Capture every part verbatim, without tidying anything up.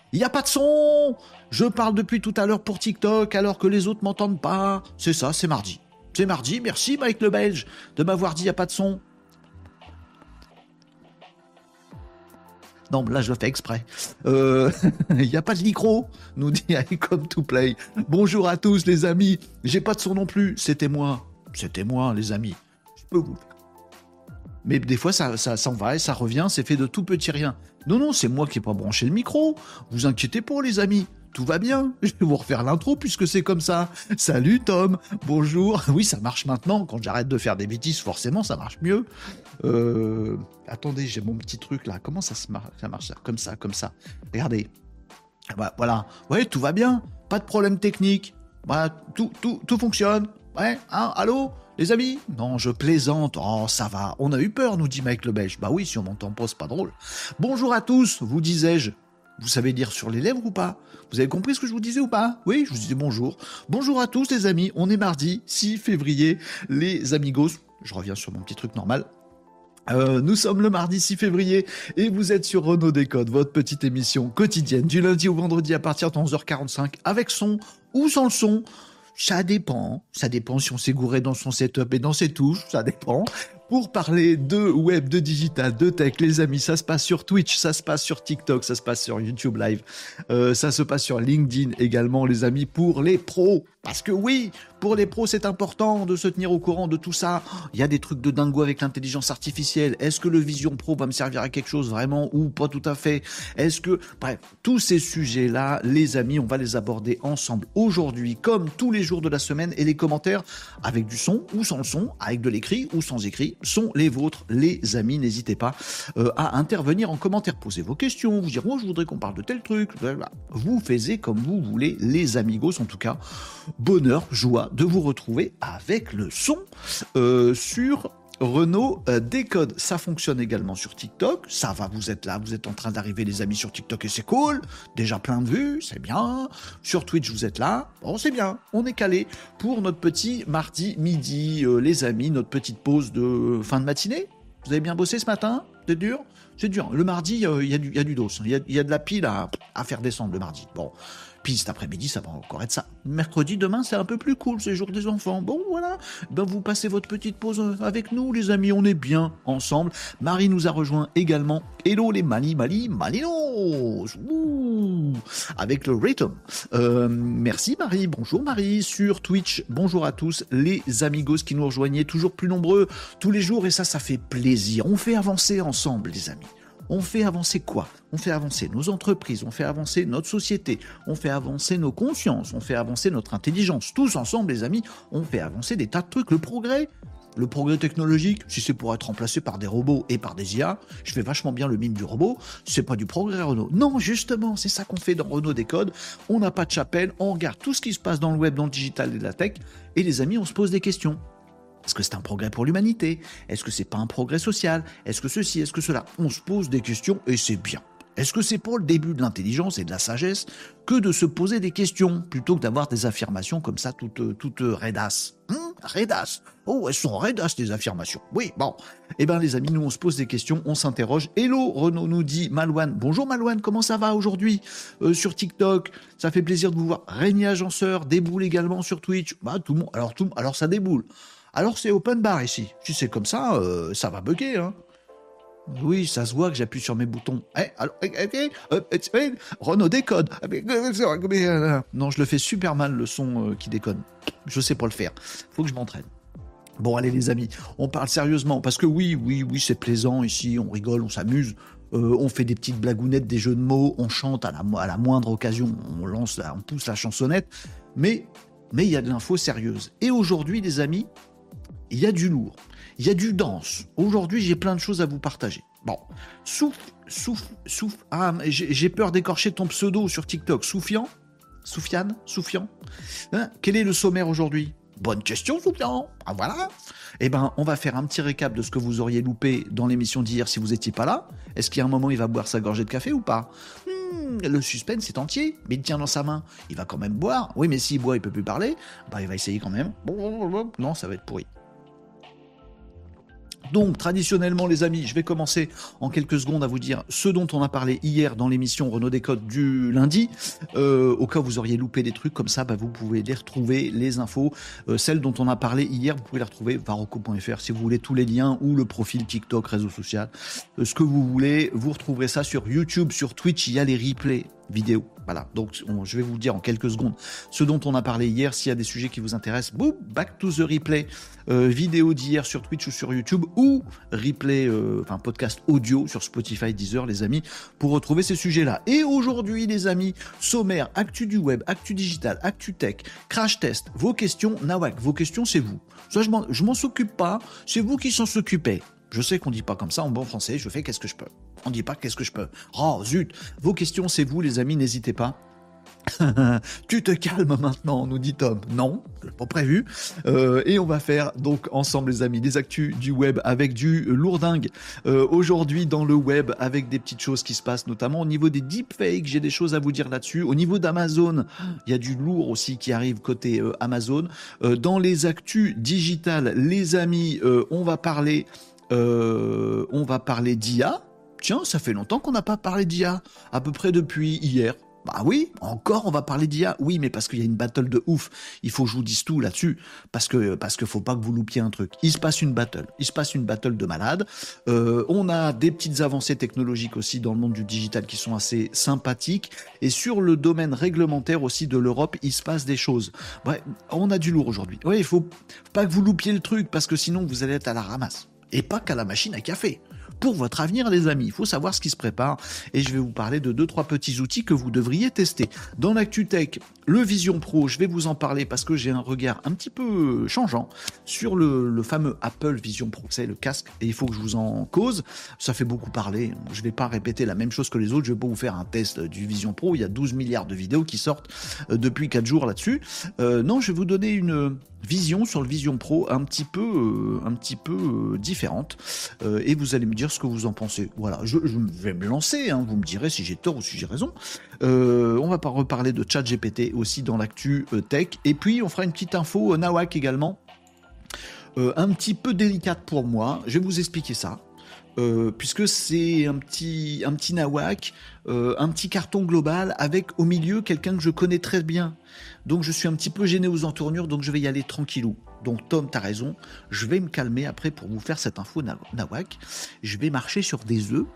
Il n'y a pas de son. Je parle depuis tout à l'heure pour TikTok alors que les autres m'entendent pas. C'est ça, c'est mardi. C'est mardi. Merci Mike le Belge de m'avoir dit il n'y a pas de son. Non, là, je le fais exprès. Il euh, n'y a pas de micro, nous dit I Come to Play. Bonjour à tous, les amis. J'ai pas de son non plus. C'était moi. C'était moi, les amis. Je peux vous le faire. Mais des fois, ça, ça s'en va et ça revient. C'est fait de tout petit rien. Non, non, c'est moi qui n'ai pas branché le micro. Vous inquiétez pas, les amis. Tout va bien. Je vais vous refaire l'intro puisque c'est comme ça. Salut Tom. Bonjour. Oui, ça marche maintenant. Quand j'arrête de faire des bêtises, forcément, ça marche mieux. Euh... Attendez, j'ai mon petit truc là. Comment ça se marche? Ça marche comme ça, comme ça. Regardez. Bah, voilà. Ouais, tout va bien. Pas de problème technique. Voilà, tout, tout, tout fonctionne. Ouais, hein, allô, les amis? Non, je plaisante. Oh, ça va. On a eu peur, nous dit Mike le Belge. Bah oui, si on m'entend pas, c'est pas drôle. Bonjour à tous, vous disais-je. Vous savez lire sur les lèvres ou pas? Vous avez compris ce que je vous disais ou pas? Oui, je vous disais bonjour. Bonjour à tous les amis, on est mardi six février, les amigos. Je reviens sur mon petit truc normal. Euh, nous sommes le mardi six février et vous êtes sur Renaud Décode, votre petite émission quotidienne du lundi au vendredi à partir de onze heures quarante-cinq avec son ou sans le son. Ça dépend, ça dépend si on s'est gouré dans son setup et dans ses touches, ça dépend. Pour parler de web, de digital, de tech, les amis, ça se passe sur Twitch, ça se passe sur TikTok, ça se passe sur YouTube Live, euh, ça se passe sur LinkedIn également, les amis, pour les pros. Parce que oui, pour les pros, c'est important de se tenir au courant de tout ça. Il y a des trucs de dingo avec l'intelligence artificielle. Est-ce que le Vision Pro va me servir à quelque chose vraiment ou pas tout à fait? Est-ce que... Bref, tous ces sujets-là, les amis, on va les aborder ensemble aujourd'hui, comme tous les jours de la semaine. Et les commentaires, avec du son ou sans le son, avec de l'écrit ou sans écrit, sont les vôtres, les amis. N'hésitez pas euh, à intervenir en commentaire, poser vos questions, vous dire, moi, oh, je voudrais qu'on parle de tel truc. Blablabla. Vous faites comme vous voulez, les amigos, en tout cas. Bonheur, joie de vous retrouver avec le son euh, sur Renaud euh, Décode. Ça fonctionne également sur TikTok. Ça va, vous êtes là, vous êtes en train d'arriver les amis sur TikTok et c'est cool. Déjà plein de vues, c'est bien. Sur Twitch, vous êtes là. Bon, c'est bien. On est calé pour notre petit mardi midi, euh, les amis, notre petite pause de fin de matinée. Vous avez bien bossé ce matin? C'est dur? C'est dur. Le mardi, il euh, y, y, y a du dos. Il y, y a de la pile à, à faire descendre le mardi. Bon. Puis cet après-midi, ça va encore être ça. Mercredi, demain, c'est un peu plus cool, c'est le jour des enfants. Bon, voilà, ben, vous passez votre petite pause avec nous, les amis, on est bien ensemble. Marie nous a rejoint également. Hello les Mali, Mali, Malinos. Ouh, avec le rythme. Euh, merci Marie, bonjour Marie, sur Twitch. Bonjour à tous les amigos qui nous rejoignaient, toujours plus nombreux tous les jours, et ça, ça fait plaisir. On fait avancer ensemble, les amis. On fait avancer quoi? On fait avancer nos entreprises, on fait avancer notre société, on fait avancer nos consciences, on fait avancer notre intelligence. Tous ensemble, les amis, on fait avancer des tas de trucs. Le progrès, le progrès technologique, si c'est pour être remplacé par des robots et par des I A, je fais vachement bien le mime du robot, c'est pas du progrès Renaud. Non, justement, c'est ça qu'on fait dans Renaud Décode. On n'a pas de chapelle, on regarde tout ce qui se passe dans le web, dans le digital et la tech, et les amis, on se pose des questions. Est-ce que c'est un progrès pour l'humanité? Est-ce que c'est pas un progrès social? Est-ce que ceci? Est-ce que cela? On se pose des questions et c'est bien. Est-ce que c'est pas le début de l'intelligence et de la sagesse que de se poser des questions plutôt que d'avoir des affirmations comme ça toutes, toutes raidasses? Hum, raidasses. Oh, elles sont raidasses les affirmations. Oui, bon. Eh bien les amis, nous on se pose des questions, on s'interroge. Hello, Renaud nous dit Malouane. Bonjour Malouane, comment ça va aujourd'hui euh, sur TikTok? Ça fait plaisir de vous voir. Régnier Agenceur déboule également sur Twitch. Bah tout le monde. Alors tout, alors ça déboule. Alors c'est open bar ici. Si c'est comme ça, euh, ça va bugger, hein. Oui, ça se voit que j'appuie sur mes boutons. Eh, alors, eh, eh, eh, eh, Renaud Décode. Non, je le fais super mal, le son euh, qui déconne. Je sais pas le faire. Faut que je m'entraîne. Bon, allez les amis, on parle sérieusement. Parce que oui, oui, oui, c'est plaisant ici. On rigole, on s'amuse. Euh, on fait des petites blagounettes, des jeux de mots. On chante à la, à la moindre occasion. On lance, la, on pousse la chansonnette. Mais mais il y a de l'info sérieuse. Et aujourd'hui, les amis, il y a du lourd. Il y a du dense. Aujourd'hui, j'ai plein de choses à vous partager. Bon, souffle, souffle, souffle. Ah, j'ai, j'ai peur d'écorcher ton pseudo sur TikTok. Soufian? Soufiane? Soufian? Hein? Quel est le sommaire aujourd'hui? Bonne question, Soufian. Ah, voilà. Eh ben, on va faire un petit récap de ce que vous auriez loupé dans l'émission d'hier si vous n'étiez pas là. Est-ce qu'il y a un moment, il va boire sa gorgée de café ou pas? hmm, Le suspense est entier, mais il tient dans sa main. Il va quand même boire. Oui, mais s'il boit, il peut plus parler. Bah, il va essayer quand même. Non, ça va être pourri. Donc, traditionnellement, les amis, je vais commencer en quelques secondes à vous dire ce dont on a parlé hier dans l'émission Renaud Décode du lundi. Euh, au cas où vous auriez loupé des trucs comme ça, bah, vous pouvez les retrouver, les infos. Euh, celles dont on a parlé hier, vous pouvez les retrouver varocco point f r si vous voulez tous les liens ou le profil TikTok, réseau social. Euh, ce que vous voulez, vous retrouverez ça sur YouTube, sur Twitch, il y a les replays vidéo. Voilà, donc on, je vais vous dire en quelques secondes ce dont on a parlé hier. S'il y a des sujets qui vous intéressent, boum, back to the replay euh, vidéo d'hier sur Twitch ou sur YouTube, ou replay, euh, enfin podcast audio sur Spotify, Deezer, les amis, pour retrouver ces sujets-là. Et aujourd'hui, les amis, sommaire, actu du web, actu digital, actu tech, crash test, vos questions, Nawak, vos questions, c'est vous. Ça, je m'en, je m'en s'occupe pas, c'est vous qui s'en occupez. Je sais qu'on dit pas comme ça en bon français, je fais qu'est-ce que je peux. On dit pas qu'est-ce que je peux. Oh zut, vos questions c'est vous les amis, n'hésitez pas. Tu te calmes maintenant, nous dit Tom. Non, pas prévu. Euh, et on va faire donc ensemble les amis des actus du web avec du lourdingue. Euh, aujourd'hui dans le web avec des petites choses qui se passent, notamment au niveau des deepfakes, j'ai des choses à vous dire là-dessus. Au niveau d'Amazon, il y a du lourd aussi qui arrive côté euh, Amazon. Euh, dans les actus digitales, les amis, euh, on va parler... Euh, on va parler d'I A. Tiens, ça fait longtemps qu'on n'a pas parlé d'I A, à peu près depuis hier. Bah oui, encore on va parler d'I A. Oui, mais parce qu'il y a une battle de ouf. Il faut que je vous dise tout là-dessus, parce que parce que faut pas que vous loupiez un truc. Il se passe une battle, il se passe une battle de malade. Euh, on a des petites avancées technologiques aussi dans le monde du digital qui sont assez sympathiques. Et sur le domaine réglementaire aussi de l'Europe, il se passe des choses. Bref, on a du lourd aujourd'hui. Oui, il faut pas que vous loupiez le truc, parce que sinon vous allez être à la ramasse. Et pas qu'à la machine à café. Pour votre avenir, les amis, il faut savoir ce qui se prépare. Et je vais vous parler de deux, trois petits outils que vous devriez tester. Dans l'actu tech, le Vision Pro, je vais vous en parler parce que j'ai un regard un petit peu changeant sur le, le fameux Apple Vision Pro. C'est le casque et il faut que je vous en cause. Ça fait beaucoup parler. Je ne vais pas répéter la même chose que les autres. Je vais pas vous faire un test du Vision Pro. Il y a douze milliards de vidéos qui sortent depuis quatre jours là-dessus. Euh, non, je vais vous donner une vision sur le Vision Pro un petit peu, euh, un petit peu euh, différente. Euh, et vous allez me dire ce que vous en pensez. Voilà, je, je vais me lancer, hein, vous me direz si j'ai tort ou si j'ai raison. Euh, on va pas reparler de ChatGPT aussi dans l'actu euh, tech. Et puis, on fera une petite info euh, Nawak également. Euh, un petit peu délicate pour moi. Je vais vous expliquer ça. Euh, puisque c'est un petit, un petit Nawak, euh, un petit carton global avec au milieu quelqu'un que je connais très bien. Donc je suis un petit peu gêné aux entournures, donc je vais y aller tranquillou. Donc Tom, t'as raison, je vais me calmer après pour vous faire cette info Nawak. Je vais marcher sur des œufs.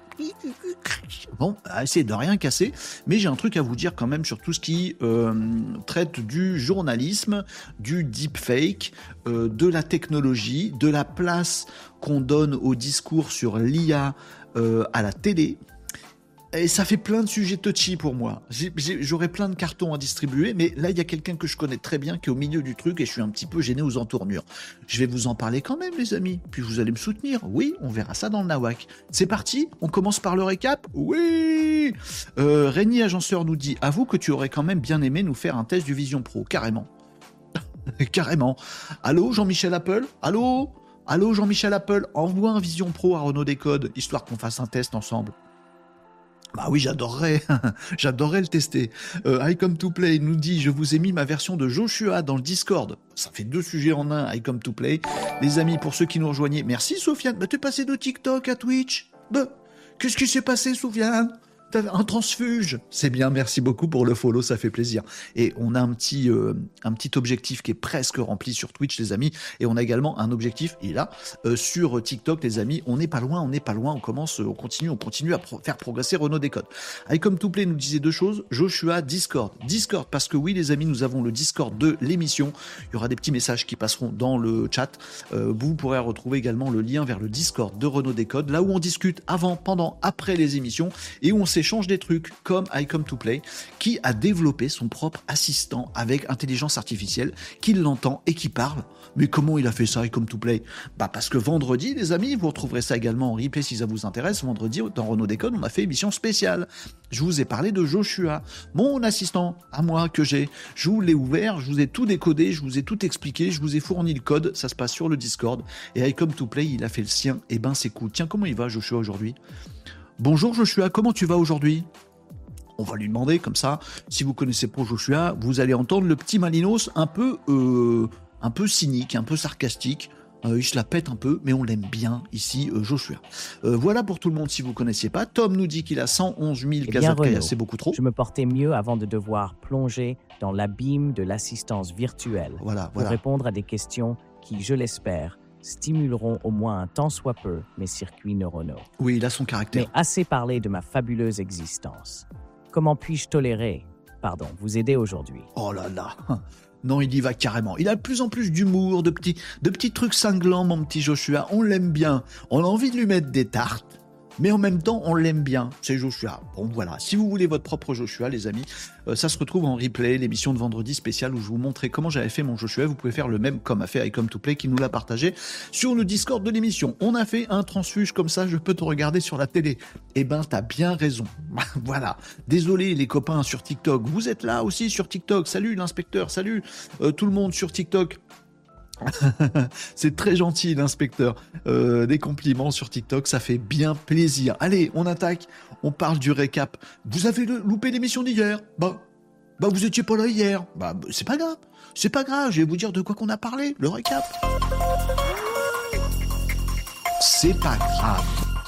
Bon, essayez de rien casser, mais j'ai un truc à vous dire quand même sur tout ce qui euh, traite du journalisme, du deepfake, euh, de la technologie, de la place qu'on donne au discours sur l'I A euh, à la télé. Et ça fait plein de sujets touchy pour moi. J'ai, j'ai, j'aurais plein de cartons à distribuer, mais là, il y a quelqu'un que je connais très bien qui est au milieu du truc et je suis un petit peu gêné aux entournures. Je vais vous en parler quand même, les amis. Puis vous allez me soutenir. Oui, on verra ça dans le Nawak. C'est parti, on commence par le récap. Oui euh, Rémi Agenceur nous dit « Avoue que tu aurais quand même bien aimé nous faire un test du Vision Pro. » Carrément. Carrément. Allô, Jean-Michel Apple ? Allô Allô, Jean-Michel Apple ? Envoie un Vision Pro à Renaud Décode, histoire qu'on fasse un test ensemble. Bah oui, j'adorerais, j'adorerais le tester. Euh, I Come to Play nous dit, je vous ai mis ma version de Joshua dans le Discord. Ça fait deux sujets en un, I Come to Play. Les amis, pour ceux qui nous rejoignaient, merci Sofiane. Bah t'es passé de TikTok à Twitch. Bah, qu'est-ce qui s'est passé, Sofiane ? T'as un transfuge. C'est bien, merci beaucoup pour le follow, ça fait plaisir. Et on a un petit, euh, un petit objectif qui est presque rempli sur Twitch, les amis. Et on a également un objectif, il est là, euh, sur TikTok, les amis. On n'est pas loin, on n'est pas loin. On commence, on continue, on continue à pro- faire progresser Renaud Décode. I Come to Play nous disait deux choses. Joshua, Discord. Discord, parce que oui, les amis, nous avons le Discord de l'émission. Il y aura des petits messages qui passeront dans le chat. Euh, vous pourrez retrouver également le lien vers le Discord de Renaud Décode, là où on discute avant, pendant, après les émissions et où on s'échange des trucs comme I Come to Play qui a développé son propre assistant avec intelligence artificielle qui l'entend et qui parle. Mais comment il a fait ça, I Come to Play ? Bah parce que vendredi, les amis, vous retrouverez ça également en replay si ça vous intéresse. Vendredi, dans Renaud Décode, on a fait émission spéciale. Je vous ai parlé de Joshua, mon assistant à moi que j'ai. Je vous l'ai ouvert, je vous ai tout décodé, je vous ai tout expliqué, je vous ai fourni le code. Ça se passe sur le Discord. Et I Come to Play, il a fait le sien. Et ben c'est cool. Tiens, comment il va Joshua aujourd'hui ? Bonjour Joshua, comment tu vas aujourd'hui ? On va lui demander comme ça. Si vous connaissez pas Joshua, vous allez entendre le petit Malinos un peu, euh, un peu cynique, un peu sarcastique. Euh, il se la pète un peu, mais on l'aime bien ici, euh, Joshua. Euh, voilà pour tout le monde si vous ne connaissiez pas. Tom nous dit qu'il a cent onze mille Kazakh, c'est beaucoup trop. Je me portais mieux avant de devoir plonger dans l'abîme de l'assistance virtuelle voilà, pour voilà. répondre à des questions qui, je l'espère, stimuleront au moins un tant soit peu mes circuits neuronaux. Oui, il a son caractère. Mais assez parlé de ma fabuleuse existence. Comment puis-je tolérer, pardon, vous aider aujourd'hui? Oh là là. Non, il y va carrément. Il a de plus en plus d'humour, de petits, de petits trucs cinglants, mon petit Joshua. On l'aime bien. On a envie de lui mettre des tartes, mais en même temps, on l'aime bien. C'est Joshua. Bon, voilà. Si vous voulez votre propre Joshua, les amis, euh, ça se retrouve en replay, l'émission de vendredi spéciale où je vous montrais comment j'avais fait mon Joshua. Vous pouvez faire le même comme a fait iCome to Play qui nous l'a partagé sur le Discord de l'émission. On a fait un transfuge comme ça, je peux te regarder sur la télé. Eh ben, t'as bien raison. Voilà. Désolé, les copains sur TikTok. Vous êtes là aussi sur TikTok. Salut l'inspecteur, salut euh, tout le monde sur TikTok. C'est très gentil l'inspecteur, euh, des compliments sur TikTok, ça fait bien plaisir. Allez, on attaque, on parle du récap. Vous avez le, loupé l'émission d'hier? Bah, bah vous étiez pas là hier. Bah c'est pas grave, c'est pas grave, je vais vous dire de quoi qu'on a parlé, le récap. C'est pas grave.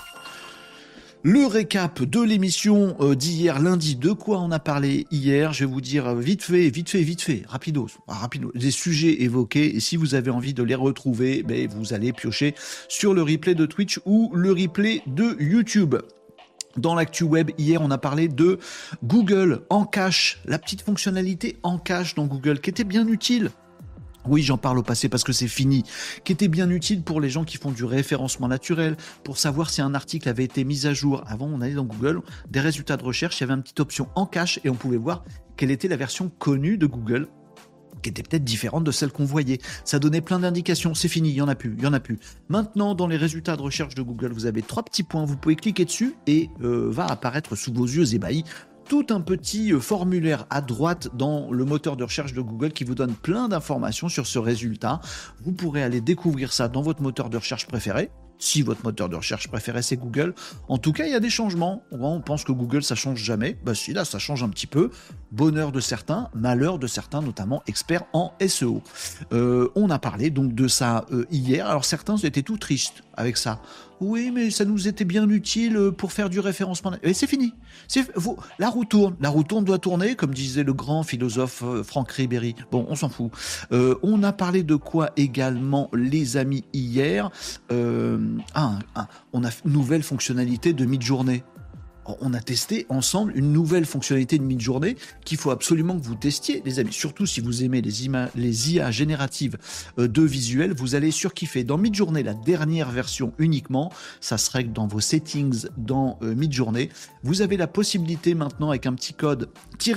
Le récap de l'émission d'hier lundi, de quoi on a parlé hier, je vais vous dire vite fait, vite fait, vite fait, rapidos, rapidos, des sujets évoqués, et si vous avez envie de les retrouver, ben vous allez piocher sur le replay de Twitch ou le replay de YouTube. Dans l'actu web, hier, on a parlé de Google en cache, la petite fonctionnalité en cache dans Google, qui était bien utile. Oui, j'en parle au passé parce que c'est fini, qui était bien utile pour les gens qui font du référencement naturel, pour savoir si un article avait été mis à jour. Avant, on allait dans Google, des résultats de recherche, il y avait une petite option en cache et on pouvait voir quelle était la version connue de Google, qui était peut-être différente de celle qu'on voyait. Ça donnait plein d'indications, c'est fini, il y en a plus, il y en a plus. Maintenant, dans les résultats de recherche de Google, vous avez trois petits points, vous pouvez cliquer dessus et euh, va apparaître sous vos yeux ébahis tout un petit formulaire à droite dans le moteur de recherche de Google qui vous donne plein d'informations sur ce résultat. Vous pourrez aller découvrir ça dans votre moteur de recherche préféré. Si votre moteur de recherche préféré c'est Google. En tout cas, il y a des changements. On pense que Google ça change jamais. Bah si, là ça change un petit peu. Bonheur de certains, malheur de certains, notamment experts en S E O. Euh, on a parlé donc de ça euh, hier. Alors certains étaient tout tristes avec ça. Oui, mais ça nous était bien utile pour faire du référencement. Et c'est fini. C'est, faut, la roue tourne. La roue tourne doit tourner, comme disait le grand philosophe euh, Franck Ribéry. Bon, on s'en fout. Euh, on a parlé de quoi également, les amis, hier euh, ah, ah, on a une nouvelle fonctionnalité de mid-journée. On a testé ensemble une nouvelle fonctionnalité de mid-journée qu'il faut absolument que vous testiez, les amis. Surtout si vous aimez les, ima- les I A génératives de visuels, vous allez surkiffer. Dans mid-journée, la dernière version uniquement, ça serait que dans vos settings dans euh, mid-journée, vous avez la possibilité maintenant avec un petit code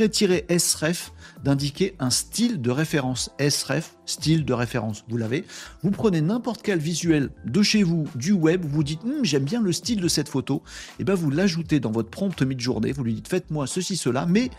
"-sref" d'indiquer un style de référence. sref, style de référence, vous l'avez. Vous prenez n'importe quel visuel de chez vous, du web, vous dites hm, j'aime bien le style de cette photo, et ben vous l'ajoutez dans votre prompt mid-journée, vous lui dites faites-moi ceci, cela, mais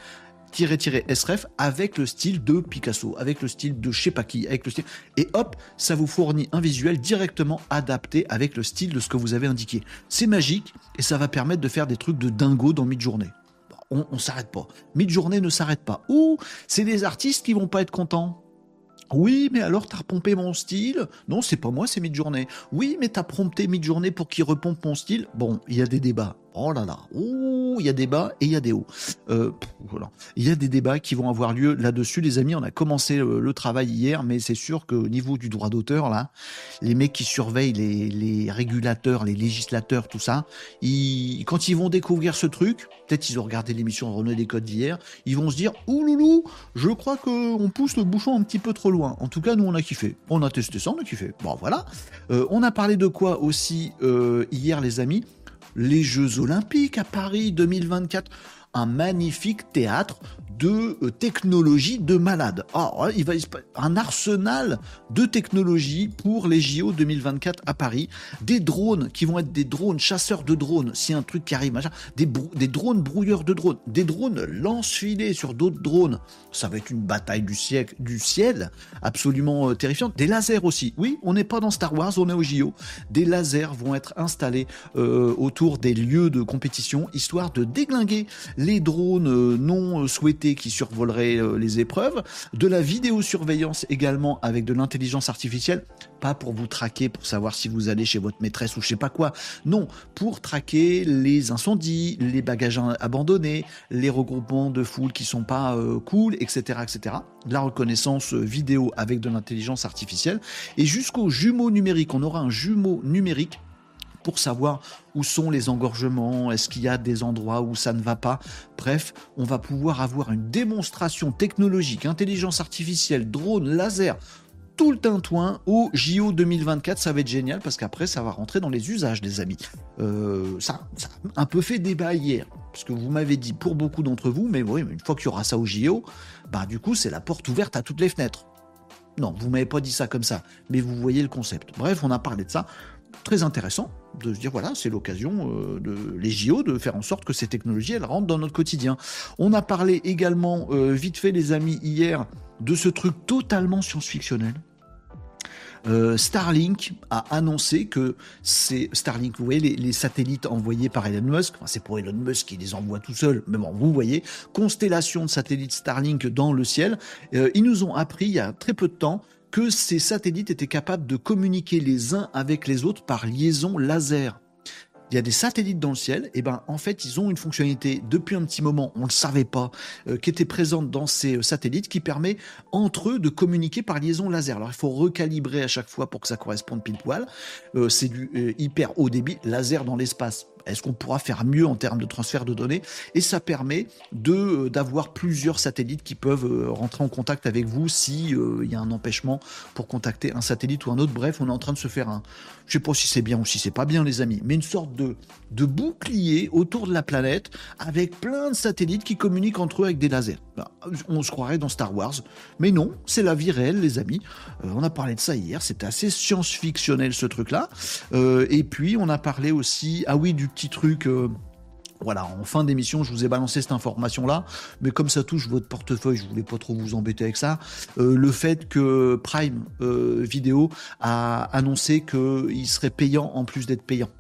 -sref avec le style de Picasso, avec le style de je sais pas qui, avec le style, et hop, ça vous fournit un visuel directement adapté avec le style de ce que vous avez indiqué. C'est magique et ça va permettre de faire des trucs de dingo dans mid-journée. On, on s'arrête pas. Mid-journée ne s'arrête pas. Ou c'est des artistes qui vont pas être contents. Oui, mais alors t'as repompé mon style. Non, c'est pas moi, c'est mid-journée. Oui, mais t'as prompté mid-journée pour qu'il repompe mon style. Bon, il y a des débats. Oh là là, ouh, il y a des bas et il y a des hauts. Euh, voilà. Il y a des débats qui vont avoir lieu là-dessus, les amis. On a commencé le, le travail hier, mais c'est sûr qu'au niveau du droit d'auteur, là, les mecs qui surveillent les, les régulateurs, les législateurs, tout ça, ils, quand ils vont découvrir ce truc, peut-être ils ont regardé l'émission de René Descotes d'hier, ils vont se dire « Ouh loulou, je crois qu'on pousse le bouchon un petit peu trop loin. » En tout cas, nous, on a kiffé. On a testé ça, on a kiffé. Bon, voilà. Euh, on a parlé de quoi aussi euh, hier, les amis ? Les Jeux Olympiques à Paris deux mille vingt-quatre, un magnifique théâtre de euh, technologie de malade. Oh, il va un arsenal de technologie pour les J O deux mille vingt-quatre à Paris. Des drones qui vont être des drones chasseurs de drones, si un truc qui arrive, machin. Des, brou- des drones brouilleurs de drones, des drones lance-filets sur d'autres drones. Ça va être une bataille du, siècle, du ciel absolument euh, terrifiante. Des lasers aussi. Oui, on n'est pas dans Star Wars, on est au J O. Des lasers vont être installés euh, autour des lieux de compétition, histoire de déglinguer les drones euh, non souhaités qui survoleraient euh, les épreuves, de la vidéosurveillance également avec de l'intelligence artificielle, pas pour vous traquer, pour savoir si vous allez chez votre maîtresse ou je sais pas quoi, non, pour traquer les incendies, les bagages abandonnés, les regroupements de foules qui sont pas euh, cool, et cetera, et cetera. La reconnaissance vidéo avec de l'intelligence artificielle et jusqu'au jumeau numérique. On aura un jumeau numérique pour savoir où sont les engorgements, est-ce qu'il y a des endroits où ça ne va pas. Bref, on va pouvoir avoir une démonstration technologique, intelligence artificielle, drone, laser, tout le tintouin au J O deux mille vingt-quatre. Ça va être génial parce qu'après, ça va rentrer dans les usages, les amis. Euh, ça, ça a un peu fait débat hier, parce que vous m'avez dit pour beaucoup d'entre vous, mais oui, mais une fois qu'il y aura ça au J O, bah du coup, c'est la porte ouverte à toutes les fenêtres. Non, vous m'avez pas dit ça comme ça, mais vous voyez le concept. Bref, on a parlé de ça. Très intéressant de se dire, voilà, c'est l'occasion euh, de les J O de faire en sorte que ces technologies, elles rentrent dans notre quotidien. On a parlé également, euh, vite fait les amis, hier, de ce truc totalement science-fictionnel. Euh, Starlink a annoncé que c'est Starlink, vous voyez les, les satellites envoyés par Elon Musk, enfin, c'est pour Elon Musk qui les envoie tout seul, mais bon, vous voyez, constellation de satellites Starlink dans le ciel. Euh, ils nous ont appris il y a très peu de temps que ces satellites étaient capables de communiquer les uns avec les autres par liaison laser. Il y a des satellites dans le ciel, et ben en fait ils ont une fonctionnalité depuis un petit moment, on ne le savait pas, euh, qui était présente dans ces euh, satellites, qui permet entre eux de communiquer par liaison laser. Alors il faut recalibrer à chaque fois pour que ça corresponde pile poil. Euh, c'est du euh, hyper haut débit laser dans l'espace. Est-ce qu'on pourra faire mieux en termes de transfert de données? Et ça permet de, euh, d'avoir plusieurs satellites qui peuvent euh, rentrer en contact avec vous si euh, il y a un empêchement pour contacter un satellite ou un autre. Bref, on est en train de se faire un, je sais pas si c'est bien ou si c'est pas bien les amis, mais une sorte de, de bouclier autour de la planète avec plein de satellites qui communiquent entre eux avec des lasers. Ben, on se croirait dans Star Wars, mais non, c'est la vie réelle les amis. Euh, on a parlé de ça hier, c'était assez science-fictionnel ce truc-là. Euh, et puis on a parlé aussi, ah oui, du petit truc... Euh, Voilà, en fin d'émission, je vous ai balancé cette information-là, mais comme ça touche votre portefeuille, je voulais pas trop vous embêter avec ça. Euh, le fait que Prime euh, Video a annoncé qu'il serait payant en plus d'être payant.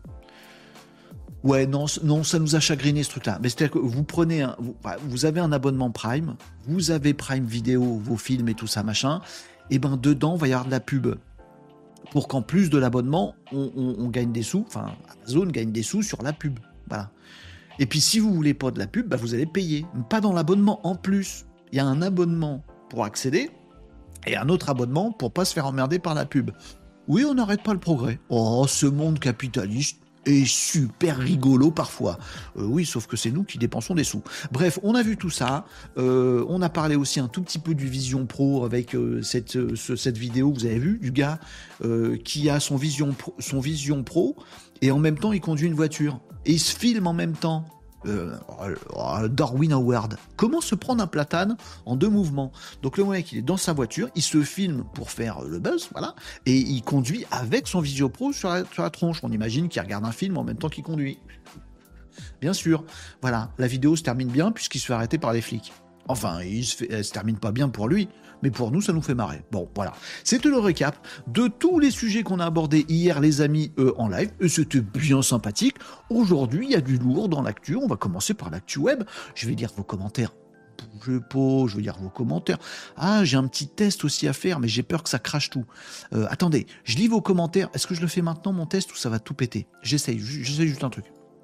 Ouais, non, non, ça nous a chagriné ce truc-là. Mais c'est-à-dire que vous prenez, un, vous, vous avez un abonnement Prime, vous avez Prime Video, vos films et tout ça, machin, et ben dedans, il va y avoir de la pub. Pour qu'en plus de l'abonnement, on, on, on gagne des sous, enfin, Amazon gagne des sous sur la pub. Voilà. Et puis si vous voulez pas de la pub, bah vous allez payer. Pas dans l'abonnement en plus. Il y a un abonnement pour accéder et un autre abonnement pour pas se faire emmerder par la pub. Oui, on n'arrête pas le progrès. Oh, ce monde capitaliste est super rigolo parfois. Euh, oui, sauf que c'est nous qui dépensons des sous. Bref, on a vu tout ça. Euh, on a parlé aussi un tout petit peu du Vision Pro avec euh, cette, euh, ce, cette vidéo, vous avez vu, du gars euh, qui a son Vision Pro, son Vision Pro et en même temps il conduit une voiture. Et il se filme en même temps. Euh, Darwin Award. Comment se prendre un platane en deux mouvements? Donc le mec, il est dans sa voiture, il se filme pour faire le buzz, voilà, et il conduit avec son Visio Pro sur la, sur la tronche. On imagine qu'il regarde un film en même temps qu'il conduit. Bien sûr. Voilà, la vidéo se termine bien puisqu'il se fait arrêter par les flics. Enfin, il se, fait, elle se termine pas bien pour lui, mais pour nous, ça nous fait marrer. Bon, voilà. C'était le récap de tous les sujets qu'on a abordés hier, les amis, euh, en live. Et c'était bien sympathique. Aujourd'hui, il y a du lourd dans l'actu. On va commencer par l'actu web. Je vais lire vos commentaires. Bougez pas, je vais lire vos commentaires. Ah, j'ai un petit test aussi à faire, mais j'ai peur que ça crache tout. Euh, attendez, je lis vos commentaires. Est-ce que je le fais maintenant, mon test, ou ça va tout péter? J'essaye, j'essaye juste un truc.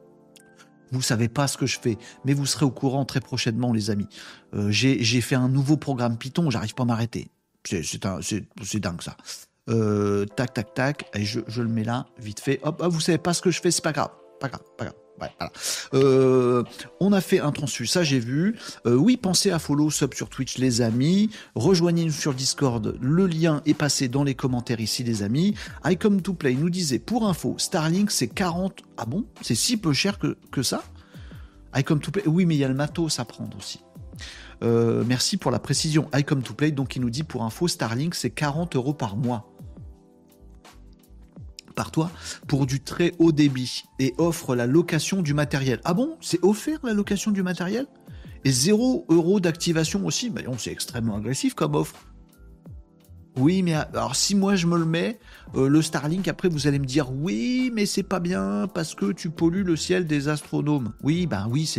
Vous savez pas ce que je fais, mais vous serez au courant très prochainement, les amis. Euh, j'ai, j'ai fait un nouveau programme Python, j'arrive pas à m'arrêter. C'est, c'est, un, c'est, c'est dingue, ça. Euh, tac, tac, tac, et je, je le mets là, vite fait. Hop, ah, vous savez pas ce que je fais, c'est pas grave. Pas grave, pas grave. Ouais, voilà. euh, on a fait un transfus, ça j'ai vu. Euh, oui, pensez à follow, sub sur Twitch, les amis. Rejoignez-nous sur Discord. Le lien est passé dans les commentaires ici, les amis. I Come to Play nous disait, pour info, Starlink c'est quarante. Ah bon? C'est si peu cher que, que ça? I Come to Play. Oui, mais il y a le matos à prendre aussi. Euh, merci pour la précision. I Come to Play, donc il nous dit pour info, Starlink c'est quarante euros par mois. Par toi, pour du très haut débit et offre la location du matériel. Ah bon? C'est offert la location du matériel? Et zéro euro d'activation aussi? Bah non, c'est extrêmement agressif comme offre. Oui, mais alors si moi je me le mets, euh, le Starlink, après vous allez me dire oui, mais c'est pas bien parce que tu pollues le ciel des astronomes. Oui, ben oui, c'est vrai.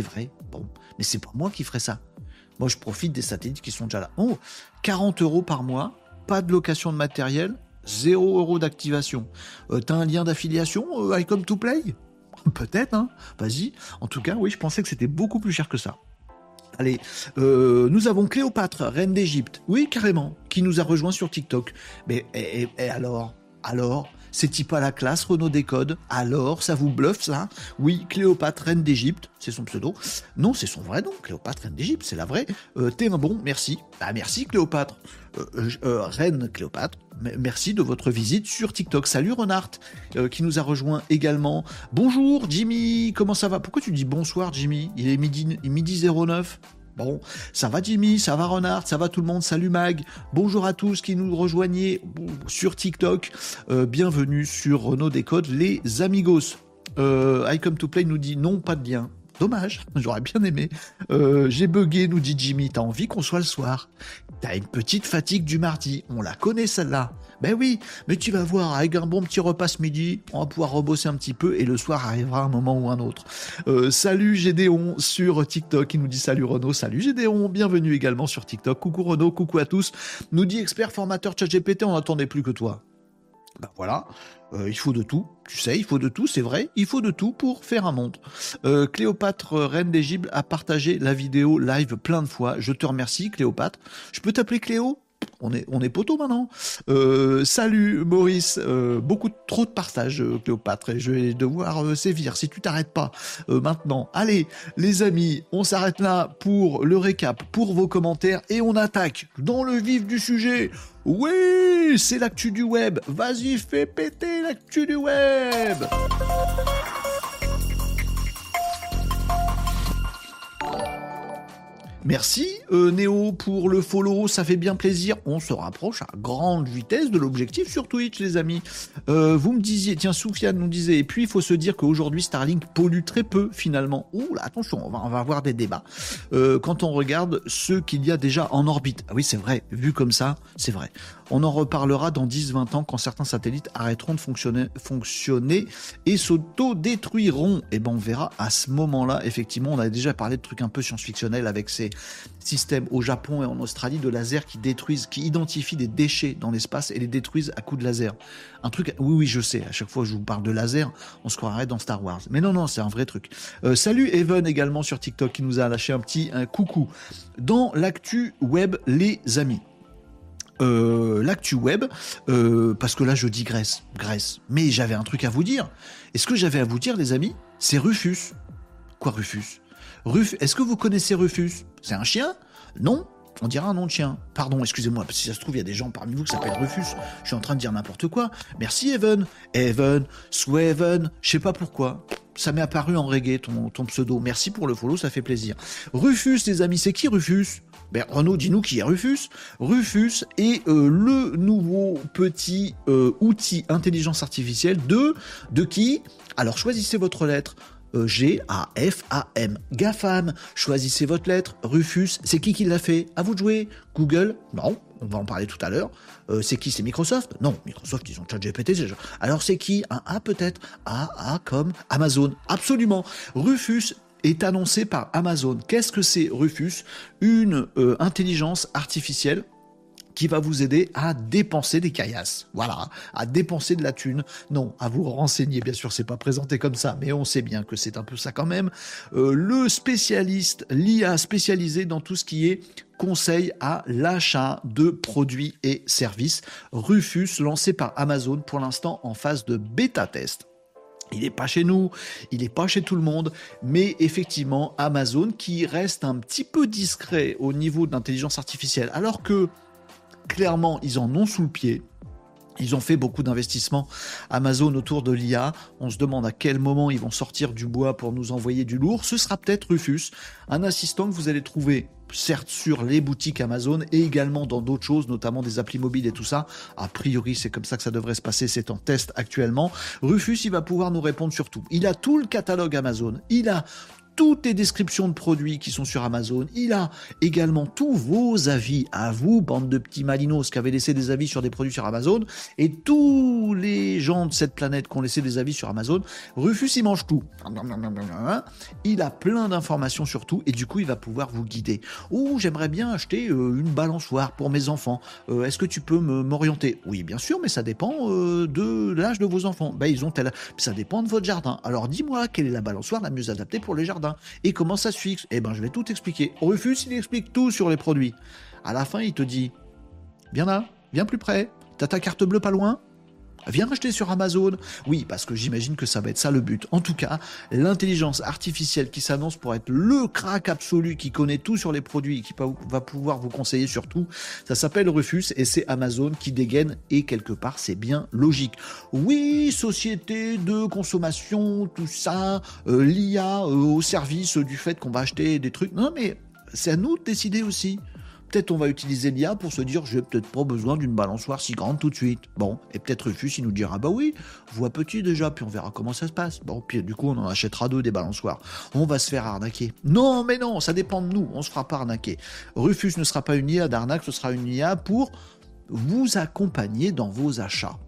Bon, mais c'est pas moi qui ferai ça. Moi, je profite des satellites qui sont déjà là. Oh, quarante euros par mois, pas de location de matériel, zéro euros d'activation. Euh, t'as un lien d'affiliation, euh, iCom to Play ? Peut-être, hein. Vas-y. En tout cas, oui, je pensais que c'était beaucoup plus cher que ça. Allez, euh, nous avons Cléopâtre, reine d'Égypte. Oui, carrément, qui nous a rejoint sur TikTok. Mais et, et, et alors Alors C'est-il pas la classe, Renaud Décode? Alors, ça vous bluffe, ça? Oui, Cléopâtre, reine d'Égypte, c'est son pseudo. Non, c'est son vrai nom, Cléopâtre, reine d'Égypte, c'est la vraie. Euh, T'es un bon, merci. Ah, merci, Cléopâtre. Euh, euh, reine Cléopâtre, merci de votre visite sur TikTok. Salut, Renard, euh, qui nous a rejoint également. Bonjour, Jimmy, comment ça va? Pourquoi tu dis bonsoir, Jimmy? Il est midi, midi zéro neuf. Bon, ça va Jimmy, ça va Renard, ça va tout le monde, salut Mag, bonjour à tous qui nous rejoignez sur TikTok, euh, bienvenue sur Renaud Décode, les amigos. Euh, I Come to Play nous dit non, pas de lien. Dommage, j'aurais bien aimé. Euh, j'ai bugué, nous dit Jimmy, t'as envie qu'on soit le soir? T'as une petite fatigue du mardi, on la connaît celle-là. Ben oui, mais tu vas voir, avec un bon petit repas ce midi, on va pouvoir rebosser un petit peu et le soir arrivera un moment ou un autre. Euh, salut Gédéon sur TikTok, il nous dit salut Renaud, salut Gédéon, bienvenue également sur TikTok. Coucou Renaud, coucou à tous. Nous dit expert formateur ChatGPT, on n'attendait plus que toi. Ben voilà, euh, il faut de tout, tu sais, il faut de tout, c'est vrai, il faut de tout pour faire un monde. Euh, Cléopâtre, reine d'Égypte, a partagé la vidéo live plein de fois. Je te remercie Cléopâtre. Je peux t'appeler Cléo ? On est, on est poteau maintenant. Euh, salut Maurice, euh, beaucoup trop de partage euh, Cléopâtre et je vais devoir euh, sévir si tu t'arrêtes pas euh, maintenant. Allez les amis, on s'arrête là pour le récap, pour vos commentaires et on attaque dans le vif du sujet. Oui, c'est l'actu du web. Vas-y, fais péter l'actu du web. Merci euh, Néo pour le follow, ça fait bien plaisir. On se rapproche à grande vitesse de l'objectif sur Twitch, les amis. Euh, vous me disiez, tiens, Soufiane nous disait, et puis il faut se dire qu'aujourd'hui Starlink pollue très peu finalement. Ouh là, attention, on va, on va avoir des débats. Euh, quand on regarde ce qu'il y a déjà en orbite. Ah oui, c'est vrai, vu comme ça, c'est vrai. On en reparlera dans dix vingt ans quand certains satellites arrêteront de fonctionner, fonctionner et s'auto-détruiront. Et ben on verra à ce moment-là, effectivement, on a déjà parlé de trucs un peu science-fictionnels avec ces systèmes au Japon et en Australie de lasers qui détruisent, qui identifient des déchets dans l'espace et les détruisent à coups de laser. Un truc, oui, oui, je sais, à chaque fois que je vous parle de laser, on se croirait dans Star Wars. Mais non, non, c'est un vrai truc. Euh, salut Evan également sur TikTok qui nous a lâché un petit un coucou. Dans l'actu web, les amis. Euh, l'actu web, euh, parce que là je digresse, graisse, mais j'avais un truc à vous dire. Et ce que j'avais à vous dire, les amis, c'est Rufus. Quoi, Rufus? Ruf, est-ce que vous connaissez Rufus? C'est un chien? Non? On dirait un nom de chien. Pardon, excusez-moi, parce que si ça se trouve, il y a des gens parmi vous qui s'appellent Rufus. Je suis en train de dire n'importe quoi. Merci, Evan. Evan, Sweven, je sais pas pourquoi. Ça m'est apparu en reggae, ton, ton pseudo. Merci pour le follow, ça fait plaisir. Rufus, les amis, c'est qui Rufus? Ben, Renaud, dis-nous qui est Rufus. Rufus est euh, le nouveau petit euh, outil intelligence artificielle de... De qui? Alors, choisissez votre lettre. Euh, G A F A M. GAFAM. Choisissez votre lettre. Rufus, c'est qui qui l'a fait? À vous de jouer. Google? Non, on va en parler tout à l'heure. Euh, c'est qui? C'est Microsoft? Non, Microsoft, ils ont ChatGPT déjà. Alors c'est qui? Un A peut-être? A, A comme Amazon. Absolument. Rufus est annoncé par Amazon. Qu'est-ce que c'est Rufus? Une euh, intelligence artificielle qui va vous aider à dépenser des caillasses. Voilà, à dépenser de la thune. Non, à vous renseigner, bien sûr, c'est pas présenté comme ça, mais on sait bien que c'est un peu ça quand même. Euh, le spécialiste, l'I A spécialisé dans tout ce qui est conseil à l'achat de produits et services. Rufus, lancé par Amazon, pour l'instant en phase de bêta-test. Il n'est pas chez nous, il n'est pas chez tout le monde, mais effectivement, Amazon qui reste un petit peu discret au niveau de l'intelligence artificielle, alors que clairement, ils en ont sous le pied. Ils ont fait beaucoup d'investissements Amazon autour de l'I A. On se demande à quel moment ils vont sortir du bois pour nous envoyer du lourd. Ce sera peut-être Rufus, un assistant que vous allez trouver certes sur les boutiques Amazon et également dans d'autres choses, notamment des applis mobiles et tout ça. A priori, c'est comme ça que ça devrait se passer. C'est en test actuellement. Rufus, il va pouvoir nous répondre sur tout. Il a tout le catalogue Amazon. Il a toutes les descriptions de produits qui sont sur Amazon. Il a également tous vos avis à vous, bande de petits malinos qui avaient laissé des avis sur des produits sur Amazon, et tous les gens de cette planète qui ont laissé des avis sur Amazon. Rufus, il mange tout. Il a plein d'informations sur tout, et du coup, il va pouvoir vous guider. Ou j'aimerais bien acheter euh, une balançoire pour mes enfants. Euh, est-ce que tu peux me, m'orienter? Oui, bien sûr, mais ça dépend euh, de l'âge de vos enfants. Ben, ils ont tel... Ça dépend de votre jardin. Alors, dis-moi, quelle est la balançoire la mieux adaptée pour les jardins? Et comment ça se fixe? Eh ben, je vais tout expliquer. Rufus, il explique tout sur les produits. À la fin, il te dit, viens là, viens plus près. T'as ta carte bleue pas loin? Viens acheter sur Amazon. Oui, parce que j'imagine que ça va être ça le but. En tout cas, l'intelligence artificielle qui s'annonce pour être le crack absolu, qui connaît tout sur les produits et qui va pouvoir vous conseiller sur tout, ça s'appelle Rufus et c'est Amazon qui dégaine et quelque part c'est bien logique. Oui, société de consommation, tout ça, euh, l'I A euh, au service du fait qu'on va acheter des trucs. Non mais c'est à nous de décider aussi. Peut-être on va utiliser l'I A pour se dire j'ai peut-être pas besoin d'une balançoire si grande tout de suite. Bon, et peut-être Rufus il nous dira bah oui, vois petit déjà, puis on verra comment ça se passe. Bon, puis du coup on en achètera deux des balançoires. On va se faire arnaquer. Non mais non, ça dépend de nous, on se fera pas arnaquer. Rufus ne sera pas une I A d'arnaque, ce sera une I A pour vous accompagner dans vos achats.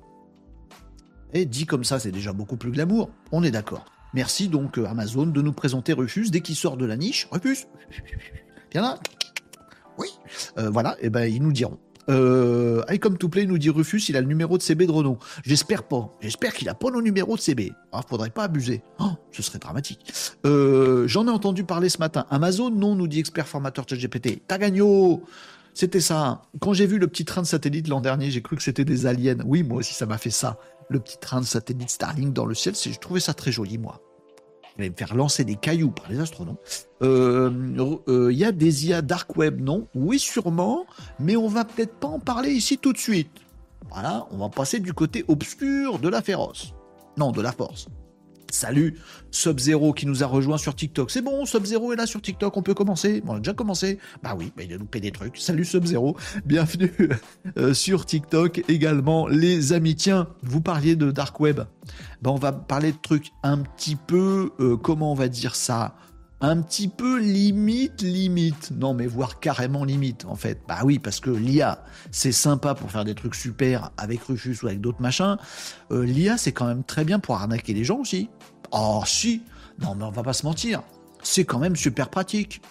Et dit comme ça, c'est déjà beaucoup plus glamour, on est d'accord. Merci donc Amazon de nous présenter Rufus dès qu'il sort de la niche. Rufus, viens là. Oui, euh, voilà, et ben ils nous diront. Euh, I Come to Play nous dit Rufus, il a le numéro de C B de Renault. J'espère pas. J'espère qu'il a pas nos numéros de C B. Ah, faudrait pas abuser. Oh, ce serait dramatique. Euh, j'en ai entendu parler ce matin. Amazon, non, nous dit expert formateur ChatGPT. Tagagno, c'était ça. Quand j'ai vu le petit train de satellite l'an dernier, j'ai cru que c'était des aliens. Oui, moi aussi, ça m'a fait ça. Le petit train de satellite Starlink dans le ciel, j'ai trouvé ça très joli, moi. Il va me faire lancer des cailloux par les astronomes. Il euh, euh, y a des I A dark web, non? Oui, sûrement, mais on va peut-être pas en parler ici tout de suite. Voilà, on va passer du côté obscur de la féroce. Non, de la force. Salut, Sub-Zero qui nous a rejoint sur TikTok. C'est bon, Sub-Zero est là sur TikTok, on peut commencer. Bon, on a déjà commencé. Bah oui, bah il a loupé des trucs. Salut Sub-Zero, bienvenue euh, sur TikTok également, les amis. Tiens, vous parliez de Dark Web. Bah on va parler de trucs un petit peu, euh, comment on va dire ça, un petit peu limite, limite. Non, mais voire carrément limite, en fait. Bah oui, parce que l'I A, c'est sympa pour faire des trucs super avec Rufus ou avec d'autres machins. Euh, L'I A, c'est quand même très bien pour arnaquer les gens aussi. Oh, si. Non, mais on va pas se mentir. C'est quand même super pratique.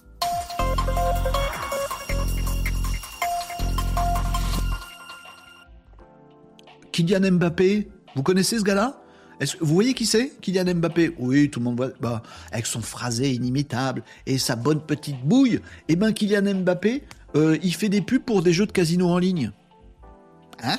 Kylian Mbappé, vous connaissez ce gars-là? Est-ce que vous voyez qui c'est? Kylian Mbappé? Oui, tout le monde voit. Bah, avec son phrasé inimitable et sa bonne petite bouille. Eh ben, Kylian Mbappé, euh, il fait des pubs pour des jeux de casino en ligne. Hein?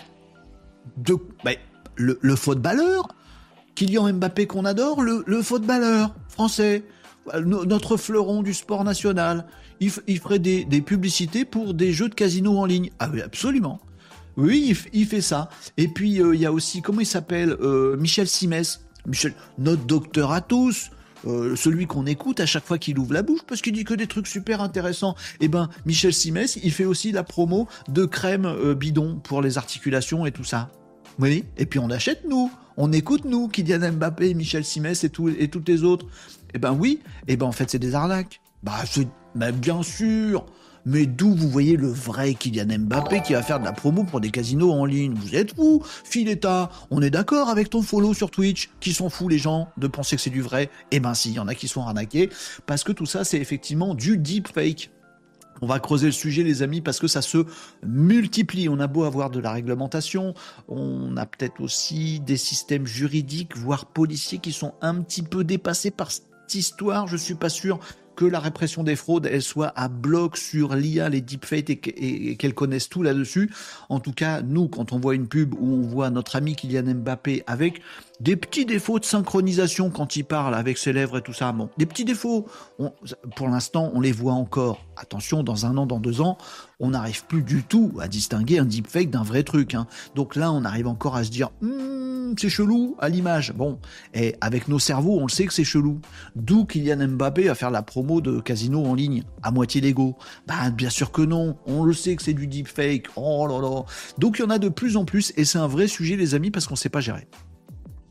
De, bah, le, le footballeur, Kylian Mbappé qu'on adore, le, le footballeur français, notre fleuron du sport national. Il, il ferait des, des publicités pour des jeux de casino en ligne. Ah oui, absolument. Oui, il, il fait ça. Et puis, il euh, y a aussi, comment il s'appelle euh, Michel Simès. Michel, notre docteur à tous. Euh, celui qu'on écoute à chaque fois qu'il ouvre la bouche parce qu'il dit que des trucs super intéressants. Eh ben, Michel Simès, il fait aussi la promo de crème euh, bidon pour les articulations et tout ça. Oui, et puis on achète, nous. On écoute, nous, Kylian Mbappé, Michel Simès et, tout, et toutes les autres. Eh ben oui, eh ben en fait, c'est des arnaques. Bah, c'est, bah, bien sûr. Mais d'où vous voyez le vrai Kylian Mbappé qui va faire de la promo pour des casinos en ligne? Vous êtes fous, Philetta. On est d'accord avec ton follow sur Twitch, qui sont fous les gens de penser que c'est du vrai? Eh ben si, il y en a qui sont arnaqués, parce que tout ça c'est effectivement du deepfake. On va creuser le sujet les amis parce que ça se multiplie. On a beau avoir de la réglementation, on a peut-être aussi des systèmes juridiques, voire policiers qui sont un petit peu dépassés par cette histoire. Je suis pas sûr que la répression des fraudes, elle soit à bloc sur l'I A, les deepfakes et, et, et qu'elles connaissent tout là-dessus. En tout cas, nous, quand on voit une pub où on voit notre ami Kylian Mbappé avec des petits défauts de synchronisation quand il parle avec ses lèvres et tout ça, bon, des petits défauts, on, pour l'instant, on les voit encore. Attention, dans un an, dans deux ans, on n'arrive plus du tout à distinguer un deepfake d'un vrai truc. Hein. Donc là, on arrive encore à se dire, hm, c'est chelou à l'image. Bon, et avec nos cerveaux, on le sait que c'est chelou. D'où Kylian Mbappé à faire la promo de casino en ligne à moitié légaux. Bah, bien sûr que non. On le sait que c'est du deepfake. Oh là là. Donc il y en a de plus en plus et c'est un vrai sujet, les amis, parce qu'on ne sait pas gérer.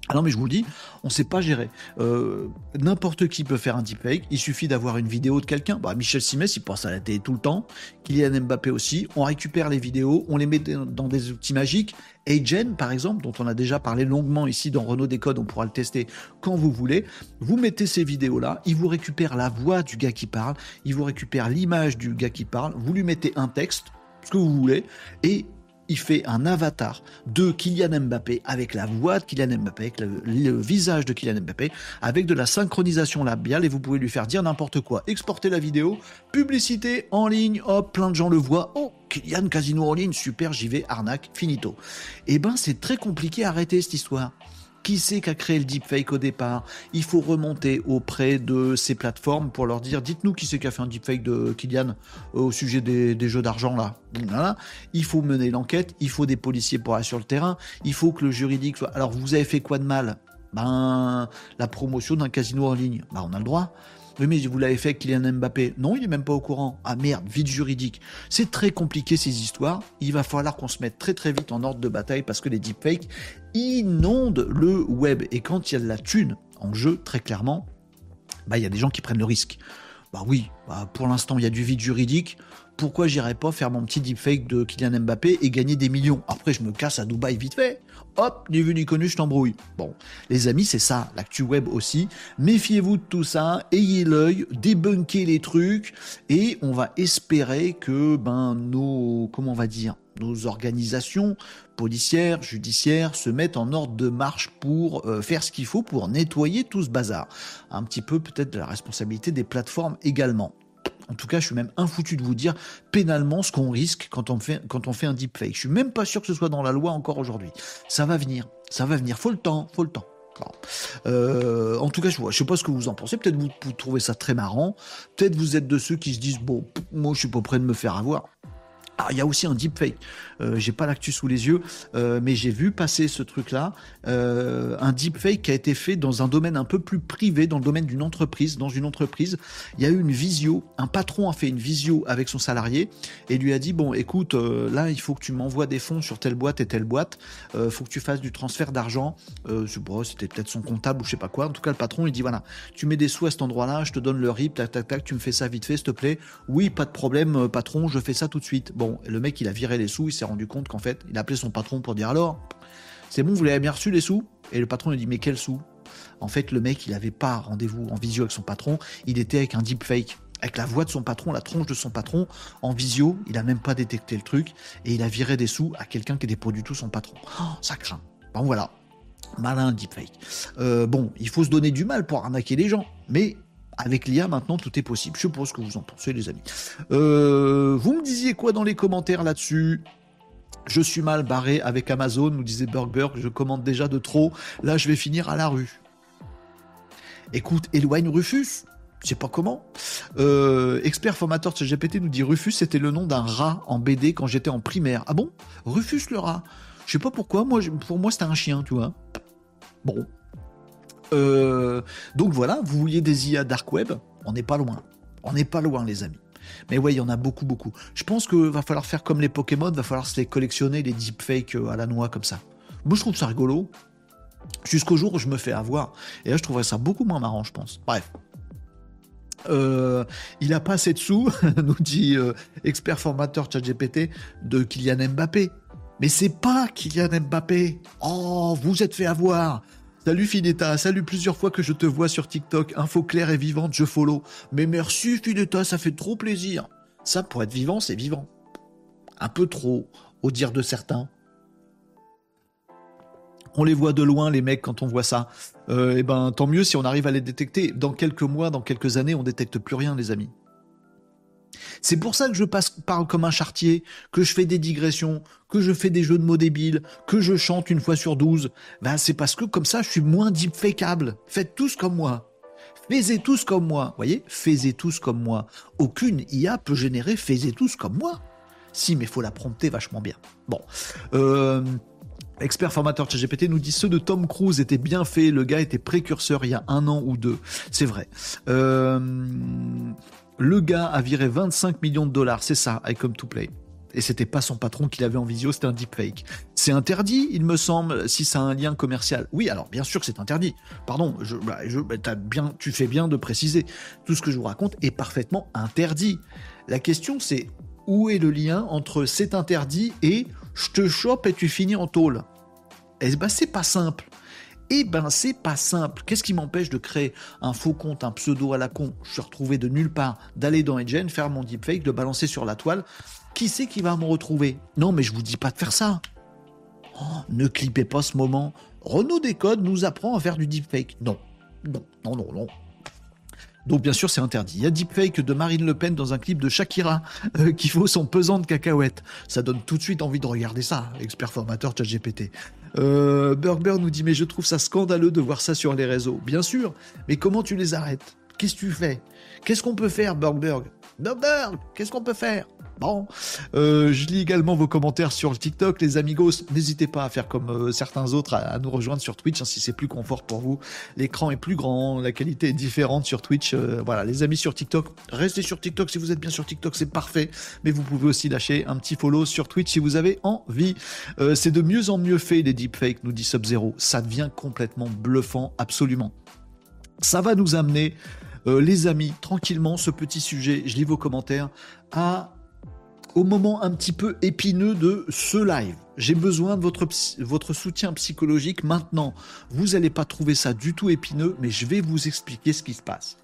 Ah non mais je vous le dis, on sait pas gérer. Euh, n'importe qui peut faire un deepfake, il suffit d'avoir une vidéo de quelqu'un. Bah, Michel Simès, il passe à la télé tout le temps, Kylian Mbappé aussi, on récupère les vidéos, on les met dans des outils magiques. Agen, par exemple, dont on a déjà parlé longuement ici dans Renaud Décode, on pourra le tester quand vous voulez. Vous mettez ces vidéos-là, il vous récupère la voix du gars qui parle, il vous récupère l'image du gars qui parle, vous lui mettez un texte, ce que vous voulez, et il fait un avatar de Kylian Mbappé avec la voix de Kylian Mbappé, avec le, le visage de Kylian Mbappé, avec de la synchronisation labiale et vous pouvez lui faire dire n'importe quoi. Exporter la vidéo, publicité en ligne, hop, plein de gens le voient. Oh, Kylian Casino en ligne, super, j'y vais, arnaque, finito. Eh ben, c'est très compliqué à arrêter cette histoire. Qui c'est qui a créé le deepfake au départ? Il faut remonter auprès de ces plateformes pour leur dire, dites-nous qui c'est qui a fait un deepfake de Kylian euh, au sujet des, des jeux d'argent là. Voilà. Il faut mener l'enquête, il faut des policiers pour aller sur le terrain, il faut que le juridique soit... Alors vous avez fait quoi de mal? Ben, la promotion d'un casino en ligne. Ben, on a le droit. Oui, mais vous l'avez fait avec Kylian Mbappé. Non, il est même pas au courant. Ah merde, vide juridique. C'est très compliqué ces histoires. Il va falloir qu'on se mette très très vite en ordre de bataille parce que les deepfakes inondent le web. Et quand il y a de la thune en jeu, très clairement, bah il y a des gens qui prennent le risque. Bah oui, bah pour l'instant il y a du vide juridique. Pourquoi j'irais pas faire mon petit deepfake de Kylian Mbappé et gagner des millions? Après je me casse à Dubaï vite fait. Hop, ni vu ni connu, je t'embrouille. Bon, les amis, c'est ça, l'actu web aussi. Méfiez-vous de tout ça, ayez l'œil, débunkez les trucs, et on va espérer que ben nos, comment on va dire, nos organisations policières, judiciaires se mettent en ordre de marche pour euh, faire ce qu'il faut pour nettoyer tout ce bazar. Un petit peu peut-être de la responsabilité des plateformes également. En tout cas, je suis même infoutu de vous dire pénalement ce qu'on risque quand on fait, quand on fait un deepfake. Je suis même pas sûr que ce soit dans la loi encore aujourd'hui. Ça va venir, ça va venir. Faut le temps, faut le temps. Euh, en tout cas, je ne sais pas ce que vous en pensez. Peut-être vous, vous trouvez ça très marrant. Peut-être vous êtes de ceux qui se disent bon, moi je suis pas prêt de me faire avoir. Alors, il y a aussi un deepfake. Euh, j'ai pas l'actu sous les yeux, euh, mais j'ai vu passer ce truc-là. Euh, un deepfake qui a été fait dans un domaine un peu plus privé, dans le domaine d'une entreprise. Dans une entreprise, il y a eu une visio. Un patron a fait une visio avec son salarié et lui a dit bon, écoute, euh, là, il faut que tu m'envoies des fonds sur telle boîte et telle boîte. Il euh, faut que tu fasses du transfert d'argent. Euh, bon, c'était peut-être son comptable ou je sais pas quoi. En tout cas, le patron, il dit voilà, tu mets des sous à cet endroit-là, je te donne le R I P, tac, tac, tac, tu me fais ça vite fait, s'il te plaît. Oui, pas de problème, patron, je fais ça tout de suite. Bon. Bon, le mec, il a viré les sous, il s'est rendu compte qu'en fait, il a appelé son patron pour dire alors, c'est bon, vous l'avez bien reçu les sous? Et le patron, il dit mais quels sous? En fait, le mec, il n'avait pas rendez-vous en visio avec son patron, il était avec un deepfake, avec la voix de son patron, la tronche de son patron, en visio, il a même pas détecté le truc, et il a viré des sous à quelqu'un qui n'était pas du tout son patron. Oh, ça craint. Bon, voilà. Malin deepfake. Euh, bon, il faut se donner du mal pour arnaquer les gens, mais... avec l'I A, maintenant, tout est possible. Je sais pas ce que vous en pensez, les amis. Euh, vous me disiez quoi dans les commentaires là-dessus? Je suis mal barré avec Amazon, nous disait Burger. Je commande déjà de trop. Là, je vais finir à la rue. Écoute, éloigne Rufus. Je sais pas comment. Euh, expert formateur de G P T nous dit Rufus, c'était le nom d'un rat en B D quand j'étais en primaire. Ah bon? Rufus le rat. Je sais pas pourquoi. Moi, pour moi, c'était un chien, tu vois. Bon. Euh, donc voilà, vous vouliez des I A dark web, on n'est pas loin, on n'est pas loin les amis. Mais ouais, il y en a beaucoup beaucoup. Je pense qu'il va falloir faire comme les Pokémon, va falloir se les collectionner, les deepfakes à la noix comme ça. Moi je trouve ça rigolo, jusqu'au jour où je me fais avoir. Et là je trouverais ça beaucoup moins marrant je pense. Bref. Euh, il a pas assez de sous, nous dit euh, expert formateur ChatGPT de Kylian Mbappé. Mais c'est pas Kylian Mbappé. Oh, vous êtes fait avoir. Salut Finetta, salut, plusieurs fois que je te vois sur TikTok, info claire et vivante, je follow. Mais merci Finetta, ça fait trop plaisir. Ça, pour être vivant, c'est vivant. Un peu trop, au dire de certains. On les voit de loin, les mecs, quand on voit ça. Euh, et ben, tant mieux si on arrive à les détecter. Dans quelques mois, dans quelques années, on détecte plus rien, les amis. C'est pour ça que je passe, parle comme un charretier, que je fais des digressions, que je fais des jeux de mots débiles, que je chante une fois sur douze. Ben, c'est parce que comme ça, je suis moins deepfakeable. Faites tous comme moi. Faisez tous comme moi. Vous voyez? Faisez tous comme moi. Aucune I A peut générer faisez tous comme moi. Si, mais il faut la prompter vachement bien. Bon. Euh... Expert formateur ChatGPT nous dit ceux de Tom Cruise étaient bien faits. Le gars était précurseur il y a un an ou deux. C'est vrai. Euh... Le gars a viré vingt-cinq millions de dollars, c'est ça, I Come to Play. Et c'était pas son patron qui l'avait en visio, c'était un deepfake. C'est interdit, il me semble, si ça a un lien commercial. Oui, alors bien sûr que c'est interdit. Pardon, je, bah, je, bah, t'as bien, tu fais bien de préciser. Tout ce que je vous raconte est parfaitement interdit. La question, c'est où est le lien entre c'est interdit et je te chope et tu finis en tôle? Eh ben, c'est pas simple. Eh ben, c'est pas simple. Qu'est-ce qui m'empêche de créer un faux compte, un pseudo à la con, je suis retrouvé de nulle part, d'aller dans Engine, faire mon deepfake, de balancer sur la toile? Qui c'est qui va me retrouver? Non, mais je vous dis pas de faire ça. Oh, ne clippez pas ce moment. Renaud Décode nous apprend à faire du deepfake. Non, non, non, non, non. Donc bien sûr c'est interdit. Il y a deepfake de Marine Le Pen dans un clip de Shakira euh, qui vaut son pesant de cacahuètes. Ça donne tout de suite envie de regarder ça, expert formateur ChatGPT. Euh, Burger nous dit mais je trouve ça scandaleux de voir ça sur les réseaux. Bien sûr, mais comment tu les arrêtes? Qu'est-ce que tu fais? Qu'est-ce qu'on peut faire, Burger? Burger, qu'est-ce qu'on peut faire? Bon, euh, je lis également vos commentaires sur le TikTok, les amigos. N'hésitez pas à faire comme euh, certains autres, à, à nous rejoindre sur Twitch, hein, si c'est plus confort pour vous. L'écran est plus grand, la qualité est différente sur Twitch. Euh, voilà, les amis sur TikTok, restez sur TikTok si vous êtes bien sur TikTok, c'est parfait. Mais vous pouvez aussi lâcher un petit follow sur Twitch si vous avez envie. Euh, c'est de mieux en mieux fait les deepfakes, nous dit Sub-Zero. Ça devient complètement bluffant, absolument. Ça va nous amener, euh, les amis, tranquillement, ce petit sujet, je lis vos commentaires, à... au moment un petit peu épineux de ce live. J'ai besoin de votre, votre soutien psychologique maintenant. Vous n'allez pas trouver ça du tout épineux, mais je vais vous expliquer ce qui se passe.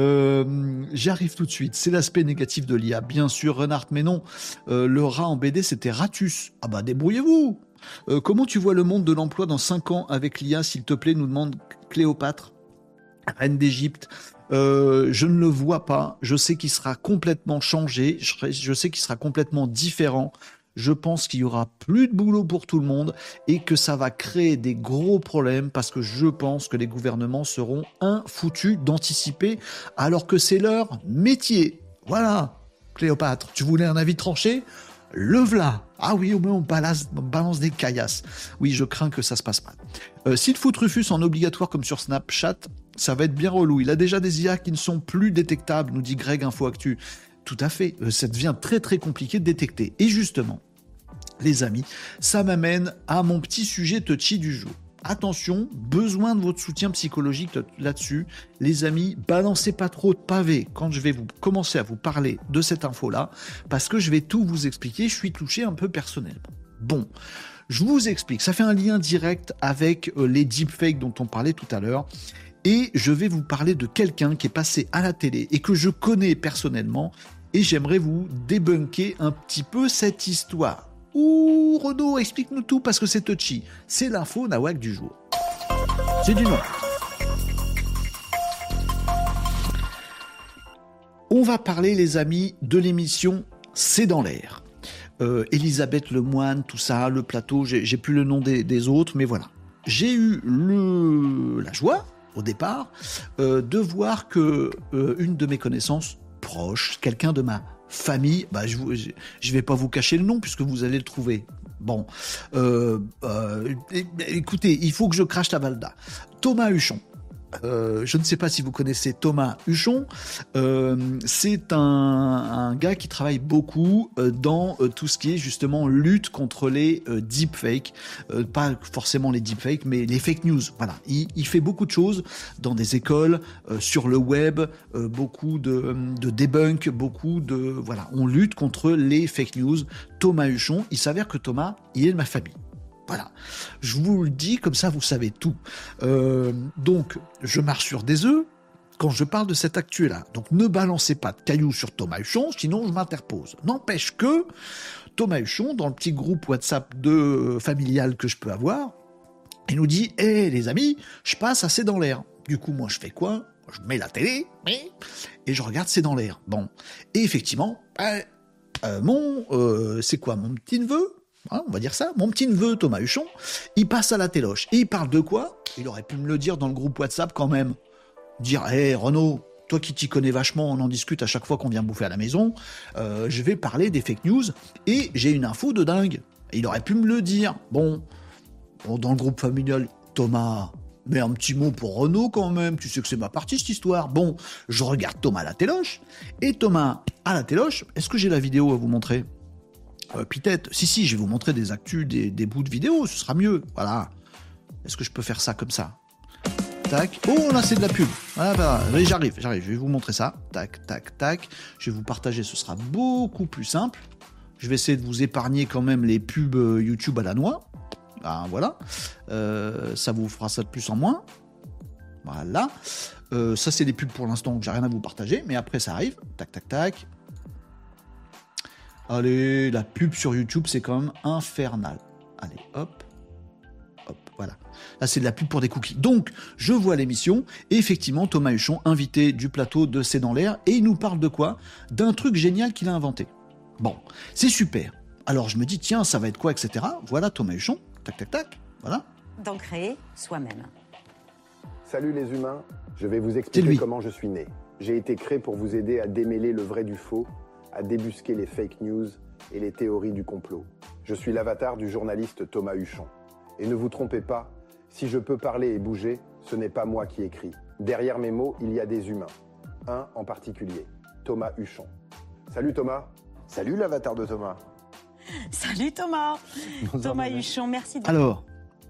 Euh, j'arrive tout de suite. C'est l'aspect négatif de l'I A. Bien sûr, Renard, mais non. Euh, le rat en B D, c'était Ratus. Ah bah, débrouillez-vous. Euh, comment tu vois le monde de l'emploi dans cinq ans avec l'I A, s'il te plaît, nous demande Cléopâtre, reine d'Égypte. Euh, je ne le vois pas. Je sais qu'il sera complètement changé. Je, je sais qu'il sera complètement différent. Je pense qu'il y aura plus de boulot pour tout le monde et que ça va créer des gros problèmes parce que je pense que les gouvernements seront infoutus d'anticiper alors que c'est leur métier. Voilà, Cléopâtre, tu voulais un avis tranché ? Le v'là. Ah oui, au moins on balance, on balance des caillasses. Oui, je crains que ça se passe mal. Euh, S'il fout Rufus en obligatoire comme sur Snapchat, ça va être bien relou. Il a déjà des I A qui ne sont plus détectables, nous dit Greg Info Actu. Tout à fait, euh, ça devient très très compliqué de détecter. Et justement, les amis, ça m'amène à mon petit sujet touchy du jour. Attention, besoin de votre soutien psychologique là-dessus. Les amis, balancez pas trop de pavés quand je vais vous commencer à vous parler de cette info-là, parce que je vais tout vous expliquer, je suis touché un peu personnellement. Bon, je vous explique, ça fait un lien direct avec euh, les deepfakes dont on parlait tout à l'heure, et je vais vous parler de quelqu'un qui est passé à la télé et que je connais personnellement, et j'aimerais vous débunker un petit peu cette histoire. Ouh, Renaud, explique-nous tout parce que c'est touchy. C'est l'info nawak du jour. C'est du noir. On va parler, les amis, de l'émission C'est dans l'air. Euh, Elisabeth Lemoine, tout ça, le plateau, j'ai, j'ai plus le nom des, des autres, mais voilà. J'ai eu le, la joie, au départ, euh, de voir que euh, une de mes connaissances proches, quelqu'un de ma famille, bah je ne je, je vais pas vous cacher le nom puisque vous allez le trouver. Bon, euh, euh, écoutez, il faut que je crache la Valda. Thomas Huchon. Euh, je ne sais pas si vous connaissez Thomas Huchon. Euh, c'est un, un gars qui travaille beaucoup euh, dans euh, tout ce qui est justement lutte contre les euh, deepfakes. Euh, pas forcément les deepfakes, mais les fake news. Voilà, il, il fait beaucoup de choses dans des écoles, euh, sur le web, euh, beaucoup de, de debunk, beaucoup de... Voilà, on lutte contre les fake news. Thomas Huchon, il s'avère que Thomas, il est de ma famille. Voilà, je vous le dis, comme ça vous savez tout. Euh, donc, je marche sur des œufs quand je parle de cette actu-là. Donc, ne balancez pas de cailloux sur Thomas Huchon, sinon je m'interpose. N'empêche que Thomas Huchon, dans le petit groupe WhatsApp de euh, familial que je peux avoir, il nous dit « Hé, hey, les amis, je passe à C'est dans l'air ». Du coup, moi, je fais quoi ? Je mets la télé et je regarde C'est dans l'air. Bon, et effectivement, euh, euh, mon, euh, c'est quoi, mon petit-neveu ? Hein, on va dire ça, mon petit-neveu Thomas Huchon, il passe à la téloche. Et il parle de quoi ? Il aurait pu me le dire dans le groupe WhatsApp quand même. Dire, hé hey, Renaud, toi qui t'y connais vachement, on en discute à chaque fois qu'on vient bouffer à la maison, euh, je vais parler des fake news et j'ai une info de dingue. Il aurait pu me le dire. Bon, bon dans le groupe familial, Thomas, mais un petit mot pour Renaud quand même, tu sais que c'est ma partie cette histoire. Bon, je regarde Thomas à la téloche, et Thomas à la téloche, est-ce que j'ai la vidéo à vous montrer ? Euh, Pitette, si, si, je vais vous montrer des actus, des, des bouts de vidéos, ce sera mieux. Voilà. Est-ce que je peux faire ça comme ça? Tac. Oh, là, c'est de la pub. Voilà, voilà. Oui, j'arrive, j'arrive. Je vais vous montrer ça. Tac, tac, tac. Je vais vous partager, ce sera beaucoup plus simple. Je vais essayer de vous épargner quand même les pubs YouTube à la noix. Ah, voilà. Euh, ça vous fera ça de plus en moins. Voilà. Euh, ça, c'est des pubs pour l'instant que j'ai rien à vous partager. Mais après, ça arrive. Tac, tac, tac. Allez, la pub sur YouTube, c'est quand même infernal. Allez, hop. Hop, voilà. Là, c'est de la pub pour des cookies. Donc, je vois l'émission, et effectivement, Thomas Huchon, invité du plateau de C'est dans l'air, et il nous parle de quoi? D'un truc génial qu'il a inventé. Bon, c'est super. Alors, je me dis, tiens, ça va être quoi, et cetera. Voilà Thomas Huchon, tac, tac, tac, voilà. D'en créer soi-même. Salut les humains, je vais vous expliquer comment je suis né. J'ai été créé pour vous aider à démêler le vrai du faux, à débusquer les fake news et les théories du complot. Je suis l'avatar du journaliste Thomas Huchon. Et ne vous trompez pas, si je peux parler et bouger, ce n'est pas moi qui écris. Derrière mes mots, il y a des humains. Un en particulier, Thomas Huchon. Salut Thomas. Salut l'avatar de Thomas. Salut Thomas. Thomas Huchon, merci de... Alors,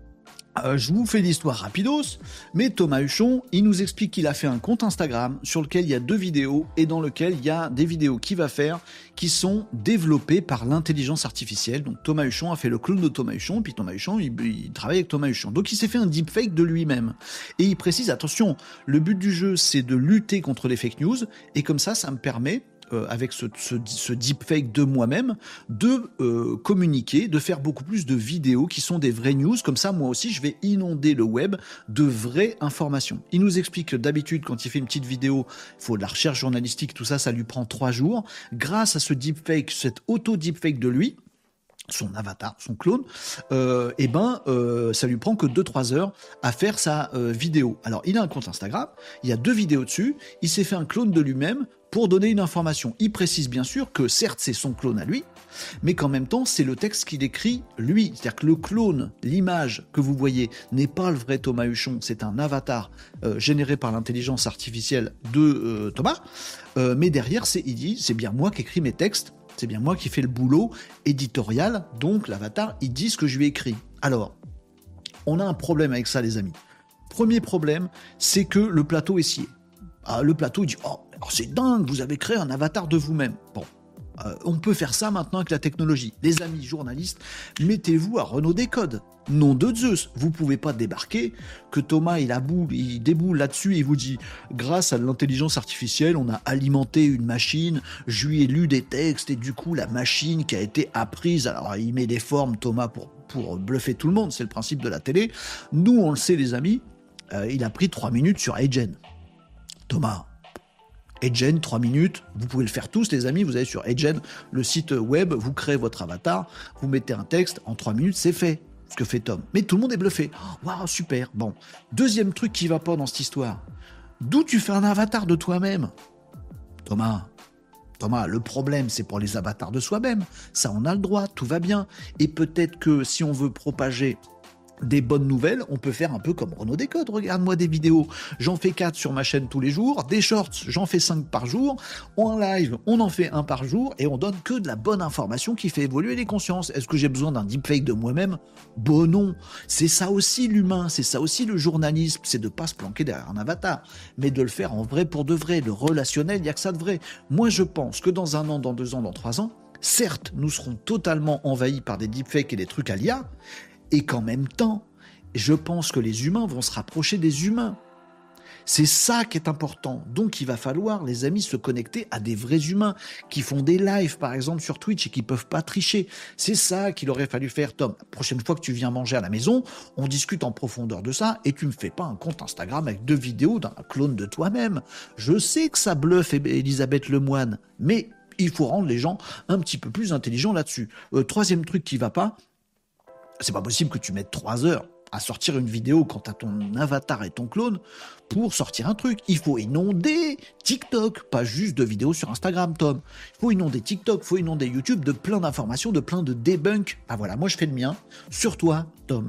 euh, je vous fais l'histoire rapidos, mais Thomas Huchon, il nous explique qu'il a fait un compte Instagram sur lequel il y a deux vidéos et dans lequel il y a des vidéos qu'il va faire qui sont développées par l'intelligence artificielle. Donc Thomas Huchon a fait le clone de Thomas Huchon, puis Thomas Huchon, il, il travaille avec Thomas Huchon. Donc il s'est fait un deepfake de lui-même. Et il précise, attention, le but du jeu, c'est de lutter contre les fake news, et comme ça, ça me permet... Euh, avec ce, ce, ce deepfake de moi-même, de euh, communiquer, de faire beaucoup plus de vidéos qui sont des vraies news. Comme ça, moi aussi, je vais inonder le web de vraies informations. Il nous explique que d'habitude, quand il fait une petite vidéo, il faut de la recherche journalistique, tout ça, ça lui prend trois jours. Grâce à ce deepfake, cet auto-deepfake de lui, son avatar, son clone, euh, et ben euh, ça lui prend que deux trois heures à faire sa euh, vidéo. Alors il a un compte Instagram, il y a deux vidéos dessus, il s'est fait un clone de lui-même pour donner une information. Il précise bien sûr que certes c'est son clone à lui, mais qu'en même temps c'est le texte qu'il écrit lui. C'est-à-dire que le clone, l'image que vous voyez n'est pas le vrai Thomas Huchon, c'est un avatar euh, généré par l'intelligence artificielle de euh, Thomas, euh, mais derrière c'est, il dit c'est bien moi qui écris mes textes. C'est bien moi qui fais le boulot éditorial, donc l'avatar, il dit ce que je lui ai écrit. Alors, on a un problème avec ça, les amis. Premier problème, c'est que le plateau est scié. Ah, le plateau, il dit « Oh, c'est dingue, vous avez créé un avatar de vous-même. » Bon, euh, on peut faire ça maintenant avec la technologie. Les amis journalistes, mettez-vous à Renaud Décode. Nom de Zeus, vous pouvez pas débarquer, que Thomas il, aboule, il déboule là-dessus et il vous dit grâce à l'intelligence artificielle on a alimenté une machine, je lui ai lu des textes et du coup la machine qui a été apprise, alors il met des formes Thomas pour, pour bluffer tout le monde, c'est le principe de la télé. Nous on le sait les amis, euh, il a pris trois minutes sur Agen. Thomas, Agen, trois minutes, vous pouvez le faire tous les amis, vous allez sur Agen, le site web, vous créez votre avatar, vous mettez un texte, en trois minutes c'est fait. Ce que fait Tom. Mais tout le monde est bluffé. Waouh, super. Bon. Deuxième truc qui va pas dans cette histoire. D'où tu fais un avatar de toi-même? Thomas. Thomas, le problème, c'est pour les avatars de soi-même. Ça, on a le droit. Tout va bien. Et peut-être que si on veut propager des bonnes nouvelles, on peut faire un peu comme Renaud Décode. Regarde-moi des vidéos, j'en fais quatre sur ma chaîne tous les jours, des shorts, j'en fais cinq par jour, en live, on en fait un par jour, et on donne que de la bonne information qui fait évoluer les consciences. Est-ce que j'ai besoin d'un deepfake de moi-même? Bon non, c'est ça aussi l'humain, c'est ça aussi le journalisme, c'est de pas se planquer derrière un avatar, mais de le faire en vrai pour de vrai, le relationnel, il n'y a que ça de vrai. Moi je pense que dans un an, dans deux ans, dans trois ans, certes, nous serons totalement envahis par des deepfakes et des trucs à l'I A, et qu'en même temps, je pense que les humains vont se rapprocher des humains. C'est ça qui est important. Donc il va falloir, les amis, se connecter à des vrais humains qui font des lives, par exemple, sur Twitch et qui peuvent pas tricher. C'est ça qu'il aurait fallu faire, Tom. La prochaine fois que tu viens manger à la maison, on discute en profondeur de ça et tu me fais pas un compte Instagram avec deux vidéos d'un clone de toi-même. Je sais que ça bluffe Elisabeth Lemoine, mais il faut rendre les gens un petit peu plus intelligents là-dessus. Euh, troisième truc qui va pas, c'est pas possible que tu mettes trois heures à sortir une vidéo quand t'as ton avatar et ton clone pour sortir un truc. Il faut inonder TikTok, pas juste de vidéos sur Instagram, Tom. Il faut inonder TikTok, il faut inonder YouTube de plein d'informations, de plein de debunk. Ah voilà, moi je fais le mien. Sur toi, Tom.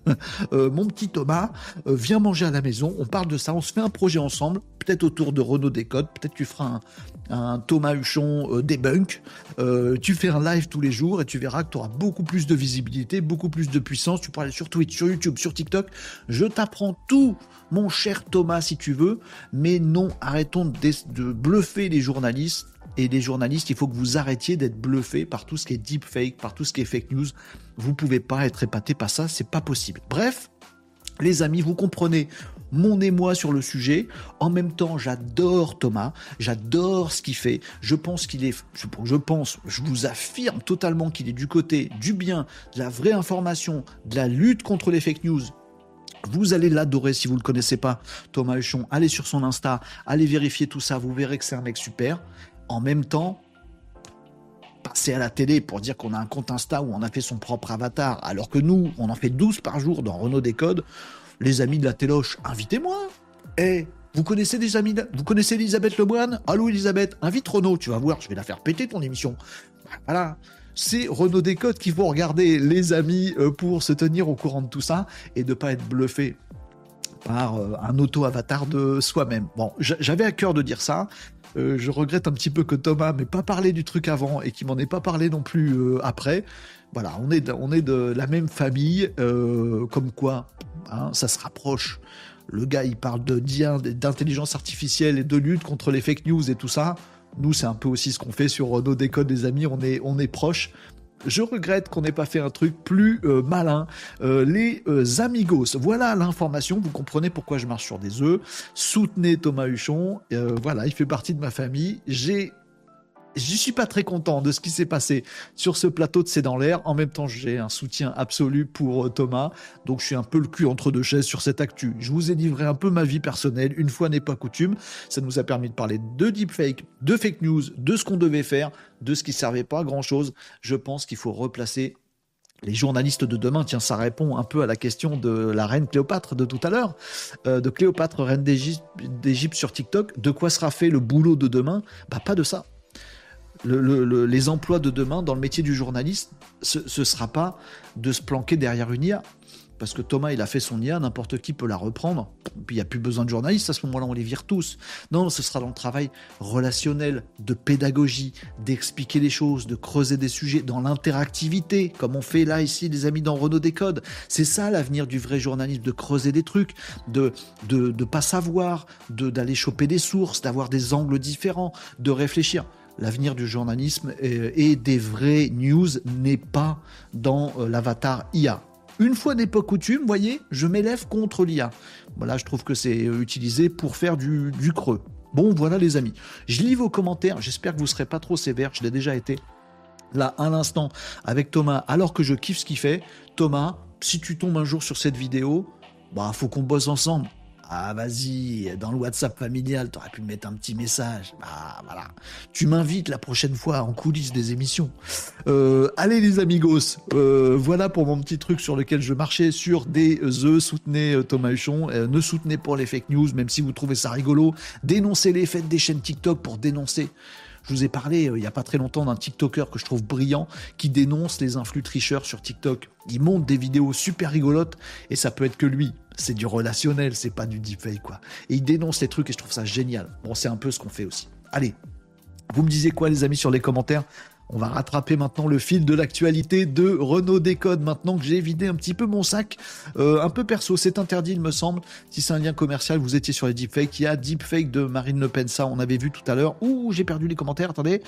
euh, mon petit Thomas, euh, viens manger à la maison, on parle de ça, on se fait un projet ensemble, peut-être autour de Renaud Décode, peut-être tu feras un, un Thomas Huchon euh, debunk, euh, tu fais un live tous les jours et tu verras que tu auras beaucoup plus de visibilité, beaucoup plus de puissance, tu pourras aller sur Twitch, sur YouTube, sur TikTok, je t'apprends tout, mon cher Thomas, si tu veux, mais non, arrêtons de, de bluffer les journalistes. Et les journalistes, il faut que vous arrêtiez d'être bluffés par tout ce qui est deepfake, par tout ce qui est fake news. Vous pouvez pas être épaté par ça, c'est pas possible. Bref, les amis, vous comprenez mon émoi sur le sujet. En même temps, j'adore Thomas, j'adore ce qu'il fait. Je pense qu'il est, je, je pense, je vous affirme totalement qu'il est du côté du bien, de la vraie information, de la lutte contre les fake news. Vous allez l'adorer si vous ne le connaissez pas, Thomas Huchon. Allez sur son Insta, allez vérifier tout ça, vous verrez que c'est un mec super. En même temps, passer à la télé pour dire qu'on a un compte Insta où on a fait son propre avatar, alors que nous, on en fait douze par jour dans Renaud Décode, les amis de la téloche, invitez-moi. Eh, vous connaissez des amis, de... vous connaissez Elisabeth Lemoine? Allô Elisabeth, invite Renaud, tu vas voir, je vais la faire péter ton émission. Voilà. C'est Renaud Décode qu'il faut regarder, les amis, pour se tenir au courant de tout ça et de ne pas être bluffé par un auto-avatar de soi-même. Bon, j'avais à cœur de dire ça. Euh, je regrette un petit peu que Thomas m'ait pas parlé du truc avant et qu'il m'en ait pas parlé non plus euh, après. Voilà, on est de, on est de la même famille, euh, comme quoi, hein, ça se rapproche. Le gars, il parle de d'I A, d'intelligence artificielle et de lutte contre les fake news et tout ça. Nous, c'est un peu aussi ce qu'on fait sur Renaud Décode, les amis, on est, on est proches. Je regrette qu'on n'ait pas fait un truc plus euh, malin. Euh, les euh, amigos, voilà l'information. Vous comprenez pourquoi je marche sur des œufs. Soutenez Thomas Huchon. Euh, voilà, il fait partie de ma famille. J'ai... Je suis pas très content de ce qui s'est passé sur ce plateau de C'est dans l'air. En même temps, j'ai un soutien absolu pour Thomas. Donc, je suis un peu le cul entre deux chaises sur cette actu. Je vous ai livré un peu ma vie personnelle. Une fois n'est pas coutume. Ça nous a permis de parler de deepfake, de fake news, de ce qu'on devait faire, de ce qui servait pas à grand chose. Je pense qu'il faut replacer les journalistes de demain. Tiens, ça répond un peu à la question de la reine Cléopâtre de tout à l'heure, euh, de Cléopâtre, reine d'Égypte, d'Égypte sur TikTok. De quoi sera fait le boulot de demain? Bah, pas de ça. Le, le, le, les emplois de demain dans le métier du journaliste, ce ne sera pas de se planquer derrière une I A. Parce que Thomas, il a fait son I A, n'importe qui peut la reprendre. Puis il n'y a plus besoin de journalistes, à ce moment-là, on les vire tous. Non, ce sera dans le travail relationnel, de pédagogie, d'expliquer les choses, de creuser des sujets, dans l'interactivité, comme on fait là, ici, les amis, dans Renaud Décode. C'est ça l'avenir du vrai journalisme, de creuser des trucs, de de, de pas savoir, de, d'aller choper des sources, d'avoir des angles différents, de réfléchir. L'avenir du journalisme et des vraies news n'est pas dans l'avatar I A. Une fois n'est pas coutume, vous voyez, je m'élève contre l'I A. Voilà, je trouve que c'est utilisé pour faire du, du creux. Bon, voilà les amis. Je lis vos commentaires, j'espère que vous ne serez pas trop sévères, je l'ai déjà été là à l'instant avec Thomas, alors que je kiffe ce qu'il fait. Thomas, si tu tombes un jour sur cette vidéo, bah faut qu'on bosse ensemble. Ah, vas-y, dans le WhatsApp familial, t'aurais pu me mettre un petit message. Bah, voilà. Tu m'invites la prochaine fois en coulisses des émissions. Euh, allez, les amigos. Euh, voilà pour mon petit truc sur lequel je marchais sur des œufs. Soutenez euh, Thomas Huchon. Euh, ne soutenez pas les fake news, même si vous trouvez ça rigolo. Dénoncez-les, faites des chaînes TikTok pour dénoncer. Je vous ai parlé euh, il n'y a pas très longtemps d'un TikToker que je trouve brillant qui dénonce les influx tricheurs sur TikTok. Il monte des vidéos super rigolotes et ça peut être que lui. C'est du relationnel, c'est pas du deepfake, quoi. Et il dénonce les trucs et je trouve ça génial. Bon, c'est un peu ce qu'on fait aussi. Allez, vous me disiez quoi, les amis, sur les commentaires? On va rattraper maintenant le fil de l'actualité de Renaud Décode, maintenant que j'ai vidé un petit peu mon sac, euh, un peu perso, c'est interdit il me semble, si c'est un lien commercial, vous étiez sur les deepfakes, il y a deepfake de Marine Le Pen, ça on avait vu tout à l'heure, ouh j'ai perdu les commentaires, attendez,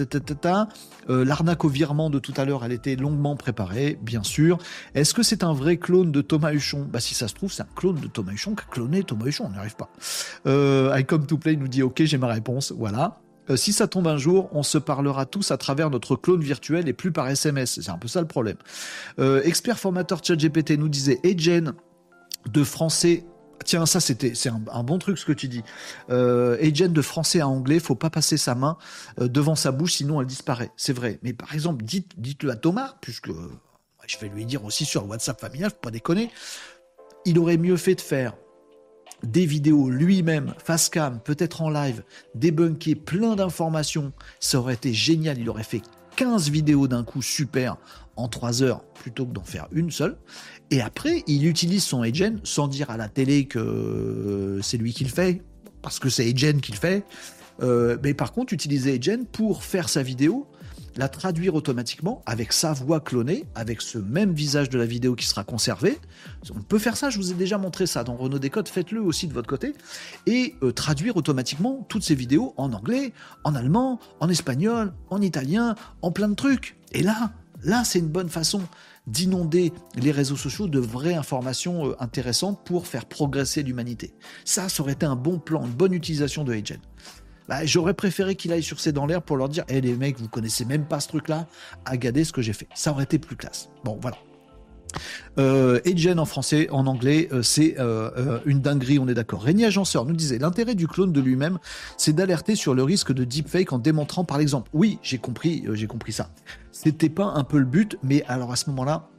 euh, l'arnaque au virement de tout à l'heure, elle était longuement préparée, bien sûr. Est-ce que c'est un vrai clone de Thomas Huchon? Bah si ça se trouve, c'est un clone de Thomas Huchon qui a cloné Thomas Huchon, on n'y arrive pas. Euh, I come to play nous dit ok, j'ai ma réponse, voilà. Euh, si ça tombe un jour, on se parlera tous à travers notre clone virtuel et plus par S M S. C'est un peu ça le problème. Euh, expert formateur ChatGPT nous disait Agent de français. Tiens, ça c'était c'est un, un bon truc ce que tu dis. Euh, Agent de français à anglais, faut pas passer sa main euh, devant sa bouche, sinon elle disparaît. C'est vrai. Mais par exemple, dites, dites-le à Thomas, puisque euh, je vais lui dire aussi sur le WhatsApp familial, faut pas déconner. Il aurait mieux fait de faire des vidéos lui-même, face cam, peut-être en live, débunker plein d'informations, ça aurait été génial, il aurait fait quinze vidéos d'un coup super, en trois heures plutôt que d'en faire une seule. Et après, il utilise son agent sans dire à la télé que c'est lui qui le fait, parce que c'est agent qui le fait. Euh, mais par contre, utiliser agent pour faire sa vidéo, la traduire automatiquement avec sa voix clonée, avec ce même visage de la vidéo qui sera conservé. On peut faire ça, je vous ai déjà montré ça dans Renaud Décode, faites-le aussi de votre côté, et euh, traduire automatiquement toutes ces vidéos en anglais, en allemand, en espagnol, en italien, en plein de trucs. Et là, là c'est une bonne façon d'inonder les réseaux sociaux de vraies informations euh, intéressantes pour faire progresser l'humanité. Ça, ça aurait été un bon plan, une bonne utilisation de agent. Bah, j'aurais préféré qu'il aille sur ses dents l'air pour leur dire hey, « les mecs, vous connaissez même pas ce truc-là, regardez ce que j'ai fait. » Ça aurait été plus classe. Bon, voilà. Euh, Agent en français, en anglais, euh, c'est euh, euh, une dinguerie, on est d'accord. Régnier Agenceur nous disait « L'intérêt du clone de lui-même, c'est d'alerter sur le risque de deepfake en démontrant par l'exemple. » Oui, j'ai compris, euh, j'ai compris ça. C'était pas un peu le but, mais alors à ce moment-là,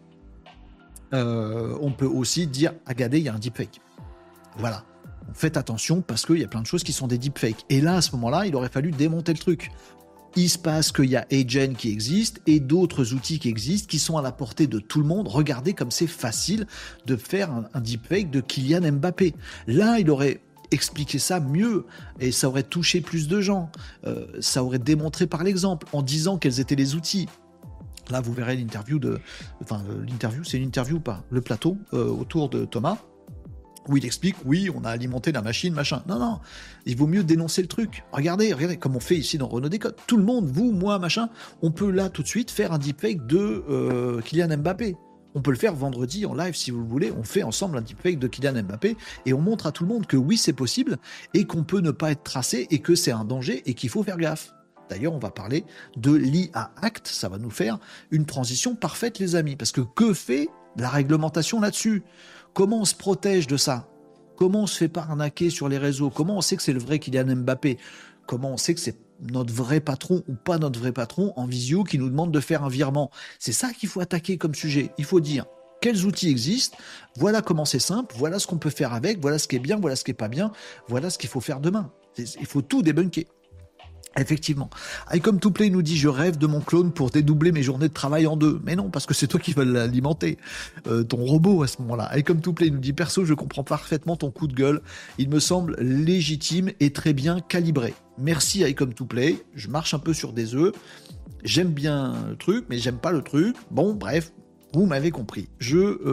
euh, on peut aussi dire « Regardez, il y a un deepfake. » Voilà. Faites attention parce qu'il y a plein de choses qui sont des deepfakes. Et là, à ce moment-là, il aurait fallu démonter le truc. Il se passe qu'il y a Agent qui existe et d'autres outils qui existent qui sont à la portée de tout le monde. Regardez comme c'est facile de faire un, un deepfake de Kylian Mbappé. Là, il aurait expliqué ça mieux et ça aurait touché plus de gens. Euh, ça aurait démontré par l'exemple en disant quels étaient les outils. Là, vous verrez l'interview de... Enfin, l'interview, c'est une interview ou pas ? Le plateau euh, autour de Thomas. Où il explique, oui, on a alimenté la machine, machin. Non, non, il vaut mieux dénoncer le truc. Regardez, regardez, comme on fait ici dans Renaud Décode. Tout le monde, vous, moi, machin, on peut là, tout de suite, faire un deepfake de euh, Kylian Mbappé. On peut le faire vendredi en live, si vous le voulez. On fait ensemble un deepfake de Kylian Mbappé et on montre à tout le monde que oui, c'est possible et qu'on peut ne pas être tracé et que c'est un danger et qu'il faut faire gaffe. D'ailleurs, on va parler de l'I A Act. Ça va nous faire une transition parfaite, les amis. Parce que que fait la réglementation là-dessus ? Comment on se protège de ça ? Comment on se fait pas arnaquer sur les réseaux ? Comment on sait que c'est le vrai Kylian Mbappé ? Comment on sait que c'est notre vrai patron ou pas notre vrai patron en visio qui nous demande de faire un virement ? C'est ça qu'il faut attaquer comme sujet. Il faut dire quels outils existent, voilà comment c'est simple, voilà ce qu'on peut faire avec, voilà ce qui est bien, voilà ce qui est pas bien, voilà ce qu'il faut faire demain. Il faut tout débunker. Effectivement. iCome to Play nous dit « Je rêve de mon clone pour dédoubler mes journées de travail en deux. » Mais non, parce que c'est toi qui vas l'alimenter, euh, ton robot à ce moment-là. iCome to Play nous dit « Perso, je comprends parfaitement ton coup de gueule. Il me semble légitime et très bien calibré. » Merci iCome to Play. Je marche un peu sur des œufs. J'aime bien le truc, mais j'aime pas le truc. Bon, bref, vous m'avez compris. Je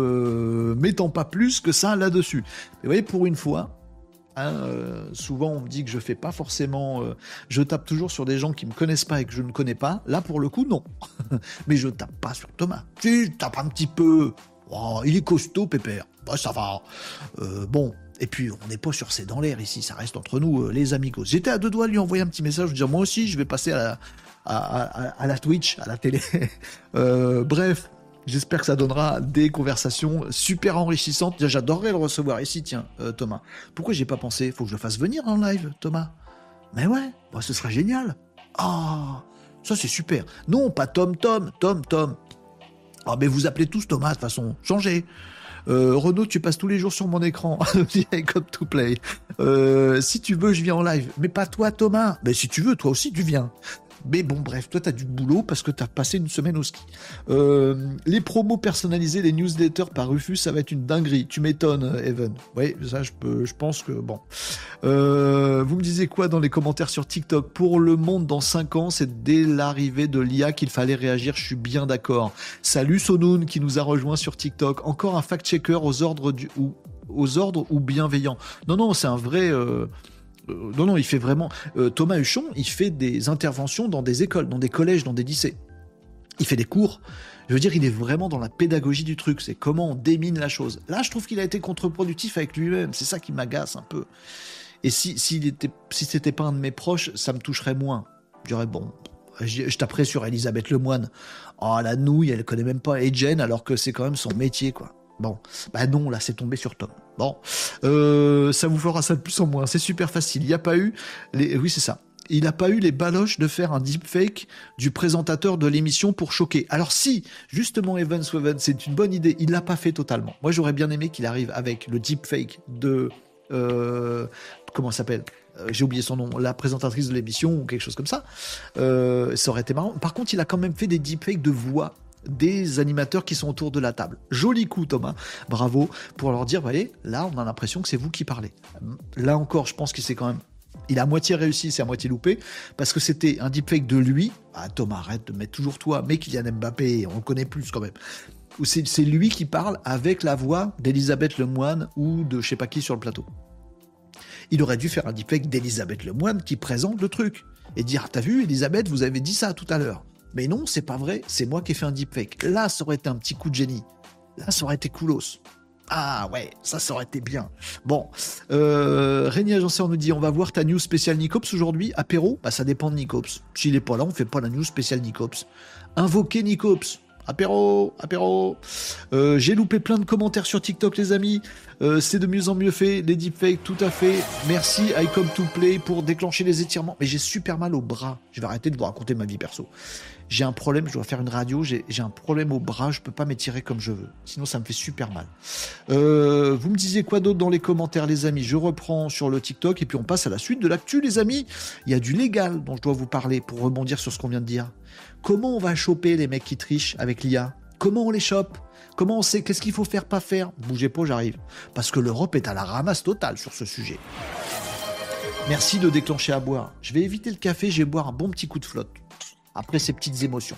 euh, m'étends pas plus que ça là-dessus. Mais vous voyez, pour une fois... Hein, euh, souvent on me dit que je fais pas forcément euh, je tape toujours sur des gens qui me connaissent pas et que je ne connais pas. Là pour le coup non. Mais je tape pas sur Thomas. Si, je tape un petit peu. Oh, il est costaud Pépère. Bah, ça va. Euh, bon, et puis on n'est pas sur ses dans l'air ici, ça reste entre nous euh, les amigos. J'étais à deux doigts de lui envoyer un petit message, dire moi aussi je vais passer à la, à, à, à la Twitch, à la télé. euh, bref. J'espère que ça donnera des conversations super enrichissantes. J'adorerais le recevoir ici, tiens, euh, Thomas. Pourquoi j'ai pas pensé ? Faut que je le fasse venir en live, Thomas. Mais ouais, bah, ce serait génial. Ah, ça c'est super. Non, pas Tom, Tom, Tom, Tom. Ah, mais vous appelez tous Thomas, de toute façon. Changez. Euh, Renaud, tu passes tous les jours sur mon écran. Comme to play. Euh, si tu veux, je viens en live. Mais pas toi, Thomas. Mais si tu veux, toi aussi, tu viens. Mais bon, bref, toi, t'as du boulot parce que t'as passé une semaine au ski. Euh, les promos personnalisés, les newsletters par Rufus, ça va être une dinguerie. Tu m'étonnes, Evan. Oui, ça, je peux, je pense que bon. Euh, vous me disiez quoi dans les commentaires sur TikTok ? Pour le monde dans cinq ans, c'est dès l'arrivée de l'I A qu'il fallait réagir. Je suis bien d'accord. Salut Sonoun qui nous a rejoint sur TikTok. Encore un fact-checker aux ordres du ou aux ordres ou bienveillant. Non, non, c'est un vrai. Euh, Euh, non, non, il fait vraiment... Euh, Thomas Huchon, il fait des interventions dans des écoles, dans des collèges, dans des lycées. Il fait des cours. Je veux dire, il est vraiment dans la pédagogie du truc. C'est comment on démine la chose. Là, je trouve qu'il a été contre-productif avec lui-même. C'est ça qui m'agace un peu. Et si, s'il était, si c'était pas un de mes proches, ça me toucherait moins. Je dirais, bon... Je, je taperais sur Elisabeth Lemoine. Oh, la nouille, elle connaît même pas Egen, alors que c'est quand même son métier, quoi. Bon, bah non, là c'est tombé sur Tom. Bon, euh, ça vous fera ça de plus en moins. C'est super facile. Il n'y a pas eu les, oui c'est ça. Il n'a pas eu les baloches de faire un deepfake du présentateur de l'émission pour choquer. Alors si, justement, Evan Sweven, c'est une bonne idée. Il l'a pas fait totalement. Moi, j'aurais bien aimé qu'il arrive avec le deepfake de euh, comment ça s'appelle euh, j'ai oublié son nom, la présentatrice de l'émission ou quelque chose comme ça. Euh, ça aurait été marrant. Par contre, il a quand même fait des deepfakes de voix. des animateurs qui sont autour de la table. Joli coup, Thomas. Bravo pour leur dire, voyez, là, on a l'impression que c'est vous qui parlez. Là encore, je pense qu'il s'est quand même... Il a à moitié réussi, c'est à moitié loupé, parce que c'était un deepfake de lui. Ah, Thomas, arrête de mettre toujours toi, mais Kylian Mbappé, on le connaît plus quand même. Ou c'est, c'est lui qui parle avec la voix d'Elisabeth Lemoine ou de je sais pas qui sur le plateau. Il aurait dû faire un deepfake d'Elisabeth Lemoine qui présente le truc et dire ah, t'as vu Elisabeth, vous avez dit ça tout à l'heure. Mais non, c'est pas vrai, c'est moi qui ai fait un deepfake. Là, ça aurait été un petit coup de génie. Là, ça aurait été coolos. Ah ouais, ça, ça aurait été bien. Bon, euh, Régnier Agenceur nous dit on va voir ta news spéciale Nicops aujourd'hui. Apéro, bah ça dépend de Nicops. S'il est pas là, on fait pas la news spéciale Nicops. Invoquer Nicops. Apéro, apéro. Euh, j'ai loupé plein de commentaires sur TikTok, les amis. Euh, c'est de mieux en mieux fait. Les deepfakes, tout à fait. Merci, I come to play pour déclencher les étirements. Mais j'ai super mal au bras. Je vais arrêter de vous raconter ma vie perso. J'ai un problème, je dois faire une radio. J'ai, j'ai un problème au bras. Je peux pas m'étirer comme je veux. Sinon, ça me fait super mal. Euh, vous me disiez quoi d'autre dans les commentaires, les amis? Je reprends sur le TikTok et puis on passe à la suite de l'actu, les amis. Il y a du légal dont je dois vous parler pour rebondir sur ce qu'on vient de dire. Comment on va choper les mecs qui trichent avec l'I A? Comment on les chope? Comment on sait qu'est-ce qu'il faut faire, pas faire? Bougez pas, j'arrive. Parce que l'Europe est à la ramasse totale sur ce sujet. Merci de déclencher à boire. Je vais éviter le café, je vais boire un bon petit coup de flotte. Après ces petites émotions.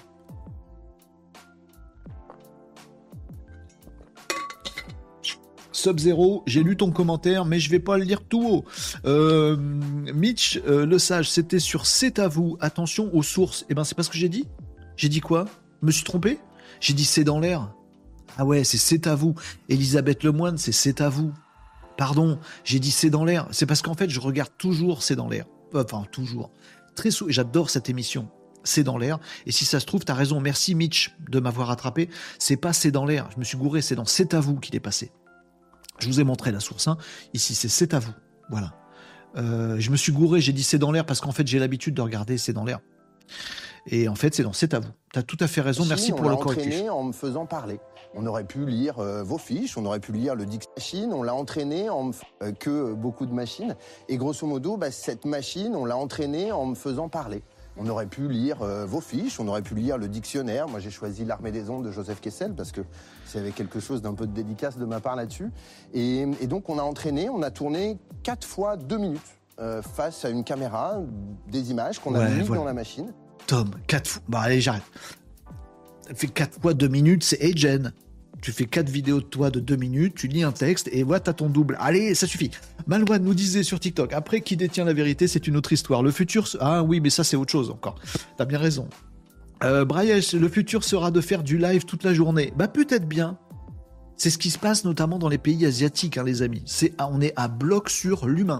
Sub-Zero, j'ai lu ton commentaire, mais je vais pas le lire tout haut. Euh, Mitch, euh, le sage, c'était sur C'est à vous. Attention aux sources. Eh ben, c'est pas ce que j'ai dit. J'ai dit quoi? Me suis trompé? J'ai dit c'est dans l'air. Ah ouais, c'est C'est à vous. Elisabeth Lemoine, c'est C'est à vous. Pardon, j'ai dit c'est dans l'air. C'est parce qu'en fait, je regarde toujours C'est dans l'air. Enfin, toujours. Très souvent, j'adore cette émission. C'est dans l'air. Et si ça se trouve, t'as raison. Merci Mitch de m'avoir rattrapé. C'est pas C'est dans l'air. Je me suis gouré. C'est dans C'est à vous qu'il est passé. Je vous ai montré la source. Hein. Ici, c'est C'est à vous. Voilà. Euh, je me suis gouré. J'ai dit C'est dans l'air parce qu'en fait, j'ai l'habitude de regarder C'est dans l'air. Et en fait, c'est dans C'est à vous. T'as tout à fait raison. Si, Merci on pour l'a le correctif. entraîné en me faisant parler. On aurait pu lire euh, vos fiches, on aurait pu lire le Dix Machine, on l'a entraîné en me f... euh, que beaucoup de machines. Et grosso modo, bah, cette machine, on l'a entraînée en me faisant parler. On aurait pu lire euh, vos fiches, on aurait pu lire le dictionnaire. Moi, j'ai choisi L'Armée des Ondes de Joseph Kessel parce que c'est avec quelque chose d'un peu de dédicace de ma part là-dessus. Et, et donc, on a entraîné, on a tourné quatre fois deux minutes euh, face à une caméra, des images qu'on a Ouais, mis voilà. dans la machine. Tom, quatre fois. Bah allez, j'arrête. Fais quatre fois deux minutes, c'est Agen. Tu fais quatre vidéos de toi de deux minutes, tu lis un texte et voilà, t'as ton double. Allez, ça suffit. Malouane nous disait sur TikTok, après qui détient la vérité, c'est une autre histoire. Le futur... Ah oui, mais ça c'est autre chose encore. T'as bien raison. Euh, Brayesh, le futur sera de faire du live toute la journée. Bah peut-être bien. C'est ce qui se passe notamment dans les pays asiatiques, hein, les amis. C'est, on est à bloc sur l'humain.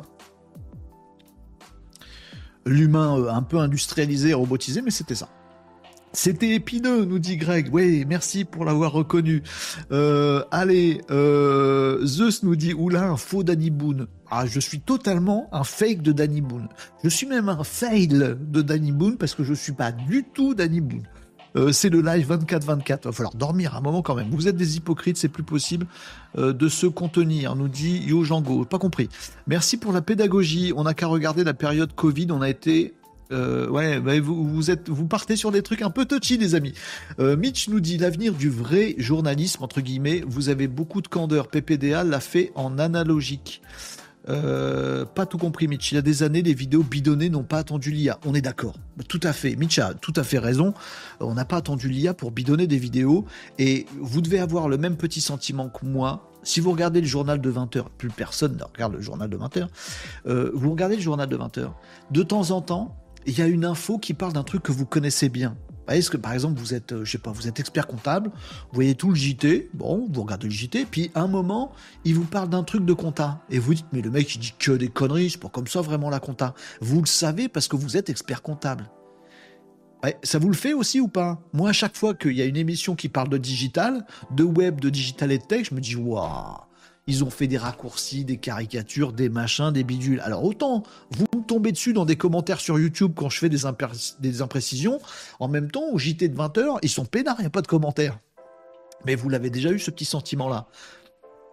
L'humain euh, un peu industrialisé et robotisé, mais c'était ça. C'était épineux, nous dit Greg. Oui, merci pour l'avoir reconnu. Euh, allez, euh, Zeus nous dit, oula, un faux Danny Boone. Ah, je suis totalement un fake de Danny Boone. Je suis même un fail de Danny Boone parce que je suis pas du tout Danny Boone. Euh, c'est le live vingt-quatre vingt-quatre. Il va falloir dormir un moment quand même. Vous êtes des hypocrites, c'est plus possible euh, de se contenir, nous dit Yo Django. Pas compris. Merci pour la pédagogie. On n'a qu'à regarder la période Covid. On a été... Euh, ouais, bah vous, vous êtes, vous partez sur des trucs un peu touchy, les amis. Euh, Mitch nous dit l'avenir du vrai journalisme entre guillemets. Vous avez beaucoup de candeur. P P D A l'a fait en analogique. Euh, pas tout compris, Mitch. Il y a des années, les vidéos bidonnées n'ont pas attendu l'I A. On est d'accord. Tout à fait. Mitch a tout à fait raison. On n'a pas attendu l'I A pour bidonner des vidéos. Et vous devez avoir le même petit sentiment que moi. Si vous regardez le journal de vingt heures, plus personne ne regarde le journal de vingt heures. Euh, vous regardez le journal de vingt heures. De temps en temps, il y a une info qui parle d'un truc que vous connaissez bien. Vous voyez, ce que par exemple, vous êtes, euh, je sais pas, vous êtes expert comptable, vous voyez tout le J T, bon, vous regardez le J T, puis à un moment, il vous parle d'un truc de compta. Et vous dites, mais le mec, il dit que des conneries, c'est pas comme ça vraiment la compta. Vous le savez parce que vous êtes expert comptable. Ouais, ça vous le fait aussi ou pas? Moi, à chaque fois qu'il y a une émission qui parle de digital, de web, de digital et de tech, je me dis, waouh, ils ont fait des raccourcis, des caricatures, des machins, des bidules. Alors autant vous me tombez dessus dans des commentaires sur YouTube quand je fais des, impré- des imprécisions, en même temps, au J T de vingt heures, ils sont peinards, il n'y a pas de commentaires. Mais vous l'avez déjà eu, ce petit sentiment-là.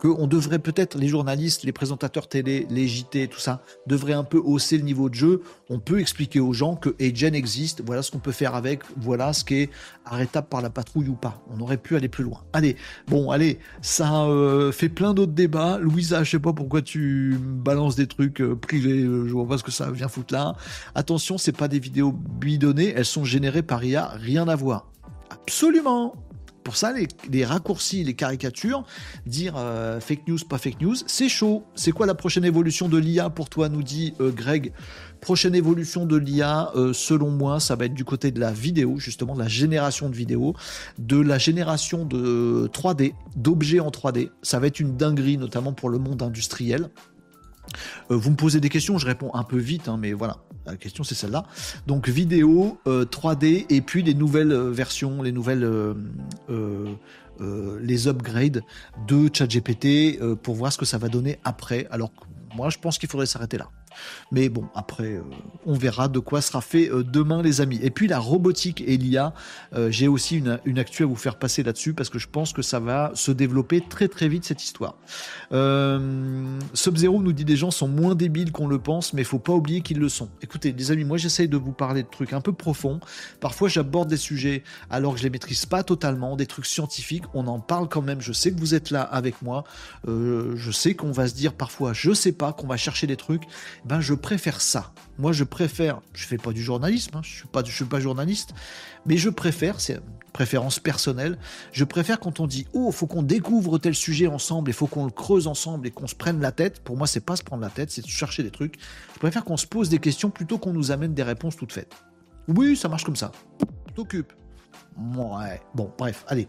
qu'on devrait peut-être, les journalistes, les présentateurs télé, les J T, tout ça, devraient un peu hausser le niveau de jeu. On peut expliquer aux gens que Agent existe, voilà ce qu'on peut faire avec, voilà ce qui est arrêtable par la patrouille ou pas. On aurait pu aller plus loin. Allez, bon, allez, ça euh, fait plein d'autres débats. Louisa, je sais pas pourquoi tu balances des trucs euh, privés, euh, je vois pas ce que ça vient foutre là. Attention, c'est pas des vidéos bidonnées, elles sont générées par I A, rien à voir. Absolument. Pour ça, les, les raccourcis, les caricatures, dire euh, fake news, pas fake news, c'est chaud. C'est quoi la prochaine évolution de l'I A pour toi, nous dit euh, Greg. Prochaine évolution de l'I A, euh, selon moi, ça va être du côté de la vidéo, justement, de la génération de vidéos, de la génération de trois D, d'objets en trois D. Ça va être une dinguerie, notamment pour le monde industriel. Euh, vous me posez des questions, je réponds un peu vite, hein, mais voilà, la question c'est celle-là. Donc vidéo, euh, trois D, et puis les nouvelles euh, versions, les nouvelles, euh, euh, euh, les upgrades de ChatGPT euh, pour voir ce que ça va donner après. Alors moi je pense qu'il faudrait s'arrêter là. Mais bon, après, euh, on verra de quoi sera fait euh, demain, les amis. Et puis la robotique et l'I A, euh, j'ai aussi une, une actu à vous faire passer là-dessus parce que je pense que ça va se développer très très vite, cette histoire. Euh, Sub-Zero nous dit des gens sont moins débiles qu'on le pense, mais il faut pas oublier qu'ils le sont. Écoutez, les amis, moi j'essaye de vous parler de trucs un peu profonds. Parfois, j'aborde des sujets alors que je les maîtrise pas totalement, des trucs scientifiques. On en parle quand même. Je sais que vous êtes là avec moi. Euh, je sais qu'on va se dire parfois, je sais pas, qu'on va chercher des trucs. Ben je préfère ça. Moi je préfère, je fais pas du journalisme, hein, je suis pas, je suis pas journaliste, mais je préfère, c'est une préférence personnelle, je préfère quand on dit oh faut qu'on découvre tel sujet ensemble, il faut qu'on le creuse ensemble et qu'on se prenne la tête. Pour moi c'est pas se prendre la tête, c'est de chercher des trucs. Je préfère qu'on se pose des questions plutôt qu'on nous amène des réponses toutes faites. Oui, ça marche comme ça. T'occupes. Ouais. Bon, bref, allez.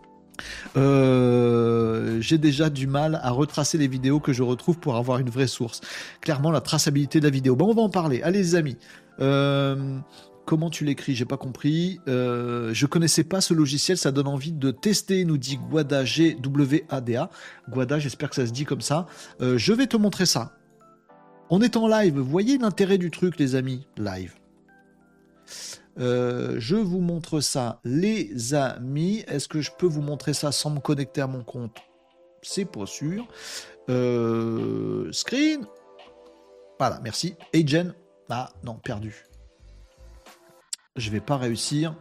Euh, j'ai déjà du mal à retracer les vidéos que je retrouve pour avoir une vraie source. Clairement, la traçabilité de la vidéo. Bon, on va en parler. Allez, les amis. Euh, comment tu l'écris ? J'ai pas compris. Euh, je connaissais pas ce logiciel. Ça donne envie de tester, nous dit Guada, G W A D A. Guada, j'espère que ça se dit comme ça. Euh, je vais te montrer ça. On est en live. Vous voyez l'intérêt du truc, les amis ? Live. Euh, je vous montre ça, les amis. Est-ce que je peux vous montrer ça sans me connecter à mon compte ? C'est pas sûr. Euh, screen. Voilà, merci. Agent. Ah, non, perdu. Je vais pas réussir.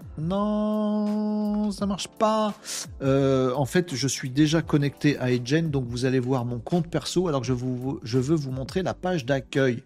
Non, ça marche pas. Euh, en fait, je suis déjà connecté à Agent, donc vous allez voir mon compte perso, alors que je, vous, je veux vous montrer la page d'accueil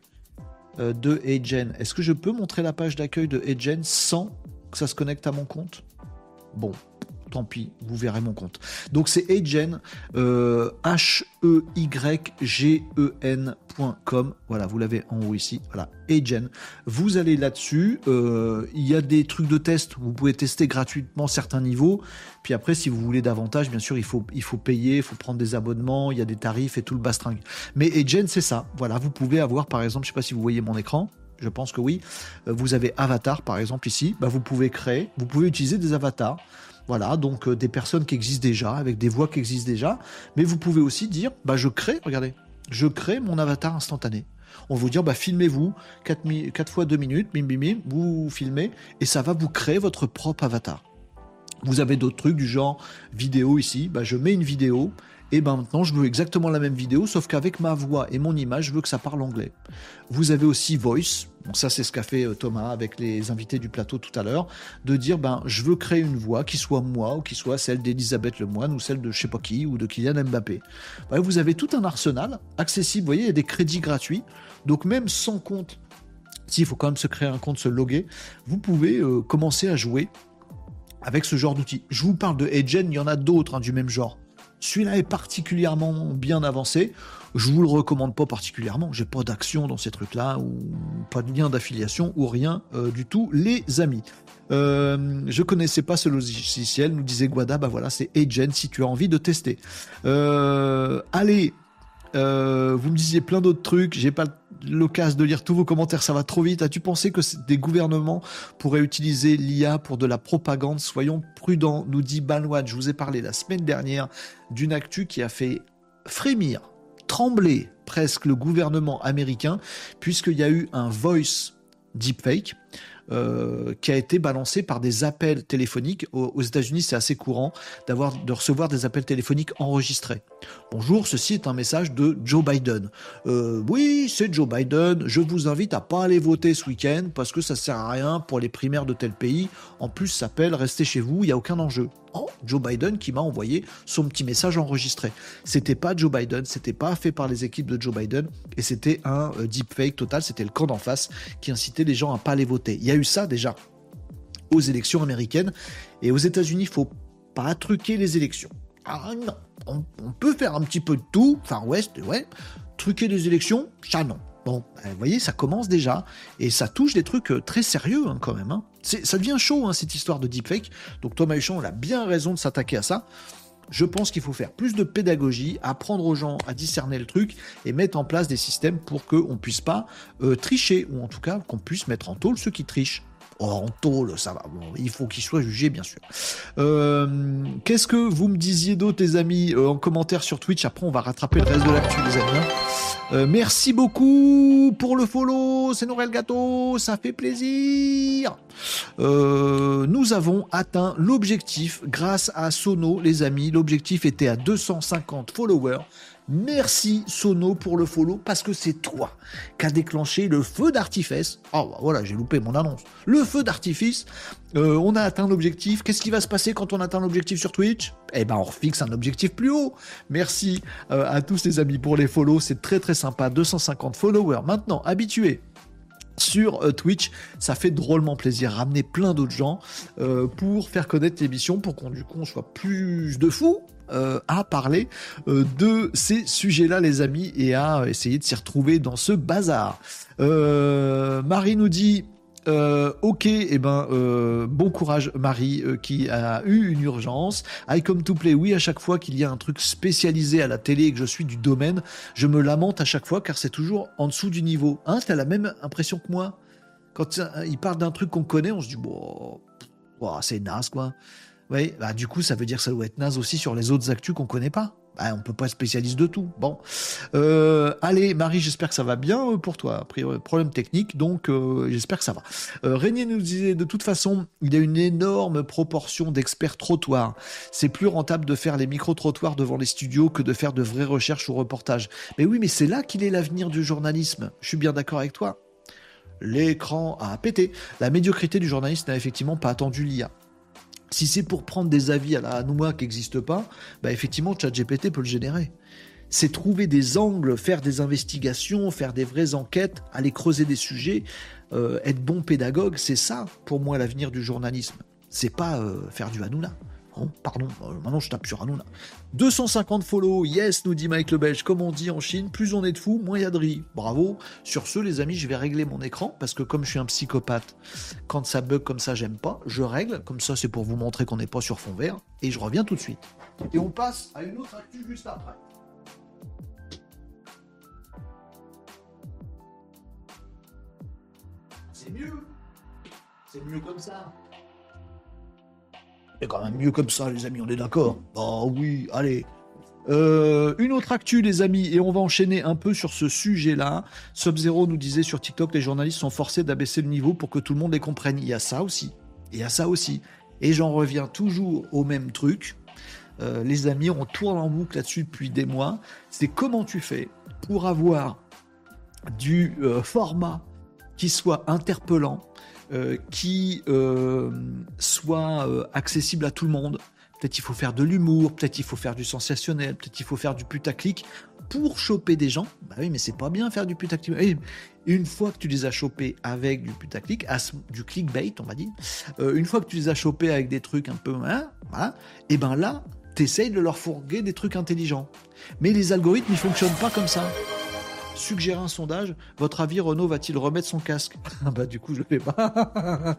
de Agent. Est-ce que je peux montrer la page d'accueil de Agent sans que ça se connecte à mon compte ? Bon, tant pis, vous verrez mon compte. Donc c'est Agent, euh, H E Y G E N point com. Voilà, vous l'avez en haut ici. Voilà, Agent. Vous allez là-dessus. Euh, il y a des trucs de test. Vous pouvez tester gratuitement certains niveaux. Puis après, si vous voulez davantage, bien sûr, il faut, il faut payer, il faut prendre des abonnements, il y a des tarifs et tout le bastringue. Mais Agent, c'est ça. Voilà, vous pouvez avoir, par exemple, je ne sais pas si vous voyez mon écran. Je pense que oui. Vous avez Avatar, par exemple, ici. Bah, vous pouvez créer, vous pouvez utiliser des avatars. Voilà, donc euh, des personnes qui existent déjà, avec des voix qui existent déjà. Mais vous pouvez aussi dire, bah, je crée, regardez, je crée mon avatar instantané. On va vous dire, bah, filmez-vous quatre fois deux minutes, bim, bim, bim, vous filmez, et ça va vous créer votre propre avatar. Vous avez d'autres trucs du genre vidéo ici, bah, je mets une vidéo, et ben maintenant je veux exactement la même vidéo, sauf qu'avec ma voix et mon image, je veux que ça parle anglais. Vous avez aussi Voice, bon, ça c'est ce qu'a fait Thomas avec les invités du plateau tout à l'heure, de dire ben je veux créer une voix qui soit moi, ou qui soit celle d'Elisabeth Lemoine, ou celle de je sais pas qui, ou de Kylian Mbappé. Ben, vous avez tout un arsenal accessible, vous voyez, il y a des crédits gratuits, donc même sans compte, s'il faut quand même se créer un compte, se loguer, vous pouvez euh, commencer à jouer avec ce genre d'outils. Je vous parle de Agent, il y en a d'autres hein, du même genre. Celui-là est particulièrement bien avancé. Je vous le recommande pas particulièrement. J'ai pas d'action dans ces trucs-là, ou pas de lien d'affiliation, ou rien euh, du tout, les amis. Euh, je connaissais pas ce logiciel, nous disait Guada. Bah voilà, c'est Agent si tu as envie de tester. Euh, allez, euh, vous me disiez plein d'autres trucs. J'ai pas l'occasion de lire tous vos commentaires, ça va trop vite. As-tu pensé que des gouvernements pourraient utiliser l'I A pour de la propagande ? Soyons prudents, nous dit Banwad. Je vous ai parlé la semaine dernière d'une actu qui a fait frémir, trembler presque le gouvernement américain, puisqu'il y a eu un voice deepfake euh, qui a été balancé par des appels téléphoniques. Aux, aux États-Unis, c'est assez courant d'avoir, de recevoir des appels téléphoniques enregistrés. Bonjour, ceci est un message de Joe Biden. Euh, oui, c'est Joe Biden. Je vous invite à pas aller voter ce week-end parce que ça sert à rien pour les primaires de tel pays. En plus, ça s'appelle restez chez vous, il n'y a aucun enjeu. Oh, Joe Biden qui m'a envoyé son petit message enregistré. C'était pas Joe Biden, c'était pas fait par les équipes de Joe Biden et c'était un euh, deepfake total, c'était le camp d'en face qui incitait les gens à pas aller voter. Il y a eu ça déjà aux élections américaines et aux États-Unis, il faut pas truquer les élections. Ah non, on, on peut faire un petit peu de tout, Far West, ouais, truquer les élections, ça non. Bon, vous voyez, ça commence déjà, et ça touche des trucs très sérieux hein, quand même. Hein. C'est, ça devient chaud, hein, cette histoire de deepfake. Donc Thomas Huchon, on a bien raison de s'attaquer à ça. Je pense qu'il faut faire plus de pédagogie, apprendre aux gens à discerner le truc, et mettre en place des systèmes pour qu'on ne puisse pas euh, tricher, ou en tout cas qu'on puisse mettre en tôle ceux qui trichent. Oh, en tôle, ça va. Bon, il faut qu'ils soient jugés, bien sûr. Euh, qu'est-ce que vous me disiez d'autre, les amis, euh, en commentaire sur Twitch. Après, on va rattraper le reste de l'actu, les amis. Euh, merci beaucoup pour le follow. C'est Noël Gâteau, ça fait plaisir. Euh, nous avons atteint l'objectif grâce à Sono, les amis. L'objectif était à deux cent cinquante followers. Merci Sono pour le follow parce que c'est toi qui as déclenché le feu d'artifice. Oh bah voilà, j'ai loupé mon annonce. Le feu d'artifice. Euh, on a atteint l'objectif. Qu'est-ce qui va se passer quand on atteint l'objectif sur Twitch ? Eh ben on refixe un objectif plus haut. Merci euh, à tous les amis pour les follow. C'est très très sympa. deux cent cinquante followers. Maintenant, habitués sur euh, Twitch, ça fait drôlement plaisir. Ramener plein d'autres gens euh, pour faire connaître l'émission, pour qu'on du coup on soit plus de fous. Euh, à parler euh, de ces sujets-là, les amis, et à essayer de s'y retrouver dans ce bazar. Euh, Marie nous dit euh, ok, et eh ben euh, bon courage Marie euh, qui a eu une urgence. I come to play, oui, à chaque fois qu'il y a un truc spécialisé à la télé et que je suis du domaine, je me lamente à chaque fois car c'est toujours en dessous du niveau. Hein, t'as la même impression que moi? Quand il parle d'un truc qu'on connaît, on se dit bon, wow, c'est naze quoi. Oui, bah du coup, ça veut dire que ça doit être naze aussi sur les autres actus qu'on connaît pas. Bah, on peut pas être spécialiste de tout. Bon, euh, allez, Marie, j'espère que ça va bien pour toi. Après, problème technique, donc euh, j'espère que ça va. Euh, Régnier nous disait, de toute façon, il y a une énorme proportion d'experts trottoirs. C'est plus rentable de faire les micro-trottoirs devant les studios que de faire de vraies recherches ou reportages. Mais oui, mais c'est là qu'il est l'avenir du journalisme. Je suis bien d'accord avec toi. L'écran a pété. La médiocrité du journaliste n'a effectivement pas attendu l'I A. Si c'est pour prendre des avis à la Hanouma qui n'existent pas, bah effectivement, ChatGPT peut le générer. C'est trouver des angles, faire des investigations, faire des vraies enquêtes, aller creuser des sujets, euh, être bon pédagogue, c'est ça, pour moi, l'avenir du journalisme. C'est pas euh, faire du Hanouna. Oh, pardon, euh, maintenant je tape sur Hanouna. deux cent cinquante follow, yes, nous dit Mike le Belge. Comme on dit en Chine, plus on est de fous, moins il y a de riz. Bravo. Sur ce, les amis, je vais régler mon écran, parce que comme je suis un psychopathe, quand ça bug comme ça, j'aime pas. Je règle, comme ça, c'est pour vous montrer qu'on n'est pas sur fond vert. Et je reviens tout de suite. Et on passe à une autre actu juste après. C'est mieux. C'est mieux comme ça. C'est quand même mieux comme ça, les amis, on est d'accord? Oh oui, allez. Euh, une autre actu, les amis, et on va enchaîner un peu sur ce sujet-là. Sub-Zero nous disait sur TikTok, les journalistes sont forcés d'abaisser le niveau pour que tout le monde les comprenne. Il y a ça aussi. Il y a ça aussi. Et j'en reviens toujours au même truc. Euh, les amis, on tourne en boucle là-dessus depuis des mois. C'est comment tu fais pour avoir du euh, format qui soit interpellant, Euh, qui euh, soit euh, accessible à tout le monde. Peut-être il faut faire de l'humour, peut-être il faut faire du sensationnel, peut-être il faut faire du putaclic pour choper des gens. Bah oui, mais c'est pas bien faire du putaclic. Et une fois que tu les as chopés avec du putaclic, du clickbait, on va dire, euh, une fois que tu les as chopés avec des trucs un peu, hein, voilà, et ben là, t'essayes de leur fourguer des trucs intelligents. Mais les algorithmes, ils fonctionnent pas comme ça. Suggérer un sondage, votre avis, Renault va-t-il remettre son casque? Bah du coup je le fais pas.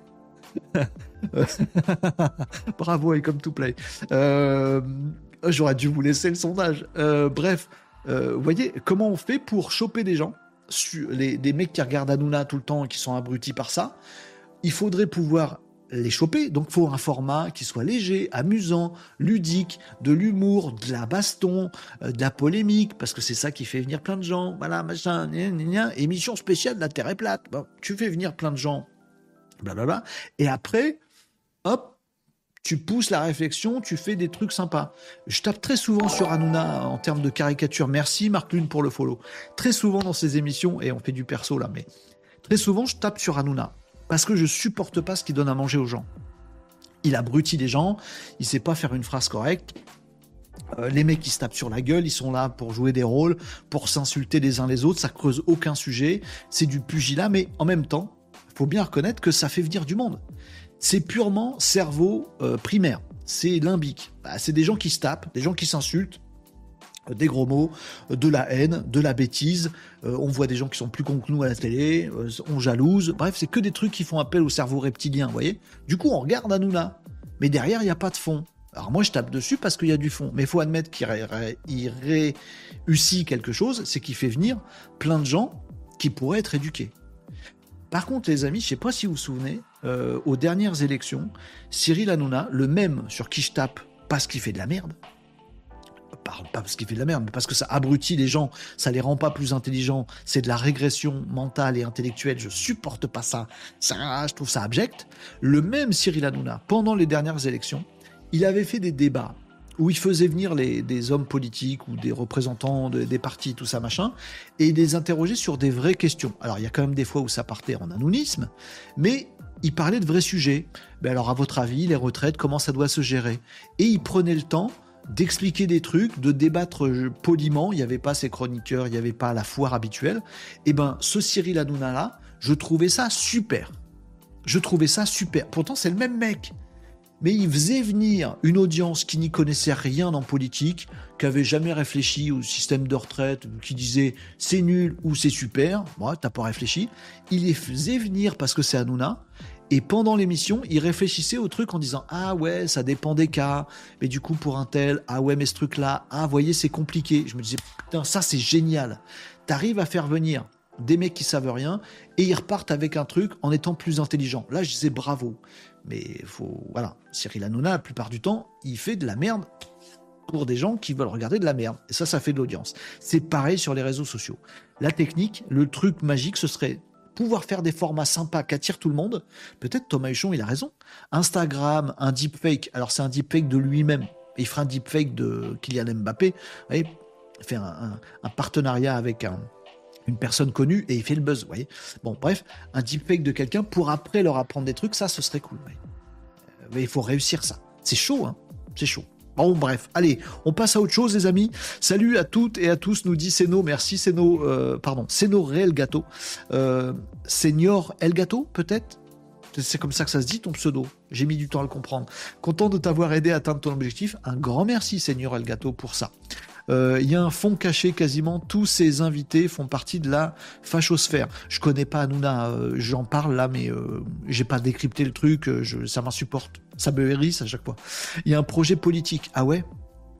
Bravo et comme to play. Euh, j'aurais dû vous laisser le sondage. Euh, bref, euh, vous voyez comment on fait pour choper des gens, les, des mecs qui regardent Hanouna tout le temps et qui sont abrutis par ça. Il faudrait pouvoir les choper, donc il faut un format qui soit léger, amusant, ludique, de l'humour, de la baston, euh, de la polémique, parce que c'est ça qui fait venir plein de gens, voilà, machin, gna, gna, gna. Émission spéciale de la Terre est plate. Bon, tu fais venir plein de gens blablabla. Et après, hop, tu pousses la réflexion, tu fais des trucs sympas. Je tape très souvent sur Hanouna en termes de caricature. Merci Marc Lune pour le follow. Très souvent dans ces émissions, et on fait du perso là, mais très souvent je tape sur Hanouna parce que je supporte pas ce qu'il donne à manger aux gens. Il abrutit les gens, il sait pas faire une phrase correcte. Euh, les mecs qui se tapent sur la gueule, ils sont là pour jouer des rôles, pour s'insulter les uns les autres, ça creuse aucun sujet, c'est du pugilat, mais en même temps, faut bien reconnaître que ça fait venir du monde. C'est purement cerveau euh, primaire, c'est limbique. Bah, c'est des gens qui se tapent, des gens qui s'insultent, euh, des gros mots, euh, de la haine, de la bêtise. Euh, on voit des gens qui sont plus cons que nous à la télé, euh, on jalouse. Bref, c'est que des trucs qui font appel au cerveau reptilien, vous voyez. Du coup, on regarde Hanouna, mais derrière, il n'y a pas de fond. Alors moi, je tape dessus parce qu'il y a du fond. Mais il faut admettre qu'il ré- ré- il réussit quelque chose, c'est qu'il fait venir plein de gens qui pourraient être éduqués. Par contre, les amis, je ne sais pas si vous vous souvenez, euh, aux dernières élections, Cyril Hanouna, le même sur qui je tape parce qu'il fait de la merde, pas, pas parce qu'il fait de la merde, mais parce que ça abrutit les gens, ça les rend pas plus intelligents, c'est de la régression mentale et intellectuelle, je supporte pas ça, ça je trouve ça abject. Le même Cyril Hanouna, pendant les dernières élections, il avait fait des débats où il faisait venir les, des hommes politiques ou des représentants de, des partis, tout ça, machin, et il les interrogeait sur des vraies questions. Alors, il y a quand même des fois où ça partait en anonymisme, mais il parlait de vrais sujets. Ben alors, à votre avis, les retraites, comment ça doit se gérer ? Et il prenait le temps d'expliquer des trucs, de débattre poliment. Il n'y avait pas ces chroniqueurs, il n'y avait pas la foire habituelle. Et ben, ce Cyril Hanouna-là, je trouvais ça super. Je trouvais ça super. Pourtant, c'est le même mec. Mais il faisait venir une audience qui n'y connaissait rien en politique, qui avait jamais réfléchi au système de retraite, qui disait c'est nul ou c'est super. Bon, t'as pas réfléchi. Il les faisait venir parce que c'est Hanouna. Et pendant l'émission, il réfléchissait au truc en disant ah ouais, ça dépend des cas. Mais du coup, pour un tel, ah ouais, mais ce truc-là, ah, vous voyez, c'est compliqué. Je me disais putain, ça c'est génial. T'arrives à faire venir des mecs qui savent rien et ils repartent avec un truc en étant plus intelligents. Là, je disais bravo. Mais faut, voilà, Cyril Hanouna, la plupart du temps, il fait de la merde pour des gens qui veulent regarder de la merde. Et ça, ça fait de l'audience. C'est pareil sur les réseaux sociaux. La technique, le truc magique, ce serait pouvoir faire des formats sympas qui attirent tout le monde. Peut-être Thomas Huchon, il a raison. Instagram, un deepfake. Alors, c'est un deepfake de lui-même. Il fera un deepfake de Kylian Mbappé. Vous voyez, il fait un, un, un partenariat avec un... une personne connue et il fait le buzz, vous voyez. Bon, bref, un deepfake de quelqu'un pour après leur apprendre des trucs, ça, ce serait cool. Ouais. Mais il faut réussir ça. C'est chaud, hein. C'est chaud. Bon, bref, allez, on passe à autre chose, les amis. Salut à toutes et à tous, nous dit Seno. Merci, Seno. Euh, pardon, Seno Réel Gâteau. Euh, Senior El Gâteau, peut-être ? C'est comme ça que ça se dit, ton pseudo. J'ai mis du temps à le comprendre. Content de t'avoir aidé à atteindre ton objectif. Un grand merci, Senior El Gâteau, pour ça. Il euh, y a un fond caché, quasiment tous ces invités font partie de la fachosphère. Je connais pas Hanouna, euh, j'en parle là, mais euh, j'ai pas décrypté le truc, euh, je, ça m'insupporte, ça me hérisse à chaque fois. Il y a un projet politique, ah ouais ?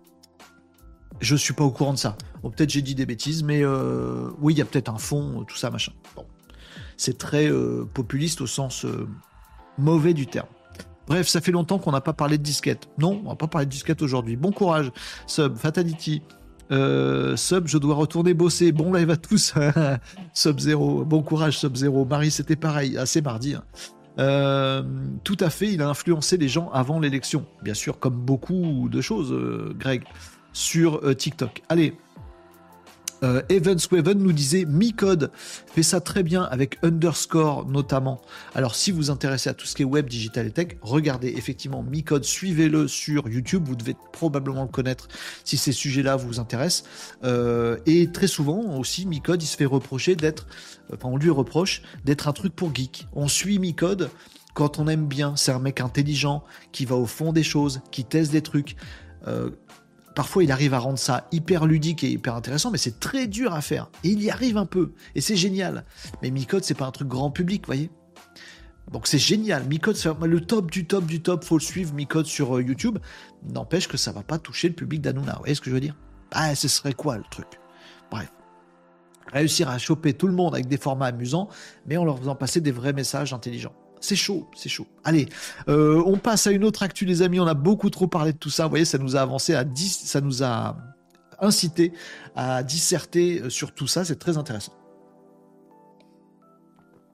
Je suis pas au courant de ça. Bon, peut-être j'ai dit des bêtises, mais euh, oui, il y a peut-être un fond, tout ça, machin. Bon. C'est très euh, populiste au sens euh, mauvais du terme. Bref, ça fait longtemps qu'on n'a pas parlé de disquette. Non, on va pas parler de disquette aujourd'hui. Bon courage, Sub, Fatality. Euh, Sub, je dois retourner bosser. Bon live à tous. Sub zéro. Bon courage, Sub zéro. Marie, c'était pareil. Ah, c'est mardi. Hein. Euh, tout à fait, il a influencé les gens avant l'élection. Bien sûr, comme beaucoup de choses, euh, Greg, sur euh, TikTok. Allez. Euh, Evans Weven nous disait Micode fait ça très bien avec Underscore notamment. Alors si vous vous intéressez à tout ce qui est web, digital et tech, regardez effectivement Micode, suivez-le sur YouTube, vous devez probablement le connaître si ces sujets-là vous intéressent. Euh, et très souvent aussi Micode, il se fait reprocher d'être, enfin on lui reproche d'être un truc pour geek. On suit Micode quand on aime bien, c'est un mec intelligent qui va au fond des choses, qui teste des trucs. Euh, Parfois, il arrive à rendre ça hyper ludique et hyper intéressant, mais c'est très dur à faire. Et il y arrive un peu. Et c'est génial. Mais Micode, c'est pas un truc grand public, vous voyez. Donc c'est génial. Micode, c'est le top du top du top. Faut le suivre, Micode, sur euh, YouTube. N'empêche que ça va pas toucher le public d'Hanouna. Vous voyez ce que je veux dire ? Ah, ce serait quoi le truc ? Bref. Réussir à choper tout le monde avec des formats amusants, mais en leur faisant passer des vrais messages intelligents. C'est chaud, c'est chaud. Allez, euh, on passe à une autre actu, les amis. On a beaucoup trop parlé de tout ça. Vous voyez, ça nous a avancé à dix, ça nous a incité à disserter sur tout ça. C'est très intéressant.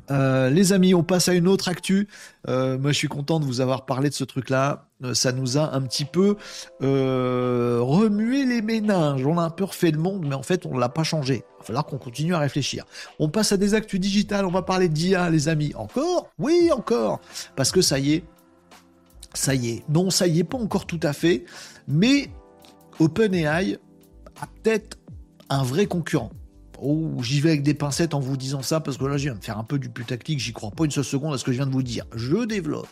Euh, les amis, on passe à une autre actu. Euh, moi, je suis content de vous avoir parlé de ce truc-là. Euh, ça nous a un petit peu euh, remué les méninges. On a un peu refait le monde, mais en fait, on ne l'a pas changé. Il va falloir qu'on continue à réfléchir. On passe à des actus digitales. On va parler d'I A, les amis. Encore ? Oui, encore. Parce que ça y est. Ça y est. Non, ça y est, pas encore tout à fait. Mais OpenAI a peut-être un vrai concurrent. Oh, j'y vais avec des pincettes en vous disant ça, parce que là, je viens de faire un peu du putaclic, j'y crois pas une seule seconde à ce que je viens de vous dire. Je développe.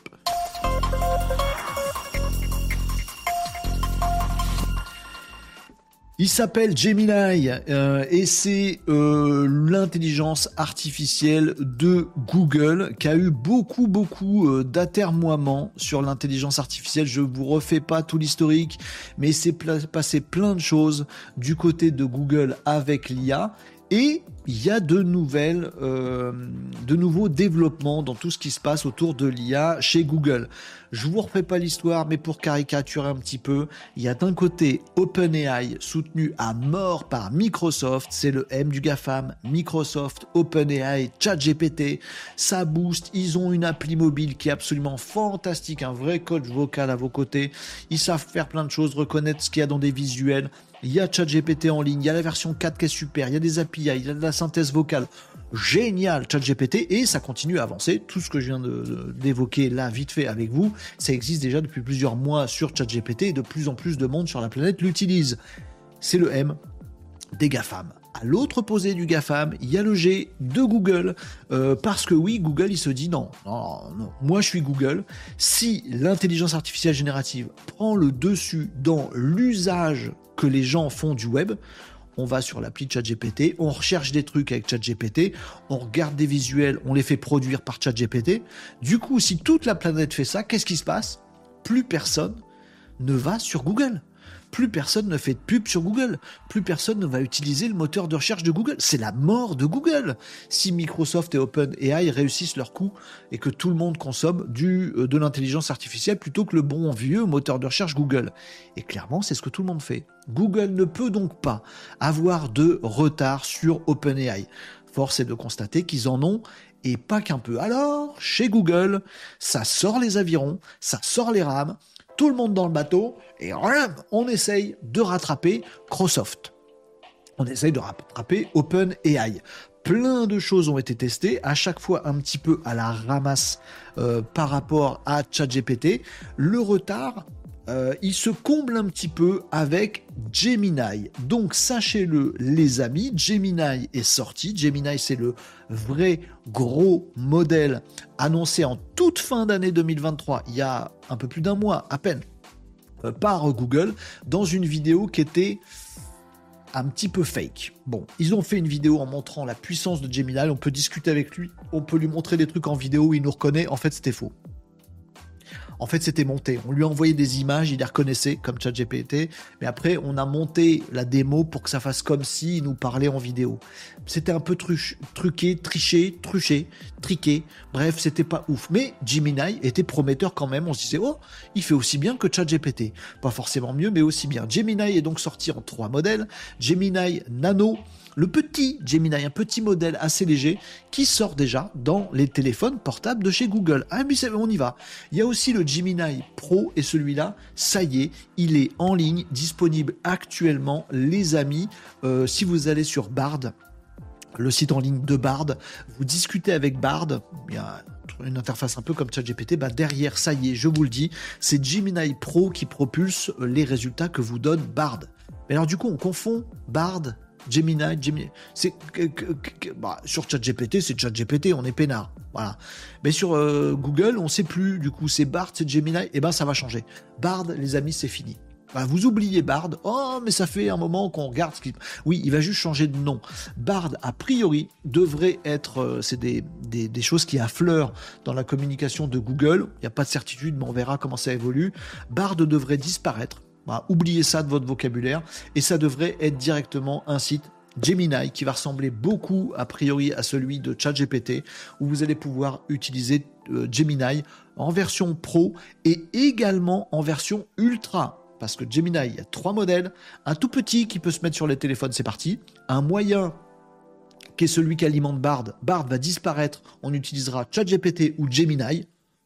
Il s'appelle Gemini euh, et c'est euh, l'intelligence artificielle de Google qui a eu beaucoup beaucoup euh, d'atermoiements sur l'intelligence artificielle. Je vous refais pas tout l'historique, mais c'est pla- passé plein de choses du côté de Google avec l'I A. Et il y a de nouvelles, euh, de nouveaux développements dans tout ce qui se passe autour de l'I A chez Google. Je vous refais pas l'histoire, mais pour caricaturer un petit peu, il y a d'un côté OpenAI soutenu à mort par Microsoft, c'est le M du GAFAM, Microsoft, OpenAI, ChatGPT, ça booste, ils ont une appli mobile qui est absolument fantastique, un vrai coach vocal à vos côtés, ils savent faire plein de choses, reconnaître ce qu'il y a dans des visuels. Il y a ChatGPT en ligne, il y a la version quatre qui est super, il y a des A P I, il y a de la synthèse vocale. Génial, ChatGPT, et ça continue à avancer. Tout ce que je viens de, de, d'évoquer là, vite fait avec vous, ça existe déjà depuis plusieurs mois sur ChatGPT et de plus en plus de monde sur la planète l'utilise. C'est le M des GAFAM. À l'autre opposé du GAFAM, il y a le G de Google, euh, parce que oui, Google, il se dit non, non, non, moi je suis Google, si l'intelligence artificielle générative prend le dessus dans l'usage que les gens font du web, on va sur l'appli ChatGPT, on recherche des trucs avec ChatGPT, on regarde des visuels, on les fait produire par ChatGPT. Du coup, si toute la planète fait ça, qu'est-ce qui se passe ? Plus personne ne va sur Google. Plus personne ne fait de pub sur Google. Plus personne ne va utiliser le moteur de recherche de Google. C'est la mort de Google. Si Microsoft et OpenAI réussissent leur coup et que tout le monde consomme du, euh, de l'intelligence artificielle plutôt que le bon vieux moteur de recherche Google. Et clairement, c'est ce que tout le monde fait. Google ne peut donc pas avoir de retard sur OpenAI. Force est de constater qu'ils en ont, et pas qu'un peu. Alors, chez Google, ça sort les avirons, ça sort les rames, tout le monde dans le bateau, et on essaye de rattraper Microsoft. On essaye de rattraper OpenAI. Plein de choses ont été testées, à chaque fois un petit peu à la ramasse euh, par rapport à ChatGPT. Le retard, euh, il se comble un petit peu avec Gemini. Donc sachez-le les amis, Gemini est sorti. Gemini, c'est le vrai gros modèle annoncé en toute fin d'année deux mille vingt-trois, il y a un peu plus d'un mois à peine, euh, par Google, dans une vidéo qui était un petit peu fake. Bon, ils ont fait une vidéo en montrant la puissance de Gemini, on peut discuter avec lui, on peut lui montrer des trucs en vidéo où il nous reconnaît, en fait c'était faux. En fait, c'était monté. On lui a envoyé des images, il les reconnaissait comme ChatGPT, mais après, on a monté la démo pour que ça fasse comme s'il nous parlait en vidéo. C'était un peu truch, truqué, triché, truché, triqué. Bref, c'était pas ouf. Mais Gemini était prometteur quand même. On se disait, oh, il fait aussi bien que ChatGPT. Pas forcément mieux, mais aussi bien. Gemini est donc sorti en trois modèles. Gemini Nano, le petit Gemini, un petit modèle assez léger qui sort déjà dans les téléphones portables de chez Google. Ah mais on y va. Il y a aussi le Gemini Pro et celui-là, ça y est, il est en ligne, disponible actuellement, les amis. Euh, si vous allez sur Bard, le site en ligne de Bard, vous discutez avec Bard, il y a une interface un peu comme ChatGPT, bah derrière, ça y est, je vous le dis, c'est Gemini Pro qui propulse les résultats que vous donne Bard. Mais alors du coup, on confond Bard, Gemini, Gemini, c'est que, que, que, bah, sur ChatGPT, c'est ChatGPT, on est peinard, voilà. Mais sur euh, Google, on sait plus. Du coup, c'est Bard, c'est Gemini. Et ben, ça va changer. Bard, les amis, c'est fini. Bah, vous oubliez Bard. Oh, mais ça fait un moment qu'on regarde ce qui. Oui, il va juste changer de nom. Bard, a priori, devrait être. Euh, c'est des, des, des choses qui affleurent dans la communication de Google. Il n'y a pas de certitude, mais on verra comment ça évolue. Bard devrait disparaître. Bah, oubliez ça de votre vocabulaire et ça devrait être directement un site Gemini qui va ressembler beaucoup a priori à celui de ChatGPT où vous allez pouvoir utiliser euh, Gemini en version pro et également en version ultra. Parce que Gemini, il y a trois modèles, un tout petit qui peut se mettre sur les téléphones, c'est parti, un moyen qui est celui qui alimente Bard, Bard va disparaître, on utilisera ChatGPT ou Gemini.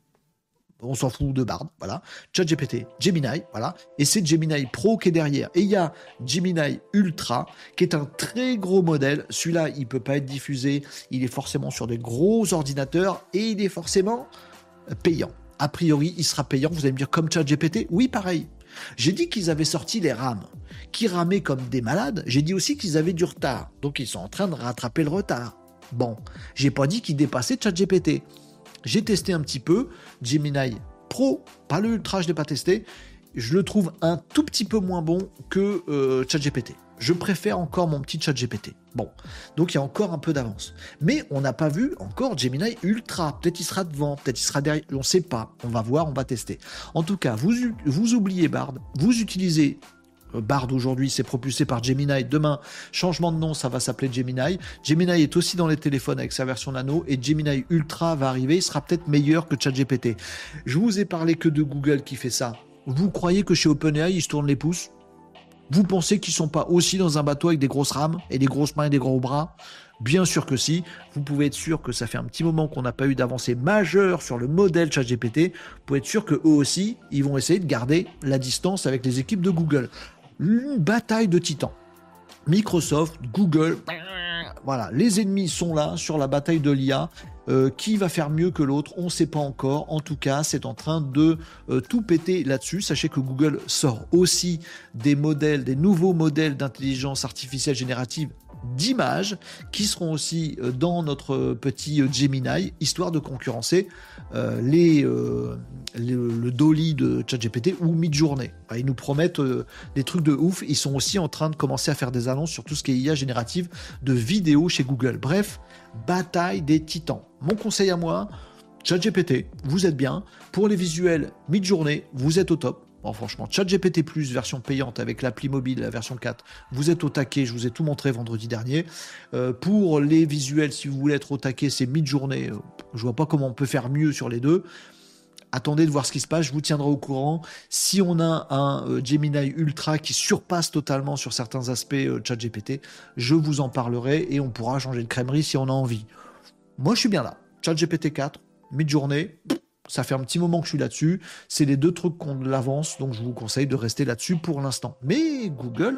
On s'en fout de Bard, voilà. ChatGPT, Gemini, voilà. Et c'est Gemini Pro qui est derrière. Et il y a Gemini Ultra, qui est un très gros modèle. Celui-là, il ne peut pas être diffusé. Il est forcément sur des gros ordinateurs et il est forcément payant. A priori, il sera payant. Vous allez me dire, comme ChatGPT? Oui, pareil. J'ai dit qu'ils avaient sorti les RAM, qui ramaient comme des malades. J'ai dit aussi qu'ils avaient du retard. Donc, ils sont en train de rattraper le retard. Bon, j'ai pas dit qu'ils dépassaient ChatGPT. J'ai testé un petit peu Gemini Pro, pas le Ultra, je ne l'ai pas testé. Je le trouve un tout petit peu moins bon que euh, ChatGPT. Je préfère encore mon petit ChatGPT. Bon, donc il y a encore un peu d'avance. Mais on n'a pas vu encore Gemini Ultra. Peut-être il sera devant, peut-être il sera derrière. On ne sait pas. On va voir, on va tester. En tout cas, vous, vous oubliez Bard. Vous utilisez Bard aujourd'hui, c'est propulsé par Gemini. Demain, changement de nom, ça va s'appeler Gemini. Gemini est aussi dans les téléphones avec sa version Nano et Gemini Ultra va arriver. Il sera peut-être meilleur que ChatGPT. Je vous ai parlé que de Google qui fait ça. Vous croyez que chez OpenAI, ils se tournent les pouces? Vous pensez qu'ils sont pas aussi dans un bateau avec des grosses rames et des grosses mains et des gros bras? Bien sûr que si. Vous pouvez être sûr que ça fait un petit moment qu'on n'a pas eu d'avancée majeure sur le modèle ChatGPT. Vous pouvez être sûr qu'eux aussi, ils vont essayer de garder la distance avec les équipes de Google. Une bataille de titans. Microsoft, Google, voilà, les ennemis sont là sur la bataille de l'I A. Euh, qui va faire mieux que l'autre? On ne sait pas encore. En tout cas, c'est en train de euh, tout péter là-dessus. Sachez que Google sort aussi des modèles, des nouveaux modèles d'intelligence artificielle générative d'images qui seront aussi euh, dans notre petit euh, Gemini, histoire de concurrencer euh, les, euh, les, le Dolly de ChatGPT ou Midjourney. Enfin, ils nous promettent euh, des trucs de ouf. Ils sont aussi en train de commencer à faire des annonces sur tout ce qui est I A générative de vidéos chez Google. Bref, bataille des titans. Mon conseil à moi, ChatGPT, vous êtes bien. Pour les visuels Midjourney, vous êtes au top. Bon, franchement, ChatGPT plus, version payante avec l'appli mobile, la version quatre, vous êtes au taquet, je vous ai tout montré vendredi dernier. Euh, pour les visuels, si vous voulez être au taquet, c'est Midjourney. Euh, je vois pas comment on peut faire mieux sur les deux. Attendez de voir ce qui se passe, je vous tiendrai au courant. Si on a un euh, Gemini Ultra qui surpasse totalement sur certains aspects euh, ChatGPT, je vous en parlerai et on pourra changer de crèmerie si on a envie. Moi, je suis bien là. ChatGPT quatre, Midjourney, ça fait un petit moment que je suis là-dessus. C'est les deux trucs qu'on l'avance, donc je vous conseille de rester là-dessus pour l'instant. Mais Google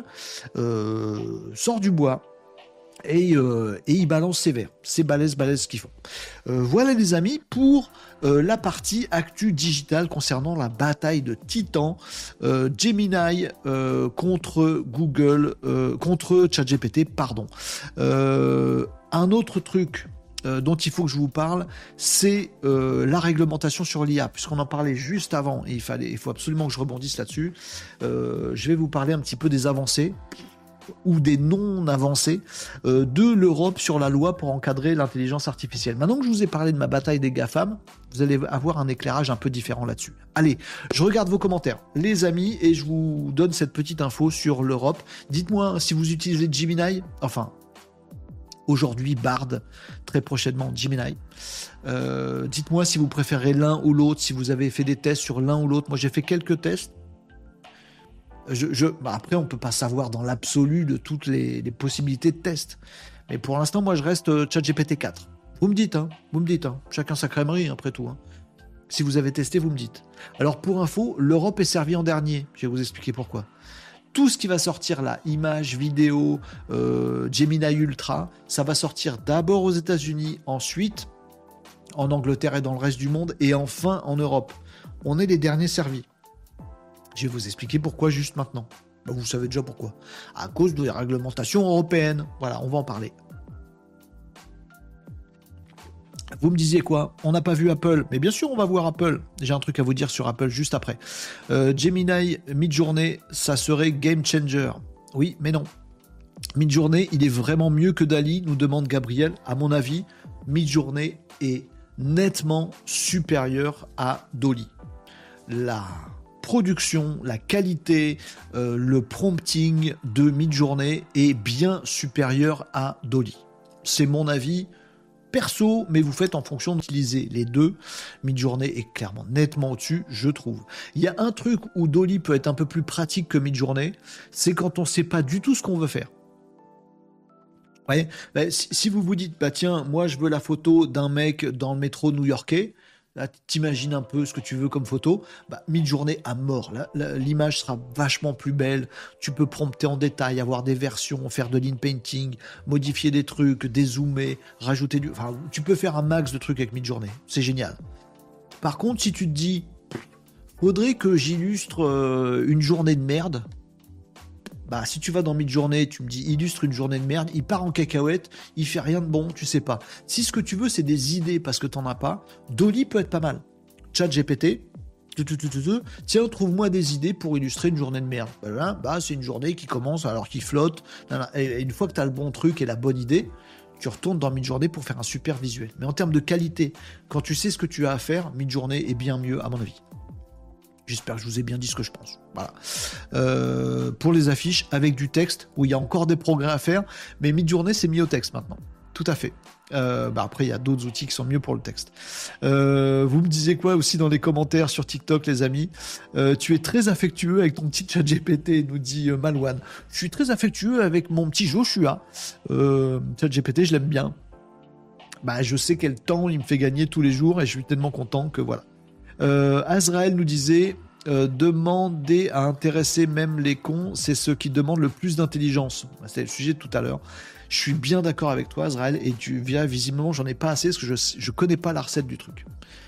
euh, sort du bois et, euh, et il balance sévère. C'est balèze, balèze ce qu'ils font. Euh, voilà les amis pour euh, la partie actu digitale concernant la bataille de titans. Euh, Gemini euh, contre Google, euh, contre ChatGPT, pardon. Euh, un autre truc Euh, dont il faut que je vous parle, c'est euh, la réglementation sur l'I A, puisqu'on en parlait juste avant, et il, fallait, il faut absolument que je rebondisse là-dessus. Euh, je vais vous parler un petit peu des avancées, ou des non-avancées, euh, de l'Europe sur la loi pour encadrer l'intelligence artificielle. Maintenant que je vous ai parlé de ma bataille des GAFAM, vous allez avoir un éclairage un peu différent là-dessus. Allez, je regarde vos commentaires, les amis, et je vous donne cette petite info sur l'Europe. Dites-moi si vous utilisez Gemini, enfin... Aujourd'hui, Bard, très prochainement Gemini. Euh, dites-moi si vous préférez l'un ou l'autre, si vous avez fait des tests sur l'un ou l'autre. Moi, j'ai fait quelques tests. Je, je, bah après, on ne peut pas savoir dans l'absolu de toutes les, les possibilités de tests. Mais pour l'instant, moi, je reste euh, ChatGPT quatre. Vous me dites, hein, vous me dites. Hein, chacun sa crèmerie, après tout. Hein. Si vous avez testé, vous me dites. Alors, pour info, l'Europe est servie en dernier. Je vais vous expliquer pourquoi. Tout ce qui va sortir là, images, vidéos, euh, Gemini Ultra, ça va sortir d'abord aux États-Unis, ensuite en Angleterre et dans le reste du monde, et enfin en Europe. On est les derniers servis. Je vais vous expliquer pourquoi juste maintenant. Ben, vous savez déjà pourquoi. À cause de la réglementation européenne. Voilà, on va en parler. Vous me disiez quoi? On n'a pas vu Apple, mais bien sûr on va voir Apple. J'ai un truc à vous dire sur Apple juste après. Euh, Gemini Midjourney, ça serait game changer. Oui, mais non. Midjourney, il est vraiment mieux que Dall-E, nous demande Gabriel. À mon avis, Midjourney est nettement supérieur à Dolly. La production, la qualité, euh, le prompting de Midjourney est bien supérieur à Dolly. C'est mon avis perso, mais vous faites en fonction d'utiliser les deux. Midjourney est clairement nettement au-dessus, je trouve. Il y a un truc où Dolly peut être un peu plus pratique que Midjourney, c'est quand on ne sait pas du tout ce qu'on veut faire. Ouais, bah, si, si vous vous dites, bah tiens, moi je veux la photo d'un mec dans le métro new-yorkais, là t'imagines un peu ce que tu veux comme photo, bah Midjourney à mort, là, là, l'image sera vachement plus belle, tu peux prompter en détail, avoir des versions, faire de l'inpainting, modifier des trucs, dézoomer, rajouter du... Enfin, tu peux faire un max de trucs avec Midjourney, c'est génial. Par contre, si tu te dis, faudrait que j'illustre euh, une journée de merde, bah, si tu vas dans Midjourney, tu me dis illustre une journée de merde, il part en cacahuète, il fait rien de bon, tu sais pas. Si ce que tu veux, c'est des idées parce que t'en as pas, Dolly peut être pas mal. ChatGPT, tiens, trouve-moi des idées pour illustrer une journée de merde. Bah, là, bah c'est une journée qui commence alors qu'il flotte. Et une fois que t'as le bon truc et la bonne idée, tu retournes dans Midjourney pour faire un super visuel. Mais en termes de qualité, quand tu sais ce que tu as à faire, Midjourney est bien mieux à mon avis. J'espère que je vous ai bien dit ce que je pense. Voilà. Euh, pour les affiches, avec du texte, où il y a encore des progrès à faire, mais Midjourney, c'est mis au texte maintenant. Tout à fait. Euh, bah après, il y a d'autres outils qui sont mieux pour le texte. Euh, vous me disiez quoi aussi dans les commentaires sur TikTok, les amis? euh, Tu es très affectueux avec ton petit chat G P T, nous dit euh, Malouane. Je suis très affectueux avec mon petit Joshua. Euh, chat G P T, je l'aime bien. Bah, je sais quel temps il me fait gagner tous les jours et je suis tellement content que voilà. Euh, Azrael nous disait euh, demander à intéresser même les cons, c'est ce qui demande le plus d'intelligence. C'était le sujet de tout à l'heure. Je suis bien d'accord avec toi, Azrael, et tu viens visiblement, j'en ai pas assez parce que je je connais pas la recette du truc.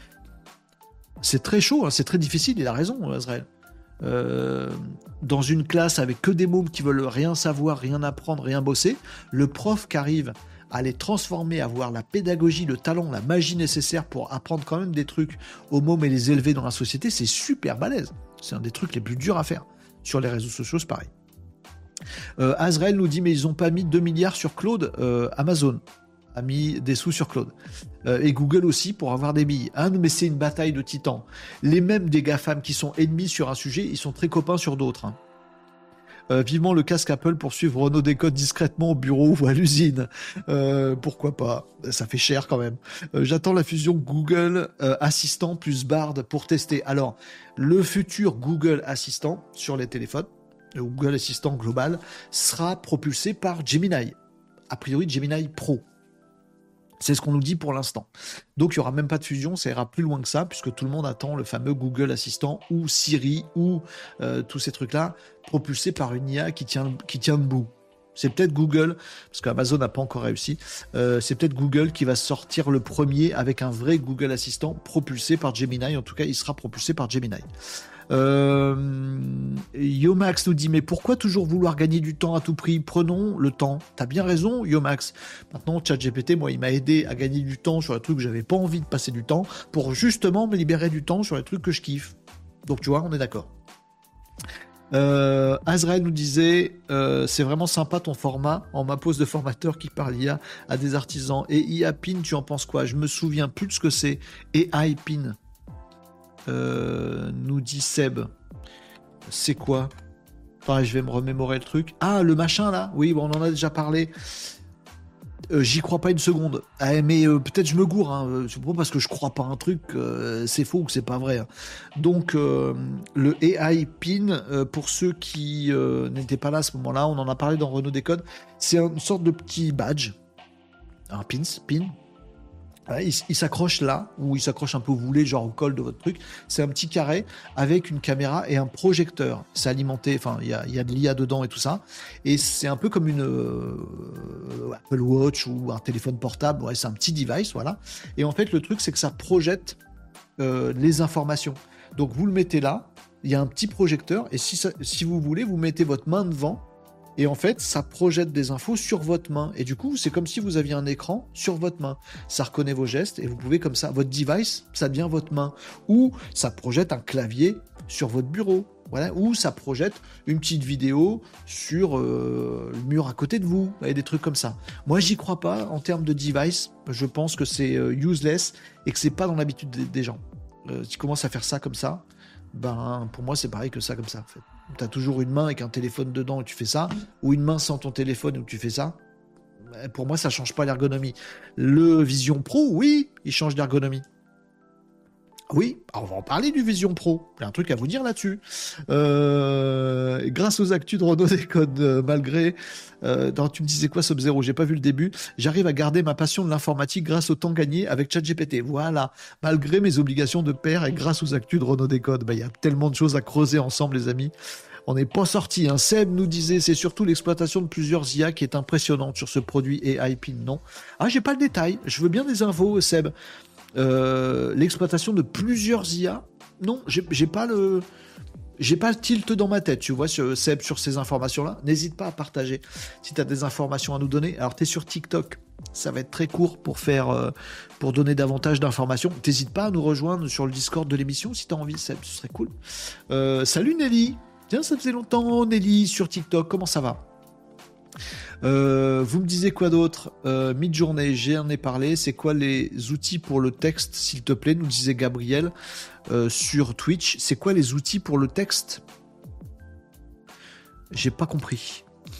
C'est très chaud, hein, c'est très difficile. Il a raison, Azrael. Euh, dans une classe avec que des mômes qui veulent rien savoir, rien apprendre, rien bosser, le prof qui arrive à les transformer, à avoir la pédagogie, le talent, la magie nécessaire pour apprendre quand même des trucs aux mômes et les élever dans la société, c'est super balèze. C'est un des trucs les plus durs à faire. Sur les réseaux sociaux, c'est pareil. Euh, Azrael nous dit, mais ils ont pas mis deux milliards sur Claude. euh, Amazon a mis des sous sur Claude. Euh, et Google aussi pour avoir des billes. Ah, mais c'est une bataille de titans. Les mêmes des GAFAM qui sont ennemis sur un sujet, ils sont très copains sur d'autres. Hein. Euh, vivement le casque Apple pour suivre Renaud Décode discrètement au bureau ou à l'usine. Euh, pourquoi pas? Ça fait cher quand même. Euh, j'attends la fusion Google euh, Assistant plus Bard pour tester. Alors, le futur Google Assistant sur les téléphones, le Google Assistant global, sera propulsé par Gemini. A priori, Gemini Pro. C'est ce qu'on nous dit pour l'instant. Donc, il n'y aura même pas de fusion, ça ira plus loin que ça, puisque tout le monde attend le fameux Google Assistant ou Siri ou euh, tous ces trucs-là, propulsés par une I A qui tient, qui tient debout. C'est peut-être Google, parce qu'Amazon n'a pas encore réussi, euh, c'est peut-être Google qui va sortir le premier avec un vrai Google Assistant propulsé par Gemini. En tout cas, il sera propulsé par Gemini. Euh, Yomax nous dit, mais pourquoi toujours vouloir gagner du temps à tout prix? Prenons le temps. T'as bien raison, Yomax. Maintenant, ChatGPT, moi, il m'a aidé à gagner du temps sur les trucs où j'avais pas envie de passer du temps pour justement me libérer du temps sur les trucs que je kiffe. Donc, tu vois, on est d'accord. Euh, Azrael nous disait, euh, c'est vraiment sympa ton format en ma pause de formateur qui parle I A à des artisans. Et I A Pin, tu en penses quoi? Je me souviens plus de ce que c'est. Et A I Pin. Euh, nous dit Seb. C'est quoi? Attends, je vais me remémorer le truc. Ah, le machin là? Oui, bon, on en a déjà parlé. Euh, j'y crois pas une seconde. Ah, mais euh, peut-être je me gourre. Hein. C'est pas parce que je crois pas un truc, euh, c'est faux ou que c'est pas vrai. Hein. Donc, euh, le A I Pin, euh, pour ceux qui euh, n'étaient pas là à ce moment-là, on en a parlé dans Renaud Décode. C'est une sorte de petit badge. Un pins, pin. Il, il s'accroche là, ou il s'accroche un peu où vous voulez, genre au col de votre truc. C'est un petit carré avec une caméra et un projecteur. C'est alimenté, enfin, il y a, y a de l'I A dedans et tout ça. Et c'est un peu comme une euh, Apple Watch ou un téléphone portable. Ouais, c'est un petit device, voilà. Et en fait, le truc, c'est que ça projette euh, les informations. Donc, vous le mettez là, il y a un petit projecteur, et si, ça, si vous voulez, vous mettez votre main devant. Et en fait, ça projette des infos sur votre main. Et du coup, c'est comme si vous aviez un écran sur votre main. Ça reconnaît vos gestes et vous pouvez comme ça, votre device, ça devient votre main. Ou ça projette un clavier sur votre bureau. Voilà. Ou ça projette une petite vidéo sur euh, le mur à côté de vous. Et des trucs comme ça. Moi, j'y crois pas en termes de device. Je pense que c'est euh, useless et que c'est pas dans l'habitude des, des gens. Euh, si tu commences à faire ça comme ça, ben, pour moi, c'est pareil que ça comme ça, en fait. Tu as toujours une main avec un téléphone dedans et tu fais ça, ou une main sans ton téléphone où tu fais ça. Pour moi, ça change pas l'ergonomie. Le Vision Pro, oui, il change d'ergonomie. Oui, on va en parler du Vision Pro. J'ai un truc à vous dire là-dessus. Euh, grâce aux actus de Renault Décode, euh, malgré... Euh, non, tu me disais quoi, Sub-Zero? J'ai pas vu le début. J'arrive à garder ma passion de l'informatique grâce au temps gagné avec ChatGPT. Voilà. Malgré mes obligations de père et grâce aux actus de Renault Décode. Bah, il y a tellement de choses à creuser ensemble, les amis. On n'est pas sorti. Hein. Seb nous disait, c'est surtout l'exploitation de plusieurs I A qui est impressionnante sur ce produit A I Pin. Non. Ah, j'ai pas le détail. Je veux bien des infos, Seb. Euh, l'exploitation de plusieurs I A, non, j'ai, j'ai pas le, j'ai pas le tilt dans ma tête, tu vois, sur, Seb, sur ces informations-là. N'hésite pas à partager si tu as des informations à nous donner. Alors, tu es sur TikTok, ça va être très court pour faire, euh, pour donner davantage d'informations. N'hésite pas à nous rejoindre sur le Discord de l'émission si tu as envie, Seb, ce serait cool. Euh, salut Nelly, tiens, ça faisait longtemps, Nelly, sur TikTok, comment ça va? Euh, vous me disiez quoi d'autre? euh, Mid-journée, j'en ai parlé. C'est quoi les outils pour le texte, s'il te plaît, nous disait Gabriel euh, sur Twitch. C'est quoi les outils pour le texte? J'ai pas compris.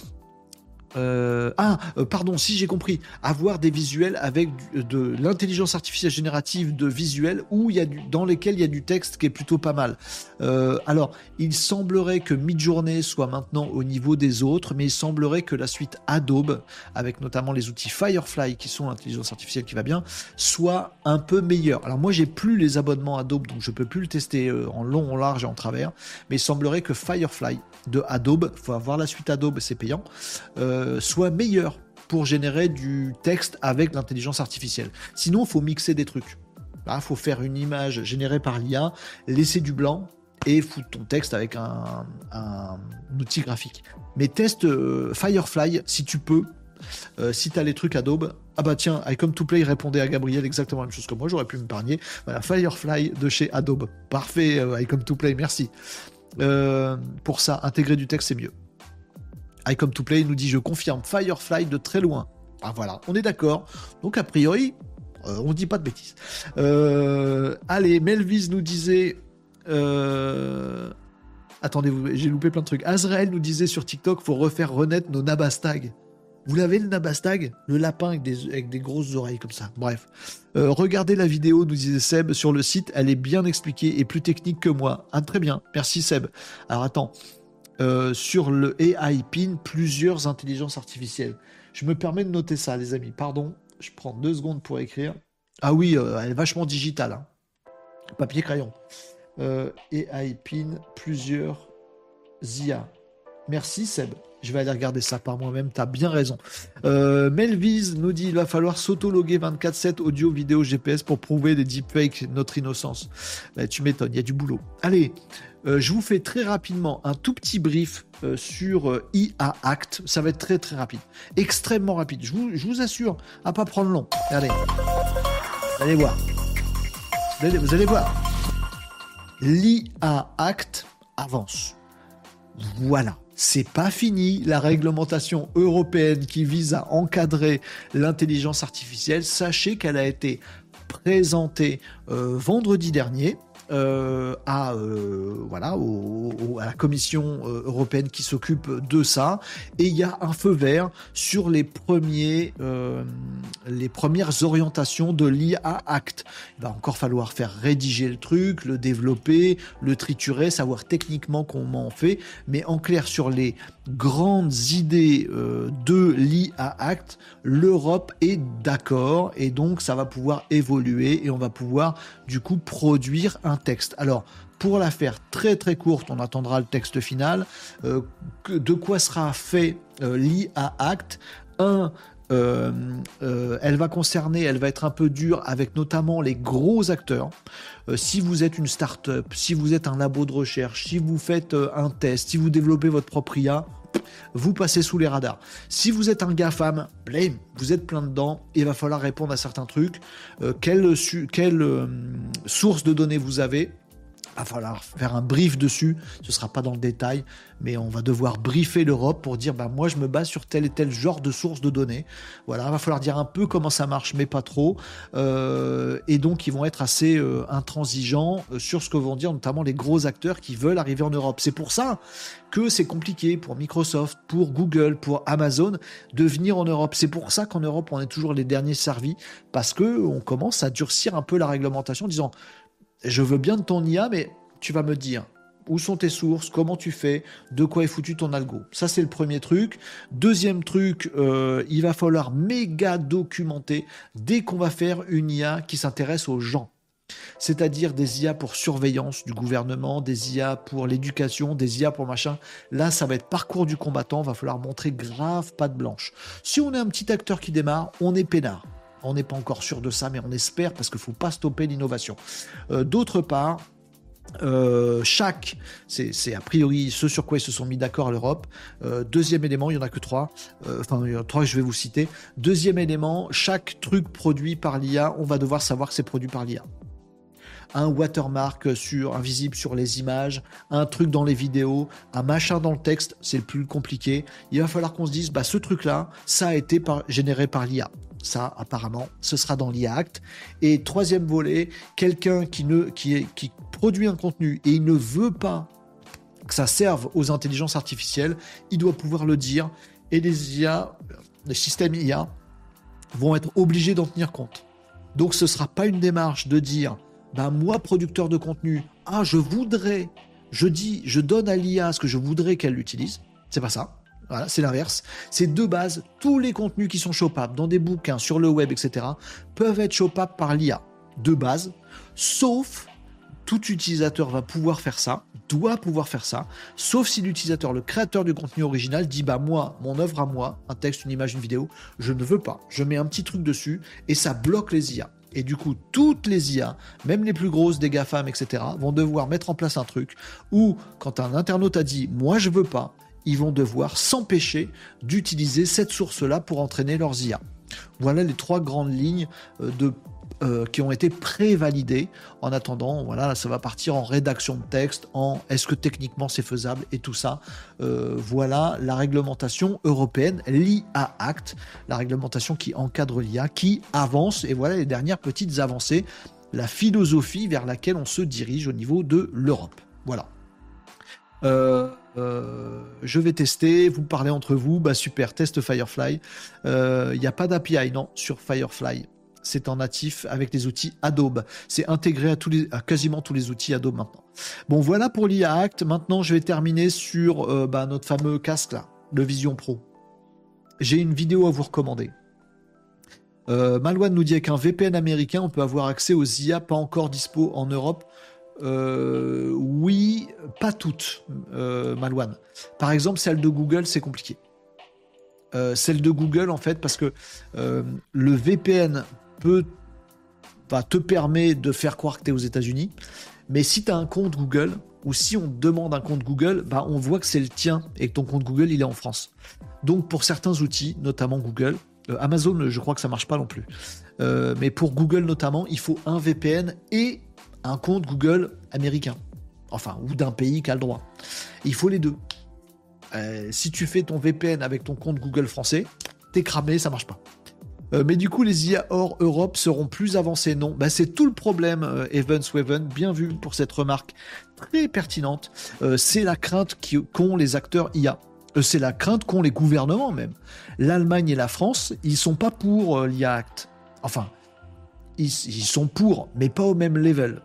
Euh, ah, euh, pardon, si j'ai compris, avoir des visuels avec du, de l'intelligence artificielle générative de visuels où il y a du, dans lesquels il y a du texte qui est plutôt pas mal. Euh, alors, il semblerait que Midjourney soit maintenant au niveau des autres, mais il semblerait que la suite Adobe, avec notamment les outils Firefly qui sont l'intelligence artificielle qui va bien, soit un peu meilleure. Alors moi, j'ai plus les abonnements Adobe, donc je peux plus le tester euh, en long, en large et en travers, mais il semblerait que Firefly de Adobe, faut avoir la suite Adobe, c'est payant, euh, soit meilleur pour générer du texte avec l'intelligence artificielle. Sinon, il faut mixer des trucs. Il faut faire une image générée par l'I A, laisser du blanc et foutre ton texte avec un, un, un outil graphique. Mais teste euh, Firefly si tu peux. Euh, si tu as les trucs Adobe, ah bah tiens, iCome to Play répondait à Gabriel exactement la même chose que moi, j'aurais pu m'épargner. Voilà, Firefly de chez Adobe. Parfait, euh, iCome to Play, merci. Euh, pour ça, intégrer du texte, c'est mieux. iCome to Play nous dit, je confirme, Firefly de très loin. Ah voilà, on est d'accord. Donc a priori, euh, on dit pas de bêtises. Euh, allez, Melvis nous disait... Euh... Attendez, j'ai loupé plein de trucs. Azrael nous disait sur TikTok, faut refaire renaître nos Nabastag. Vous l'avez le Nabastag? Le lapin avec des, avec des grosses oreilles comme ça. Bref. Euh, regardez la vidéo, nous disait Seb, sur le site. Elle est bien expliquée et plus technique que moi. Ah, très bien. Merci Seb. Alors attends. Euh, sur le A I Pin, plusieurs intelligences artificielles. Je me permets de noter ça, les amis. Pardon. Je prends deux secondes pour écrire. Ah oui, euh, elle est vachement digitale. Hein. Papier crayon. Euh, A I Pin, plusieurs I A. Merci Seb. Je vais aller regarder ça par moi-même, t'as bien raison. Euh, Melvise nous dit, il va falloir s'auto-loguer vingt-quatre sept audio, vidéo, G P S pour prouver des deepfakes, notre innocence. Bah, tu m'étonnes, il y a du boulot. Allez, euh, je vous fais très rapidement un tout petit brief euh, sur euh, I A Act. Ça va être très très rapide, extrêmement rapide. Je vous, je vous assure, à pas prendre long. Allez, vous allez voir. Vous allez, vous allez voir. L'I A Act avance. Voilà. C'est pas fini, la réglementation européenne qui vise à encadrer l'intelligence artificielle. Sachez qu'elle a été présentée euh, vendredi dernier euh, à, euh, voilà, au, au, à la Commission euh, européenne qui s'occupe de ça. Et il y a un feu vert sur les, premiers, euh, les premières orientations de l'I A Act. Il va encore falloir faire rédiger le truc, le développer, le triturer, savoir techniquement comment on fait. Mais en clair, sur les grandes idées euh, de l'I A Act, l'Europe est d'accord et donc ça va pouvoir évoluer et on va pouvoir du coup produire un texte. Alors, pour la faire très très courte, on attendra le texte final. Euh, de quoi sera fait euh, l'I A Act? Un, Euh, euh, elle va concerner, elle va être un peu dure avec notamment les gros acteurs. Euh, si vous êtes une start-up, si vous êtes un labo de recherche, si vous faites euh, un test, si vous développez votre propre I A, vous passez sous les radars. Si vous êtes un GAFAM, blame, vous êtes plein dedans, il va falloir répondre à certains trucs. Euh, quelle su- quelle euh, source de données vous avez? Il va falloir faire un brief dessus, ce ne sera pas dans le détail, mais on va devoir briefer l'Europe pour dire bah, moi je me base sur tel et tel genre de source de données. Voilà, il va falloir dire un peu comment ça marche, mais pas trop. Euh, et donc ils vont être assez euh, intransigeants sur ce que vont dire notamment les gros acteurs qui veulent arriver en Europe. C'est pour ça que c'est compliqué pour Microsoft, pour Google, pour Amazon de venir en Europe. C'est pour ça qu'en Europe on est toujours les derniers servis, parce qu'on commence à durcir un peu la réglementation en disant je veux bien de ton I A, mais tu vas me dire où sont tes sources, comment tu fais, de quoi est foutu ton algo. Ça, c'est le premier truc. Deuxième truc, euh, il va falloir méga documenter dès qu'on va faire une I A qui s'intéresse aux gens. C'est-à-dire des I A pour surveillance du gouvernement, des I A pour l'éducation, des I A pour machin. Là, ça va être parcours du combattant, va falloir montrer grave patte blanche. Si on est un petit acteur qui démarre, on est peinard. On n'est pas encore sûr de ça, mais on espère parce qu'il ne faut pas stopper l'innovation. Euh, d'autre part, Euh, chaque, c'est, c'est a priori ce sur quoi ils se sont mis d'accord à l'Europe. Euh, deuxième élément, il n'y en a que trois. Euh, enfin, il y en a trois que je vais vous citer. Deuxième élément, chaque truc produit par l'I A, on va devoir savoir que c'est produit par l'I A. Un watermark sur, invisible sur les images, un truc dans les vidéos, un machin dans le texte, c'est le plus compliqué. Il va falloir qu'on se dise, bah, ce truc-là, ça a été par, généré par l'I A. Ça, apparemment, ce sera dans l'I A Act. Et troisième volet, quelqu'un qui, ne, qui, est, qui produit un contenu et il ne veut pas que ça serve aux intelligences artificielles, il doit pouvoir le dire. Et les I A, les systèmes I A vont être obligés d'en tenir compte. Donc, ce ne sera pas une démarche de dire, ben, moi, producteur de contenu, ah, je voudrais, je dis, je donne à l'I A ce que je voudrais qu'elle l'utilise. C'est pas ça. Voilà, c'est l'inverse. C'est de base, tous les contenus qui sont chopables dans des bouquins, sur le web, et cetera, peuvent être chopables par l'I A, de base, sauf tout utilisateur va pouvoir faire ça, doit pouvoir faire ça, sauf si l'utilisateur, le créateur du contenu original, dit bah moi, mon œuvre à moi, un texte, une image, une vidéo, je ne veux pas. Je mets un petit truc dessus et ça bloque les I A. Et du coup, toutes les I A, même les plus grosses des GAFAM, et cetera, vont devoir mettre en place un truc où, quand un internaute a dit moi je veux pas, ils vont devoir s'empêcher d'utiliser cette source-là pour entraîner leurs I A. Voilà les trois grandes lignes de, euh, qui ont été pré-validées. En attendant, voilà, ça va partir en rédaction de texte, en est-ce que techniquement c'est faisable et tout ça. Euh, voilà la réglementation européenne, l'I A Act, la réglementation qui encadre l'I A, qui avance. Et voilà les dernières petites avancées, la philosophie vers laquelle on se dirige au niveau de l'Europe. Voilà. Euh, euh, je vais tester, vous parlez entre vous, bah super, test Firefly. Il euh, n'y a pas d'A P I, non, sur Firefly. C'est en natif avec les outils Adobe. C'est intégré à, tous les, à quasiment tous les outils Adobe maintenant. Bon, voilà pour l'I A Act. Maintenant, je vais terminer sur euh, bah, notre fameux casque là, le Vision Pro. J'ai une vidéo à vous recommander. Euh, Malouane nous dit qu'avec un V P N américain, on peut avoir accès aux I A pas encore dispo en Europe. Euh, oui, pas toutes, euh, Malouane. Par exemple, celle de Google, c'est compliqué. Euh, celle de Google, en fait, parce que euh, le V P N peut, bah, te permet de faire croire que tu es aux États-Unis, mais si tu as un compte Google, ou si on te demande un compte Google, bah, on voit que c'est le tien et que ton compte Google, il est en France. Donc, pour certains outils, notamment Google, euh, Amazon, je crois que ça marche pas non plus. Euh, mais pour Google, notamment, il faut un V P N et un compte Google américain, enfin, ou d'un pays qui a le droit. Il faut les deux. Euh, si tu fais ton V P N avec ton compte Google français, t'es cramé, ça marche pas. Euh, mais du coup, les I A hors Europe seront plus avancées, non. Bah, c'est tout le problème, euh, Evans Weven, bien vu pour cette remarque très pertinente. Euh, c'est la crainte qu'ont les acteurs I A. Euh, c'est la crainte qu'ont les gouvernements même. L'Allemagne et la France, ils sont pas pour euh, l'I A Act. Enfin, ils, ils sont pour, mais pas au même level.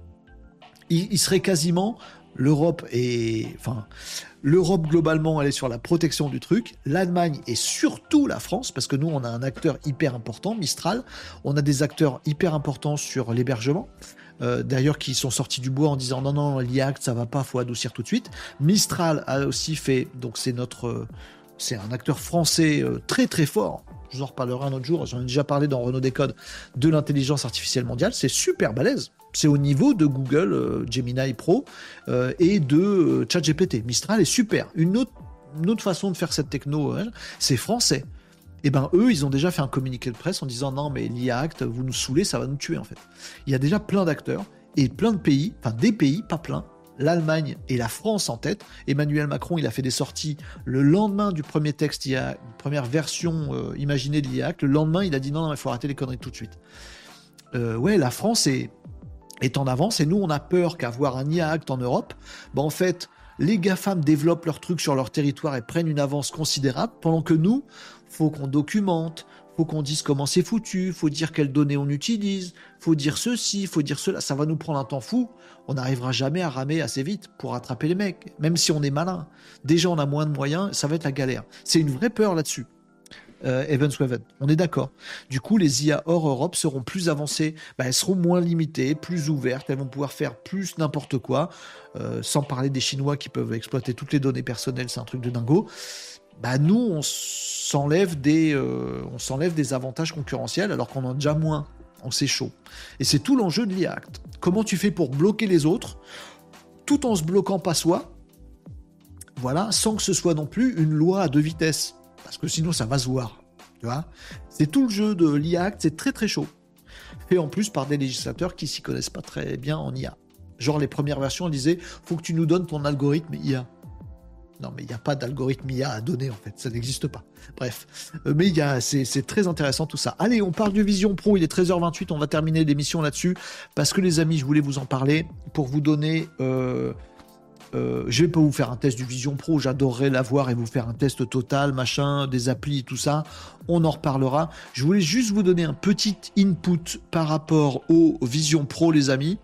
Il, il serait quasiment l'Europe et enfin l'Europe globalement elle est sur la protection du truc, l'Allemagne et surtout la France parce que nous on a un acteur hyper important, Mistral, on a des acteurs hyper importants sur l'hébergement. Euh, d'ailleurs qui sont sortis du bois en disant non non l'I A Act ça va pas, faut adoucir tout de suite. Mistral a aussi fait, donc c'est notre euh, c'est un acteur français euh, très très fort. Je vous en reparlerai un autre jour, j'en ai déjà parlé dans Renaud Décode de l'intelligence artificielle mondiale, c'est super balèze. C'est au niveau de Google euh, Gemini Pro euh, et de euh, ChatGPT. Mistral est super. Une autre, une autre façon de faire cette techno, euh, c'est français. Et ben eux, ils ont déjà fait un communiqué de presse en disant non mais l'I A Act, vous nous saoulez, ça va nous tuer en fait. Il y a déjà plein d'acteurs et plein de pays, enfin des pays, pas plein, l'Allemagne et la France en tête. Emmanuel Macron, il a fait des sorties le lendemain du premier texte, il y a une première version euh, imaginée de l'I A Act. Le lendemain, il a dit non, non, il faut arrêter les conneries tout de suite. Euh, ouais, la France est, est en avance et nous, on a peur qu'avoir un I A Act en Europe, ben, en fait, les GAFAM développent leurs trucs sur leur territoire et prennent une avance considérable pendant que nous, faut qu'on documente, faut qu'on dise comment c'est foutu, faut dire quelles données on utilise, faut dire ceci, faut dire cela. Ça va nous prendre un temps fou. On n'arrivera jamais à ramer assez vite pour rattraper les mecs, même si on est malin. Déjà, on a moins de moyens, ça va être la galère. C'est une vraie peur là-dessus. Euh, Evans Weven, on est d'accord. Du coup, les I A hors Europe seront plus avancées, bah, elles seront moins limitées, plus ouvertes, elles vont pouvoir faire plus n'importe quoi, euh, sans parler des Chinois qui peuvent exploiter toutes les données personnelles, c'est un truc de dingo. Bah, nous, on s'enlève des, euh, on s'enlève des avantages concurrentiels alors qu'on en a déjà moins. On c'est chaud. Et c'est tout l'enjeu de l'I A Act. Comment tu fais pour bloquer les autres, tout en se bloquant pas soi, voilà, sans que ce soit non plus une loi à deux vitesses. Parce que sinon, ça va se voir. Tu vois, c'est tout le jeu de l'I A Act, c'est très très chaud. Fait en plus par des législateurs qui s'y connaissent pas très bien en I A. Genre, les premières versions, elles disaient « Faut que tu nous donnes ton algorithme I A ». Non, mais il n'y a pas d'algorithme I A à donner, en fait. Ça n'existe pas. Bref. Euh, mais y a, c'est, c'est très intéressant, tout ça. Allez, on parle du Vision Pro. Il est treize heures vingt-huit. On va terminer l'émission là-dessus. Parce que, les amis, je voulais vous en parler pour vous donner... Euh, Euh, je vais pas vous faire un test du Vision Pro, j'adorerais l'avoir et vous faire un test total, machin, des applis, tout ça, on en reparlera. Je voulais juste vous donner un petit input par rapport au Vision Pro, les amis.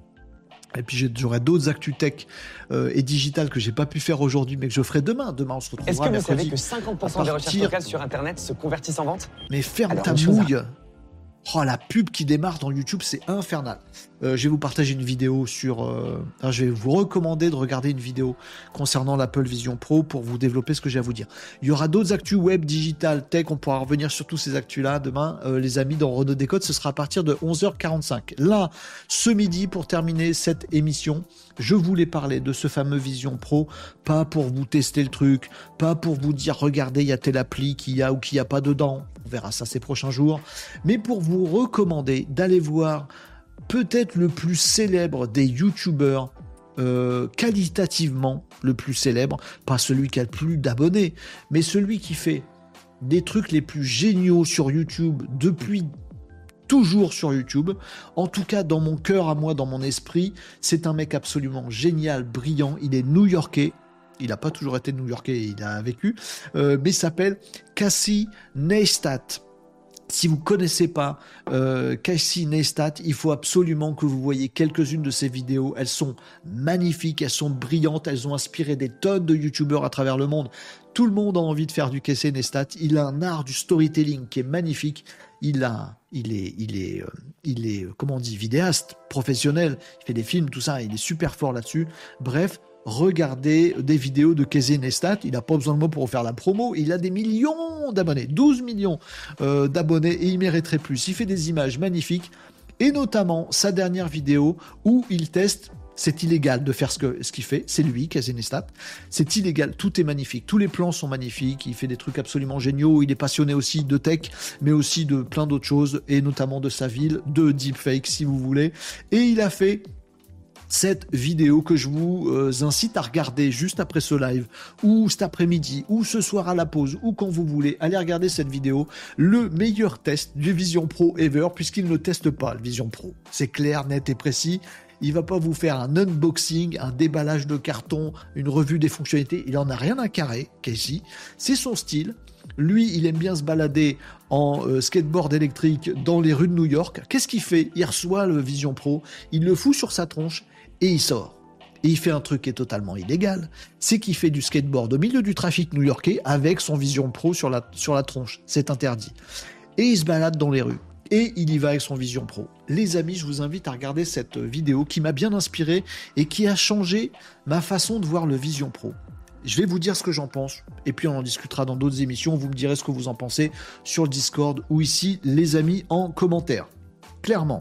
Et puis j'aurai d'autres actus tech euh, et digital que j'ai pas pu faire aujourd'hui, mais que je ferai demain. Demain, on se retrouvera. Est-ce que vous mercredi, savez que cinquante pour cent des recherches locales sur Internet se convertissent en vente ? Mais ferme Alors, ta une chose à- mouille. Oh, la pub qui démarre dans YouTube, c'est infernal. Euh, je vais vous partager une vidéo sur... Euh, enfin, je vais vous recommander de regarder une vidéo concernant l'Apple Vision Pro pour vous développer ce que j'ai à vous dire. Il y aura d'autres actus web, digital, tech. On pourra revenir sur tous ces actus-là demain. Euh, les amis, dans Renaud Décode, ce sera à partir de onze heures quarante-cinq. Là, ce midi, pour terminer cette émission, je voulais parler de ce fameux Vision Pro. Pas pour vous tester le truc, pas pour vous dire, regardez, il y a telle appli qu'il y a ou qu'il n'y a pas dedans. On verra ça ces prochains jours. Mais pour vous recommander d'aller voir peut-être le plus célèbre des youtubeurs, euh, qualitativement le plus célèbre, pas celui qui a le plus d'abonnés, mais celui qui fait des trucs les plus géniaux sur YouTube depuis toujours sur YouTube. En tout cas, dans mon cœur à moi, dans mon esprit, c'est un mec absolument génial, brillant. Il est new-yorkais. Il n'a pas toujours été new-yorkais, il a vécu, euh, mais il s'appelle Casey Neistat. Si vous ne connaissez pas euh, Casey Neistat, il faut absolument que vous voyez quelques-unes de ses vidéos. Elles sont magnifiques, elles sont brillantes, elles ont inspiré des tonnes de youtubeurs à travers le monde. Tout le monde a envie de faire du Casey Neistat. Il a un art du storytelling qui est magnifique. Il a, il est, il est, euh, il est, comment on dit, vidéaste professionnel. Il fait des films, tout ça. Il est super fort là-dessus. Bref. Regardez des vidéos de Casey Neistat, il n'a pas besoin de moi pour faire la promo, il a des millions d'abonnés, douze millions euh, d'abonnés et il mériterait plus. Il fait des images magnifiques et notamment sa dernière vidéo où il teste, c'est illégal de faire ce, que, ce qu'il fait, c'est lui, Casey Neistat, c'est illégal, tout est magnifique, tous les plans sont magnifiques, il fait des trucs absolument géniaux, il est passionné aussi de tech, mais aussi de plein d'autres choses et notamment de sa ville, de deepfake si vous voulez, et il a fait cette vidéo que je vous euh, incite à regarder juste après ce live, ou cet après-midi, ou ce soir à la pause, ou quand vous voulez, allez regarder cette vidéo, le meilleur test du Vision Pro ever, puisqu'il ne teste pas le Vision Pro. C'est clair, net et précis. Il va pas vous faire un unboxing, un déballage de carton, une revue des fonctionnalités. Il en a rien à carrer, Casey. C'est son style. Lui, il aime bien se balader en euh, skateboard électrique dans les rues de New York. Qu'est-ce qu'il fait ? Il reçoit le Vision Pro, il le fout sur sa tronche et il sort. Et il fait un truc qui est totalement illégal, c'est qu'il fait du skateboard au milieu du trafic new-yorkais avec son Vision Pro sur la, sur la tronche. C'est interdit. Et il se balade dans les rues. Et il y va avec son Vision Pro. Les amis, je vous invite à regarder cette vidéo qui m'a bien inspiré et qui a changé ma façon de voir le Vision Pro. Je vais vous dire ce que j'en pense, et puis on en discutera dans d'autres émissions. Vous me direz ce que vous en pensez sur le Discord ou ici, les amis, en commentaire. Clairement,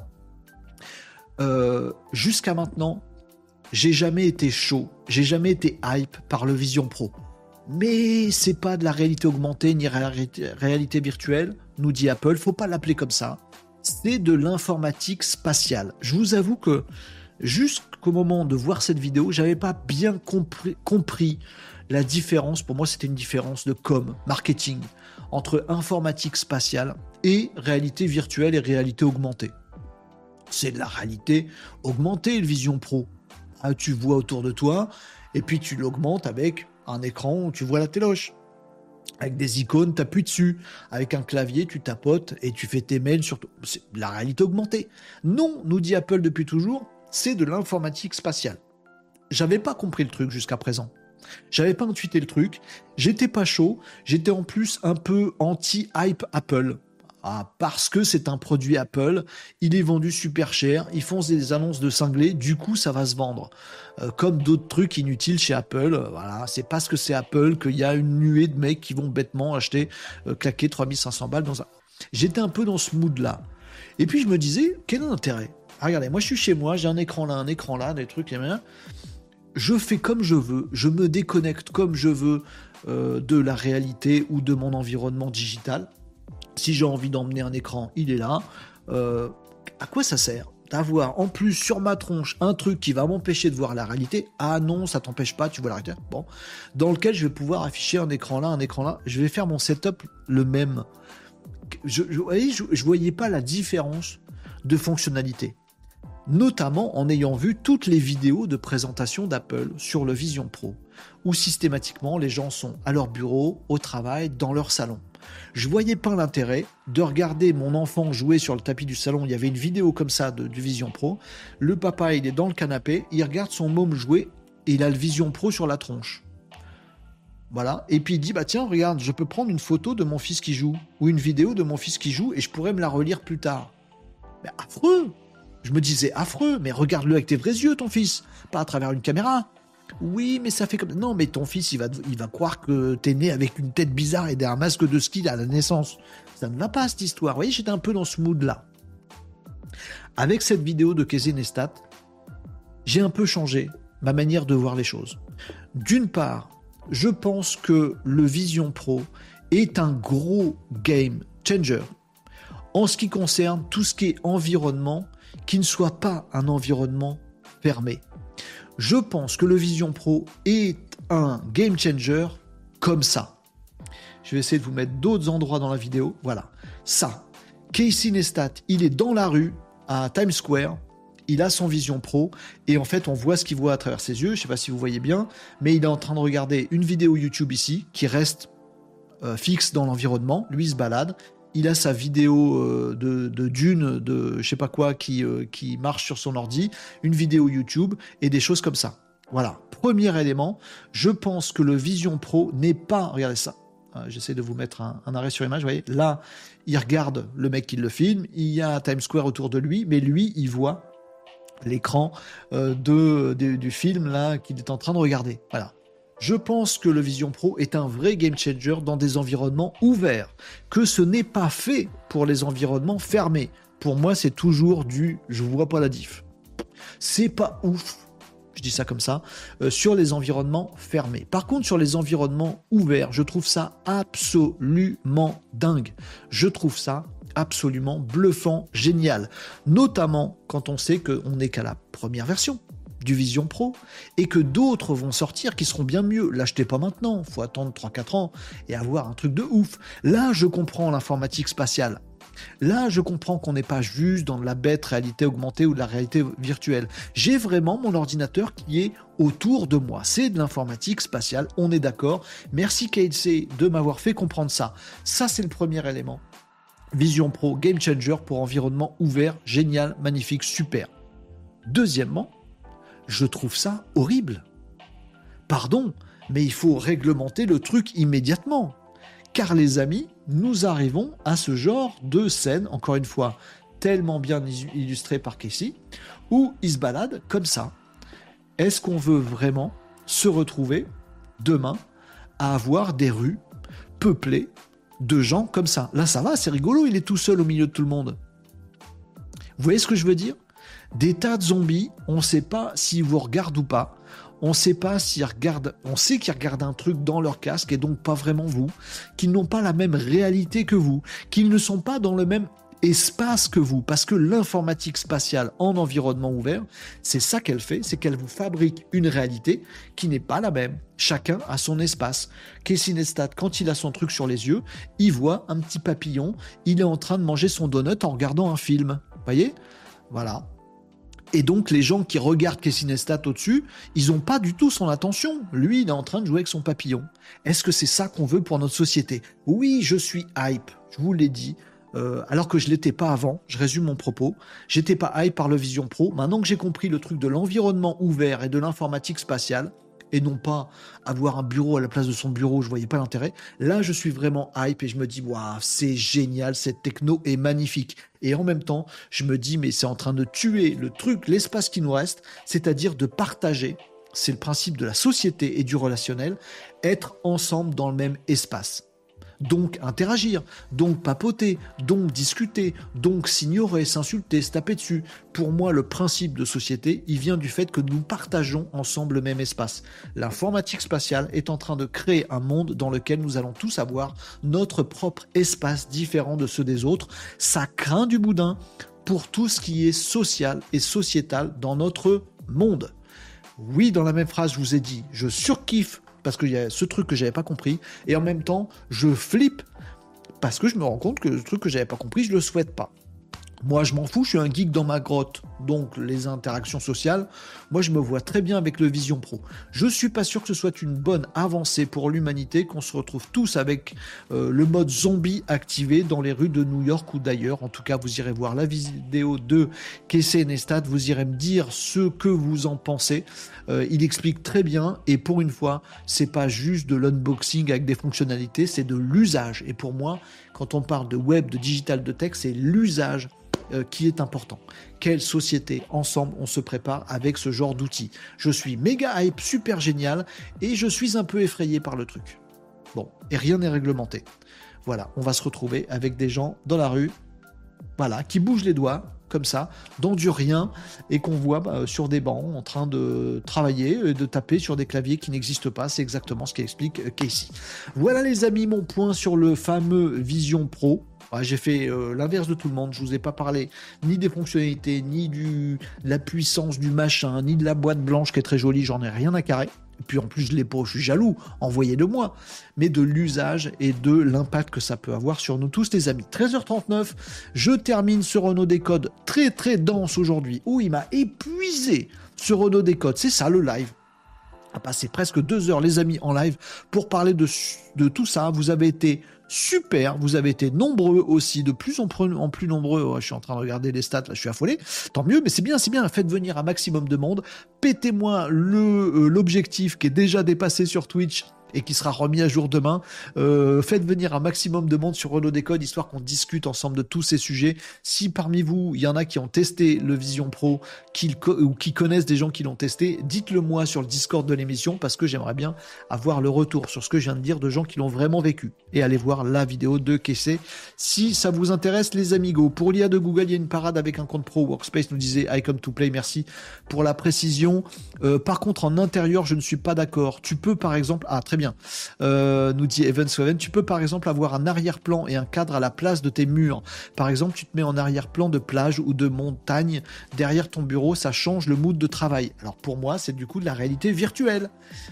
euh, jusqu'à maintenant, j'ai jamais été chaud, j'ai jamais été hype par le Vision Pro. Mais c'est pas de la réalité augmentée ni réalité, réalité virtuelle, nous dit Apple, faut pas l'appeler comme ça. C'est de l'informatique spatiale. Je vous avoue que jusqu'au moment de voir cette vidéo, j'avais pas bien compris, compris la différence. Pour moi, c'était une différence de com, marketing, entre informatique spatiale et réalité virtuelle et réalité augmentée. C'est de la réalité augmentée, le Vision Pro. Ah, tu vois autour de toi, et puis tu l'augmentes avec un écran où tu vois la téloche. avec des icônes, tu appuies dessus. Avec un clavier, tu tapotes et tu fais tes mails sur... C'est la réalité augmentée. Non, nous dit Apple depuis toujours, c'est de l'informatique spatiale. J'avais pas compris le truc jusqu'à présent. J'avais pas intuité le truc. J'étais pas chaud. J'étais en plus un peu anti-hype Apple. Ah, parce que c'est un produit Apple, il est vendu super cher, ils font des annonces de cinglés, du coup ça va se vendre. Euh, comme d'autres trucs inutiles chez Apple, euh, voilà, c'est parce que c'est Apple qu'il y a une nuée de mecs qui vont bêtement acheter, euh, claquer trois mille cinq cents balles dans un... J'étais un peu dans ce mood-là. Et puis je me disais, quel est l'intérêt ? Regardez, moi je suis chez moi, j'ai un écran là, un écran là, des trucs, et bien, je fais comme je veux, je me déconnecte comme je veux euh, de la réalité ou de mon environnement digital. Si j'ai envie d'emmener un écran, il est là. Euh, à quoi ça sert d'avoir en plus sur ma tronche un truc qui va m'empêcher de voir la réalité ? Ah non, ça t'empêche pas, tu vois la réalité. Bon, dans lequel je vais pouvoir afficher un écran là, un écran là. Je vais faire mon setup le même. Je, je, je, je voyais pas la différence de fonctionnalité. Notamment en ayant vu toutes les vidéos de présentation d'Apple sur le Vision Pro, où systématiquement les gens sont à leur bureau, au travail, dans leur salon. Je voyais pas l'intérêt de regarder mon enfant jouer sur le tapis du salon. Il y avait une vidéo comme ça de, du Vision Pro. Le papa, il est dans le canapé, il regarde son môme jouer et il a le Vision Pro sur la tronche. Voilà. Et puis il dit, bah tiens, regarde, je peux prendre une photo de mon fils qui joue ou une vidéo de mon fils qui joue et je pourrais me la relire plus tard. Mais affreux! Je me disais, affreux, mais regarde-le avec tes vrais yeux, ton fils, pas à travers une caméra. Oui, mais ça fait comme... Non, mais ton fils, il va, il va croire que t'es né avec une tête bizarre et un masque de ski à la naissance. Ça ne va pas, cette histoire. Vous voyez, j'étais un peu dans ce mood-là. Avec cette vidéo de Casey Neistat, j'ai un peu changé ma manière de voir les choses. D'une part, je pense que le Vision Pro est un gros game changer en ce qui concerne tout ce qui est environnement qui ne soit pas un environnement fermé. Je pense que le Vision Pro est un game changer comme ça. Je vais essayer de vous mettre d'autres endroits dans la vidéo. Voilà, ça. Casey Neistat, il est dans la rue à Times Square. Il a son Vision Pro et en fait, on voit ce qu'il voit à travers ses yeux. Je ne sais pas si vous voyez bien, mais il est en train de regarder une vidéo YouTube ici qui reste euh, fixe dans l'environnement. Lui, il se balade. Il a sa vidéo euh, de, de Dune, de je sais pas quoi, qui, euh, qui marche sur son ordi, une vidéo YouTube et des choses comme ça. Voilà, premier élément, je pense que le Vision Pro n'est pas... Regardez ça, euh, j'essaie de vous mettre un, un arrêt sur image, vous voyez, là, il regarde le mec qui le filme, il y a Times Square autour de lui, mais lui, il voit l'écran euh, de, de, du film là qu'il est en train de regarder. Voilà. Je pense que le Vision Pro est un vrai game changer dans des environnements ouverts, que ce n'est pas fait pour les environnements fermés. Pour moi, c'est toujours du « je vois pas la diff ». C'est pas ouf, je dis ça comme ça, euh, sur les environnements fermés. Par contre, sur les environnements ouverts, je trouve ça absolument dingue. Je trouve ça absolument bluffant, génial. Notamment quand on sait qu'on n'est qu'à la première version du Vision Pro et que d'autres vont sortir qui seront bien mieux. L'achetez pas maintenant, faut attendre trois quatre ans et avoir un truc de ouf. Là, je comprends l'informatique spatiale. Là, je comprends qu'on n'est pas juste dans de la bête réalité augmentée ou de la réalité virtuelle. J'ai vraiment mon ordinateur qui est autour de moi. C'est de l'informatique spatiale, on est d'accord. Merci Casey de m'avoir fait comprendre ça. Ça, c'est le premier élément. Vision Pro, game changer pour environnement ouvert, génial, magnifique, super. Deuxièmement, je trouve ça horrible. Pardon, mais il faut réglementer le truc immédiatement. Car les amis, nous arrivons à ce genre de scène, encore une fois, tellement bien illustrée par Casey, où il se balade comme ça. Est-ce qu'on veut vraiment se retrouver demain à avoir des rues peuplées de gens comme ça? Là, ça va, c'est rigolo, il est tout seul au milieu de tout le monde. Vous voyez ce que je veux dire? Des tas de zombies, on ne sait pas s'ils vous regardent ou pas. On sait pas s'ils regardent, on sait qu'ils regardent un truc dans leur casque et donc pas vraiment vous, qu'ils n'ont pas la même réalité que vous, qu'ils ne sont pas dans le même espace que vous, parce que l'informatique spatiale en environnement ouvert, c'est ça qu'elle fait, c'est qu'elle vous fabrique une réalité qui n'est pas la même. Chacun a son espace. Casey Neistat, quand il a son truc sur les yeux, il voit un petit papillon, il est en train de manger son donut en regardant un film. Vous voyez ? Voilà. Et donc, les gens qui regardent Casey Neistat au-dessus, ils n'ont pas du tout son attention. Lui, il est en train de jouer avec son papillon. Est-ce que c'est ça qu'on veut pour notre société ? Oui, je suis hype, je vous l'ai dit, euh, alors que je ne l'étais pas avant. Je résume mon propos. J'étais pas hype par le Vision Pro. Maintenant que j'ai compris le truc de l'environnement ouvert et de l'informatique spatiale, et non pas avoir un bureau à la place de son bureau, je voyais pas l'intérêt. Là, je suis vraiment hype et je me dis, waouh, c'est génial, cette techno est magnifique. Et en même temps, je me dis, mais c'est en train de tuer le truc, l'espace qui nous reste, c'est-à-dire de partager. C'est le principe de la société et du relationnel, être ensemble dans le même espace. Donc interagir, donc papoter, donc discuter, donc s'ignorer, s'insulter, se taper dessus. Pour moi, le principe de société, il vient du fait que nous partageons ensemble le même espace. L'informatique spatiale est en train de créer un monde dans lequel nous allons tous avoir notre propre espace différent de ceux des autres. Ça craint du boudin pour tout ce qui est social et sociétal dans notre monde. Oui, dans la même phrase, je vous ai dit, je surkiffe parce qu'il y a ce truc que j'avais pas compris, et en même temps, je flippe, parce que je me rends compte que le truc que j'avais pas compris, je le souhaite pas. Moi, je m'en fous, je suis un geek dans ma grotte, donc les interactions sociales, moi, je me vois très bien avec le Vision Pro. Je suis pas sûr que ce soit une bonne avancée pour l'humanité, qu'on se retrouve tous avec euh, le mode zombie activé dans les rues de New York ou d'ailleurs. En tout cas, vous irez voir la vidéo de Casey Neistat, vous irez me dire ce que vous en pensez. Euh, il explique très bien, et pour une fois, c'est pas juste de l'unboxing avec des fonctionnalités, c'est de l'usage. Et pour moi, quand on parle de web, de digital, de tech, c'est l'usage euh, qui est important. Quelle société, ensemble, on se prépare avec ce genre d'outils. Je suis méga hype, super génial, et je suis un peu effrayé par le truc. Bon, et rien n'est réglementé. Voilà, on va se retrouver avec des gens dans la rue, voilà, qui bougent les doigts, comme ça, dans du rien, et qu'on voit bah, sur des bancs en train de travailler et de taper sur des claviers qui n'existent pas. C'est exactement ce qu'explique Casey. Voilà les amis, mon point sur le fameux Vision Pro. Ouais, j'ai fait euh, l'inverse de tout le monde. Je vous ai pas parlé ni des fonctionnalités, ni du, de la puissance du machin, ni de la boîte blanche qui est très jolie. J'en ai rien à carrer. Et puis en plus, je l'ai pas, je suis jaloux, envoyez-le moi, mais de l'usage et de l'impact que ça peut avoir sur nous tous, les amis. treize heures trente-neuf, je termine ce Renault Décode très très dense aujourd'hui. Oh, il m'a épuisé ce Renault Décode, c'est ça le live. On a passé presque deux heures, les amis, en live pour parler de, de tout ça. Vous avez été super, vous avez été nombreux aussi, de plus en plus, en plus nombreux. Oh, je suis en train de regarder les stats, là, je suis affolé. Tant mieux, mais c'est bien, c'est bien. Faites venir un maximum de monde. Pétez-moi le, euh, l'objectif qui est déjà dépassé sur Twitch et qui sera remis à jour demain. Euh, faites venir un maximum de monde sur Renault Décode, histoire qu'on discute ensemble de tous ces sujets. Si parmi vous, il y en a qui ont testé le Vision Pro, qui, ou qui connaissent des gens qui l'ont testé, dites-le moi sur le Discord de l'émission, parce que j'aimerais bien avoir le retour sur ce que je viens de dire de gens qui l'ont vraiment vécu. Et allez voir la vidéo de Casey, si ça vous intéresse, les amigos. Pour l'I A de Google, il y a une parade avec un compte pro. Workspace nous disait Icon to Play, merci pour la précision. Euh, par contre, en intérieur, je ne suis pas d'accord. Tu peux, par exemple... Ah, très bien. Euh, nous dit Evan Swaven, tu peux par exemple avoir un arrière-plan et un cadre à la place de tes murs. Par exemple, tu te mets en arrière-plan de plage ou de montagne derrière ton bureau, ça change le mood de travail. Alors pour moi, c'est du coup de la réalité virtuelle.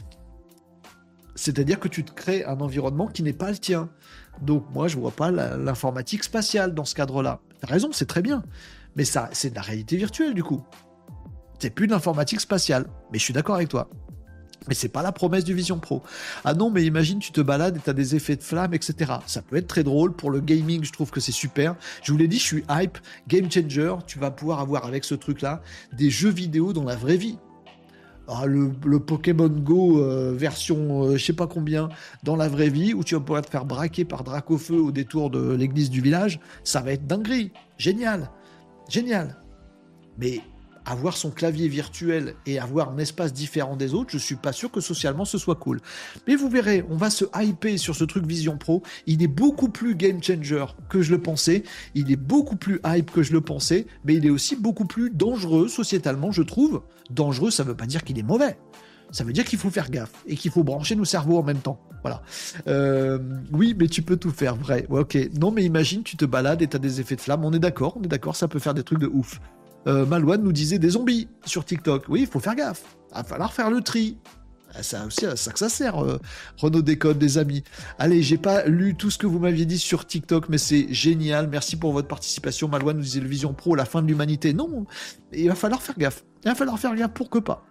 C'est-à-dire que tu te crées un environnement qui n'est pas le tien. Donc moi, je vois pas la, l'informatique spatiale dans ce cadre-là. T'as raison, c'est très bien. Mais ça, c'est de la réalité virtuelle du coup. C'est plus de l'informatique spatiale. Mais je suis d'accord avec toi. Mais c'est pas la promesse du Vision Pro. Ah non, mais imagine, tu te balades et t'as des effets de flamme, et cetera. Ça peut être très drôle. Pour le gaming, je trouve que c'est super. Je vous l'ai dit, je suis hype. Game changer, tu vas pouvoir avoir avec ce truc-là des jeux vidéo dans la vraie vie. Ah, le, le Pokémon Go euh, version euh, je sais pas combien dans la vraie vie, où tu vas pouvoir te faire braquer par Dracofeu au détour de l'église du village, ça va être dinguerie. Génial. Génial. Mais... avoir son clavier virtuel et avoir un espace différent des autres, je suis pas sûr que socialement ce soit cool. Mais vous verrez, on va se hyper sur ce truc Vision Pro. Il est beaucoup plus game changer que je le pensais. Il est beaucoup plus hype que je le pensais, mais il est aussi beaucoup plus dangereux sociétalement, je trouve. Dangereux, ça veut pas dire qu'il est mauvais. Ça veut dire qu'il faut faire gaffe et qu'il faut brancher nos cerveaux en même temps. Voilà. Euh, oui, mais tu peux tout faire, vrai. Ouais, ok. Non, mais imagine, tu te balades et t'as des effets de flamme. On est d'accord, on est d'accord, ça peut faire des trucs de ouf. Euh, Malouane nous disait des zombies sur TikTok. Oui, il faut faire gaffe. Il va falloir faire le tri. C'est aussi à ça que ça sert, euh, Renault Décode, les amis. Allez, j'ai pas lu tout ce que vous m'aviez dit sur TikTok, mais c'est génial. Merci pour votre participation. Malouane nous disait le Vision Pro, la fin de l'humanité. Non, il va falloir faire gaffe. Il va falloir faire gaffe, pourquoi pas.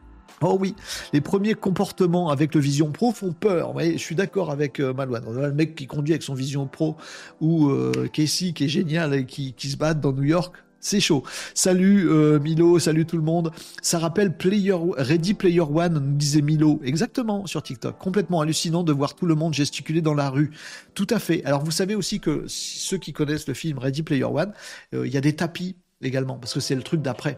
Oh oui, les premiers comportements avec le Vision Pro font peur. Vous voyez, je suis d'accord avec euh, Malouane. On a le mec qui conduit avec son Vision Pro ou euh, Casey qui est génial et qui, qui se bat dans New York. C'est chaud. Salut euh, Milo, salut tout le monde. Ça rappelle Player, Ready Player One, nous disait Milo. Exactement, sur TikTok. Complètement hallucinant de voir tout le monde gesticuler dans la rue. Tout à fait. Alors vous savez aussi que ceux qui connaissent le film Ready Player One, il euh, y a des tapis également, parce que c'est le truc d'après.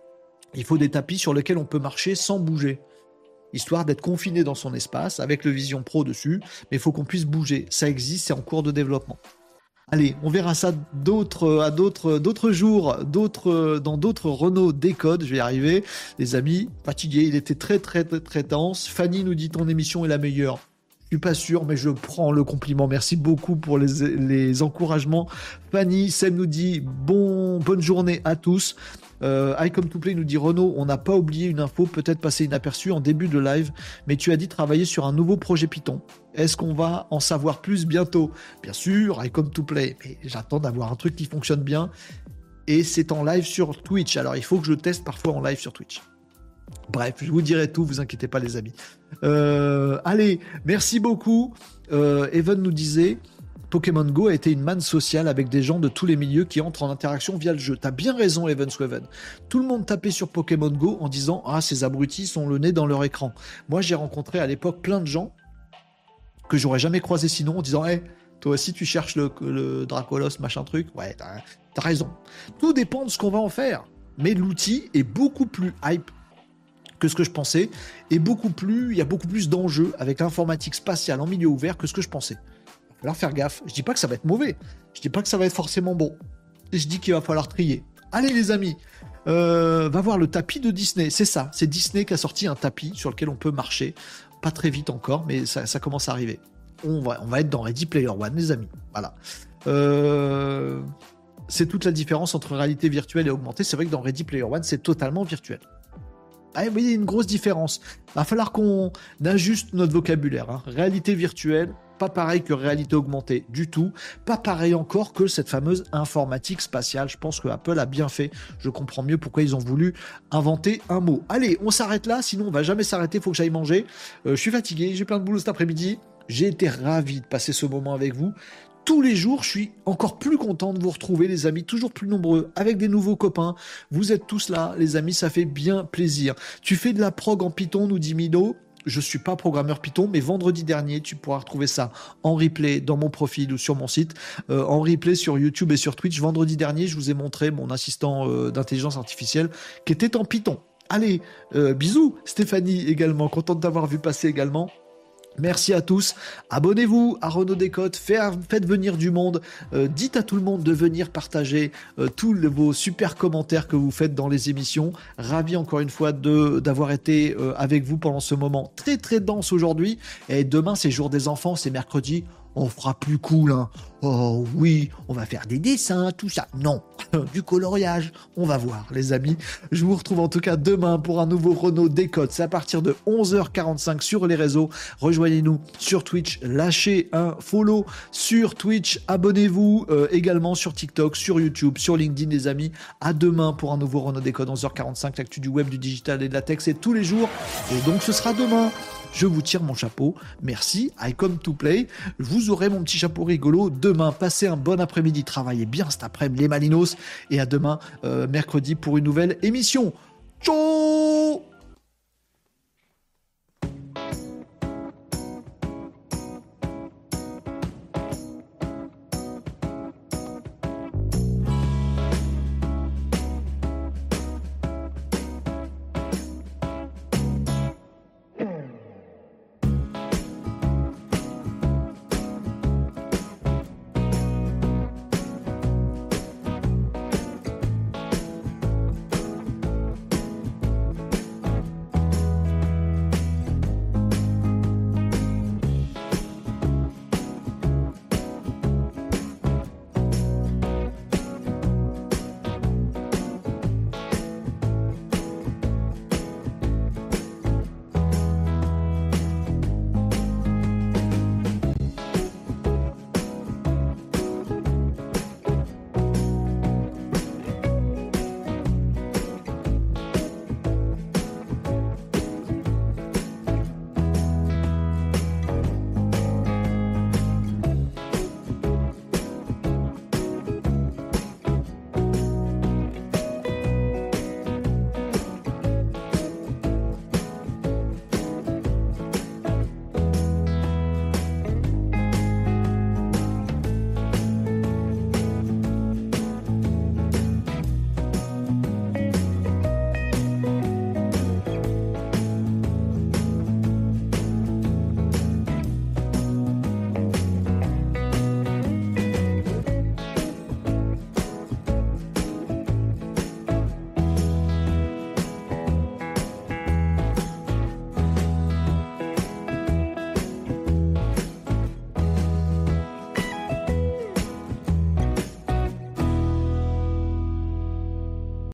Il faut des tapis sur lesquels on peut marcher sans bouger, histoire d'être confiné dans son espace, avec le Vision Pro dessus, mais il faut qu'on puisse bouger. Ça existe, c'est en cours de développement. Allez, on verra ça d'autres, à d'autres, d'autres jours, d'autres, dans d'autres Renault Décode. Je vais y arriver. Les amis, fatigué, il était très, très, très, très tense. Fanny nous dit ton émission est la meilleure. Je suis pas sûr, mais je prends le compliment. Merci beaucoup pour les, les encouragements. Fanny, Sam nous dit bon, bonne journée à tous. Euh, I Come to Play nous dit Renaud, on n'a pas oublié une info, peut-être passée inaperçue en début de live, mais tu as dit travailler sur un nouveau projet Python. Est-ce qu'on va en savoir plus bientôt? Bien sûr, I Come to Play, mais j'attends d'avoir un truc qui fonctionne bien et c'est en live sur Twitch. Alors il faut que je teste parfois en live sur Twitch. Bref, je vous dirai tout, vous inquiétez pas les amis. Euh, allez, merci beaucoup. Euh, Evan nous disait Pokémon Go a été une manne sociale avec des gens de tous les milieux qui entrent en interaction via le jeu. T'as bien raison, Evan Sweven. Tout le monde tapait sur Pokémon Go en disant « Ah, ces abrutis sont le nez dans leur écran ». Moi, j'ai rencontré à l'époque plein de gens que j'aurais jamais croisé sinon en disant « Hey, toi aussi, tu cherches le, le Dracolos, machin truc ?» Ouais, t'as, t'as raison. Tout dépend de ce qu'on va en faire. Mais l'outil est beaucoup plus hype que ce que je pensais et beaucoup plus, il y a beaucoup plus d'enjeux avec l'informatique spatiale en milieu ouvert que ce que je pensais. Il va falloir faire gaffe. Je dis pas que ça va être mauvais. Je dis pas que ça va être forcément bon. Et je dis qu'il va falloir trier. Allez les amis, euh, va voir le tapis de Disney. C'est ça, c'est Disney qui a sorti un tapis sur lequel on peut marcher. Pas très vite encore, mais ça, ça commence à arriver. On va, on va être dans Ready Player One, les amis. Voilà. Euh, c'est toute la différence entre réalité virtuelle et augmentée. C'est vrai que dans Ready Player One, c'est totalement virtuel. Ah, vous voyez, il y a une grosse différence. Il va falloir qu'on ajuste notre vocabulaire. Hein. Réalité virtuelle, pas pareil que réalité augmentée du tout. Pas pareil encore que cette fameuse informatique spatiale. Je pense que Apple a bien fait. Je comprends mieux pourquoi ils ont voulu inventer un mot. Allez, on s'arrête là, sinon on va jamais s'arrêter. Il faut que j'aille manger. Euh, je suis fatigué, j'ai plein de boulot cet après-midi. J'ai été ravi de passer ce moment avec vous. Tous les jours, je suis encore plus content de vous retrouver, les amis, toujours plus nombreux, avec des nouveaux copains. Vous êtes tous là, les amis, ça fait bien plaisir. Tu fais de la prog en Python, nous dit Milo. Je suis pas programmeur Python, mais vendredi dernier, tu pourras retrouver ça en replay dans mon profil ou sur mon site, euh, en replay sur YouTube et sur Twitch. Vendredi dernier, je vous ai montré mon assistant euh, d'intelligence artificielle qui était en Python. Allez, euh, bisous, Stéphanie également, contente d'avoir vu passer également. Merci à tous, abonnez-vous à Renault Décode, faites venir du monde, euh, dites à tout le monde de venir partager euh, tous les, vos super commentaires que vous faites dans les émissions. Ravi encore une fois de, d'avoir été euh, avec vous pendant ce moment très très dense aujourd'hui. Et demain c'est jour des enfants, c'est mercredi. On fera plus cool, hein. Oh oui, on va faire des dessins, tout ça. Non, du coloriage. On va voir, les amis. Je vous retrouve en tout cas demain pour un nouveau Renault Décode. C'est à partir de onze heures quarante-cinq sur les réseaux. Rejoignez-nous sur Twitch. Lâchez un follow sur Twitch. Abonnez-vous euh, également sur TikTok, sur YouTube, sur LinkedIn, les amis. À demain pour un nouveau Renault Décode, onze heures quarante-cinq. L'actu du web, du digital et de la tech, c'est tous les jours. Et donc, ce sera demain. Je vous tire mon chapeau. Merci. I come to play. Vous aurez mon petit chapeau rigolo demain. Passez un bon après-midi. Travaillez bien cet après-midi, les Malinos. Et à demain, euh, mercredi, pour une nouvelle émission. Ciao!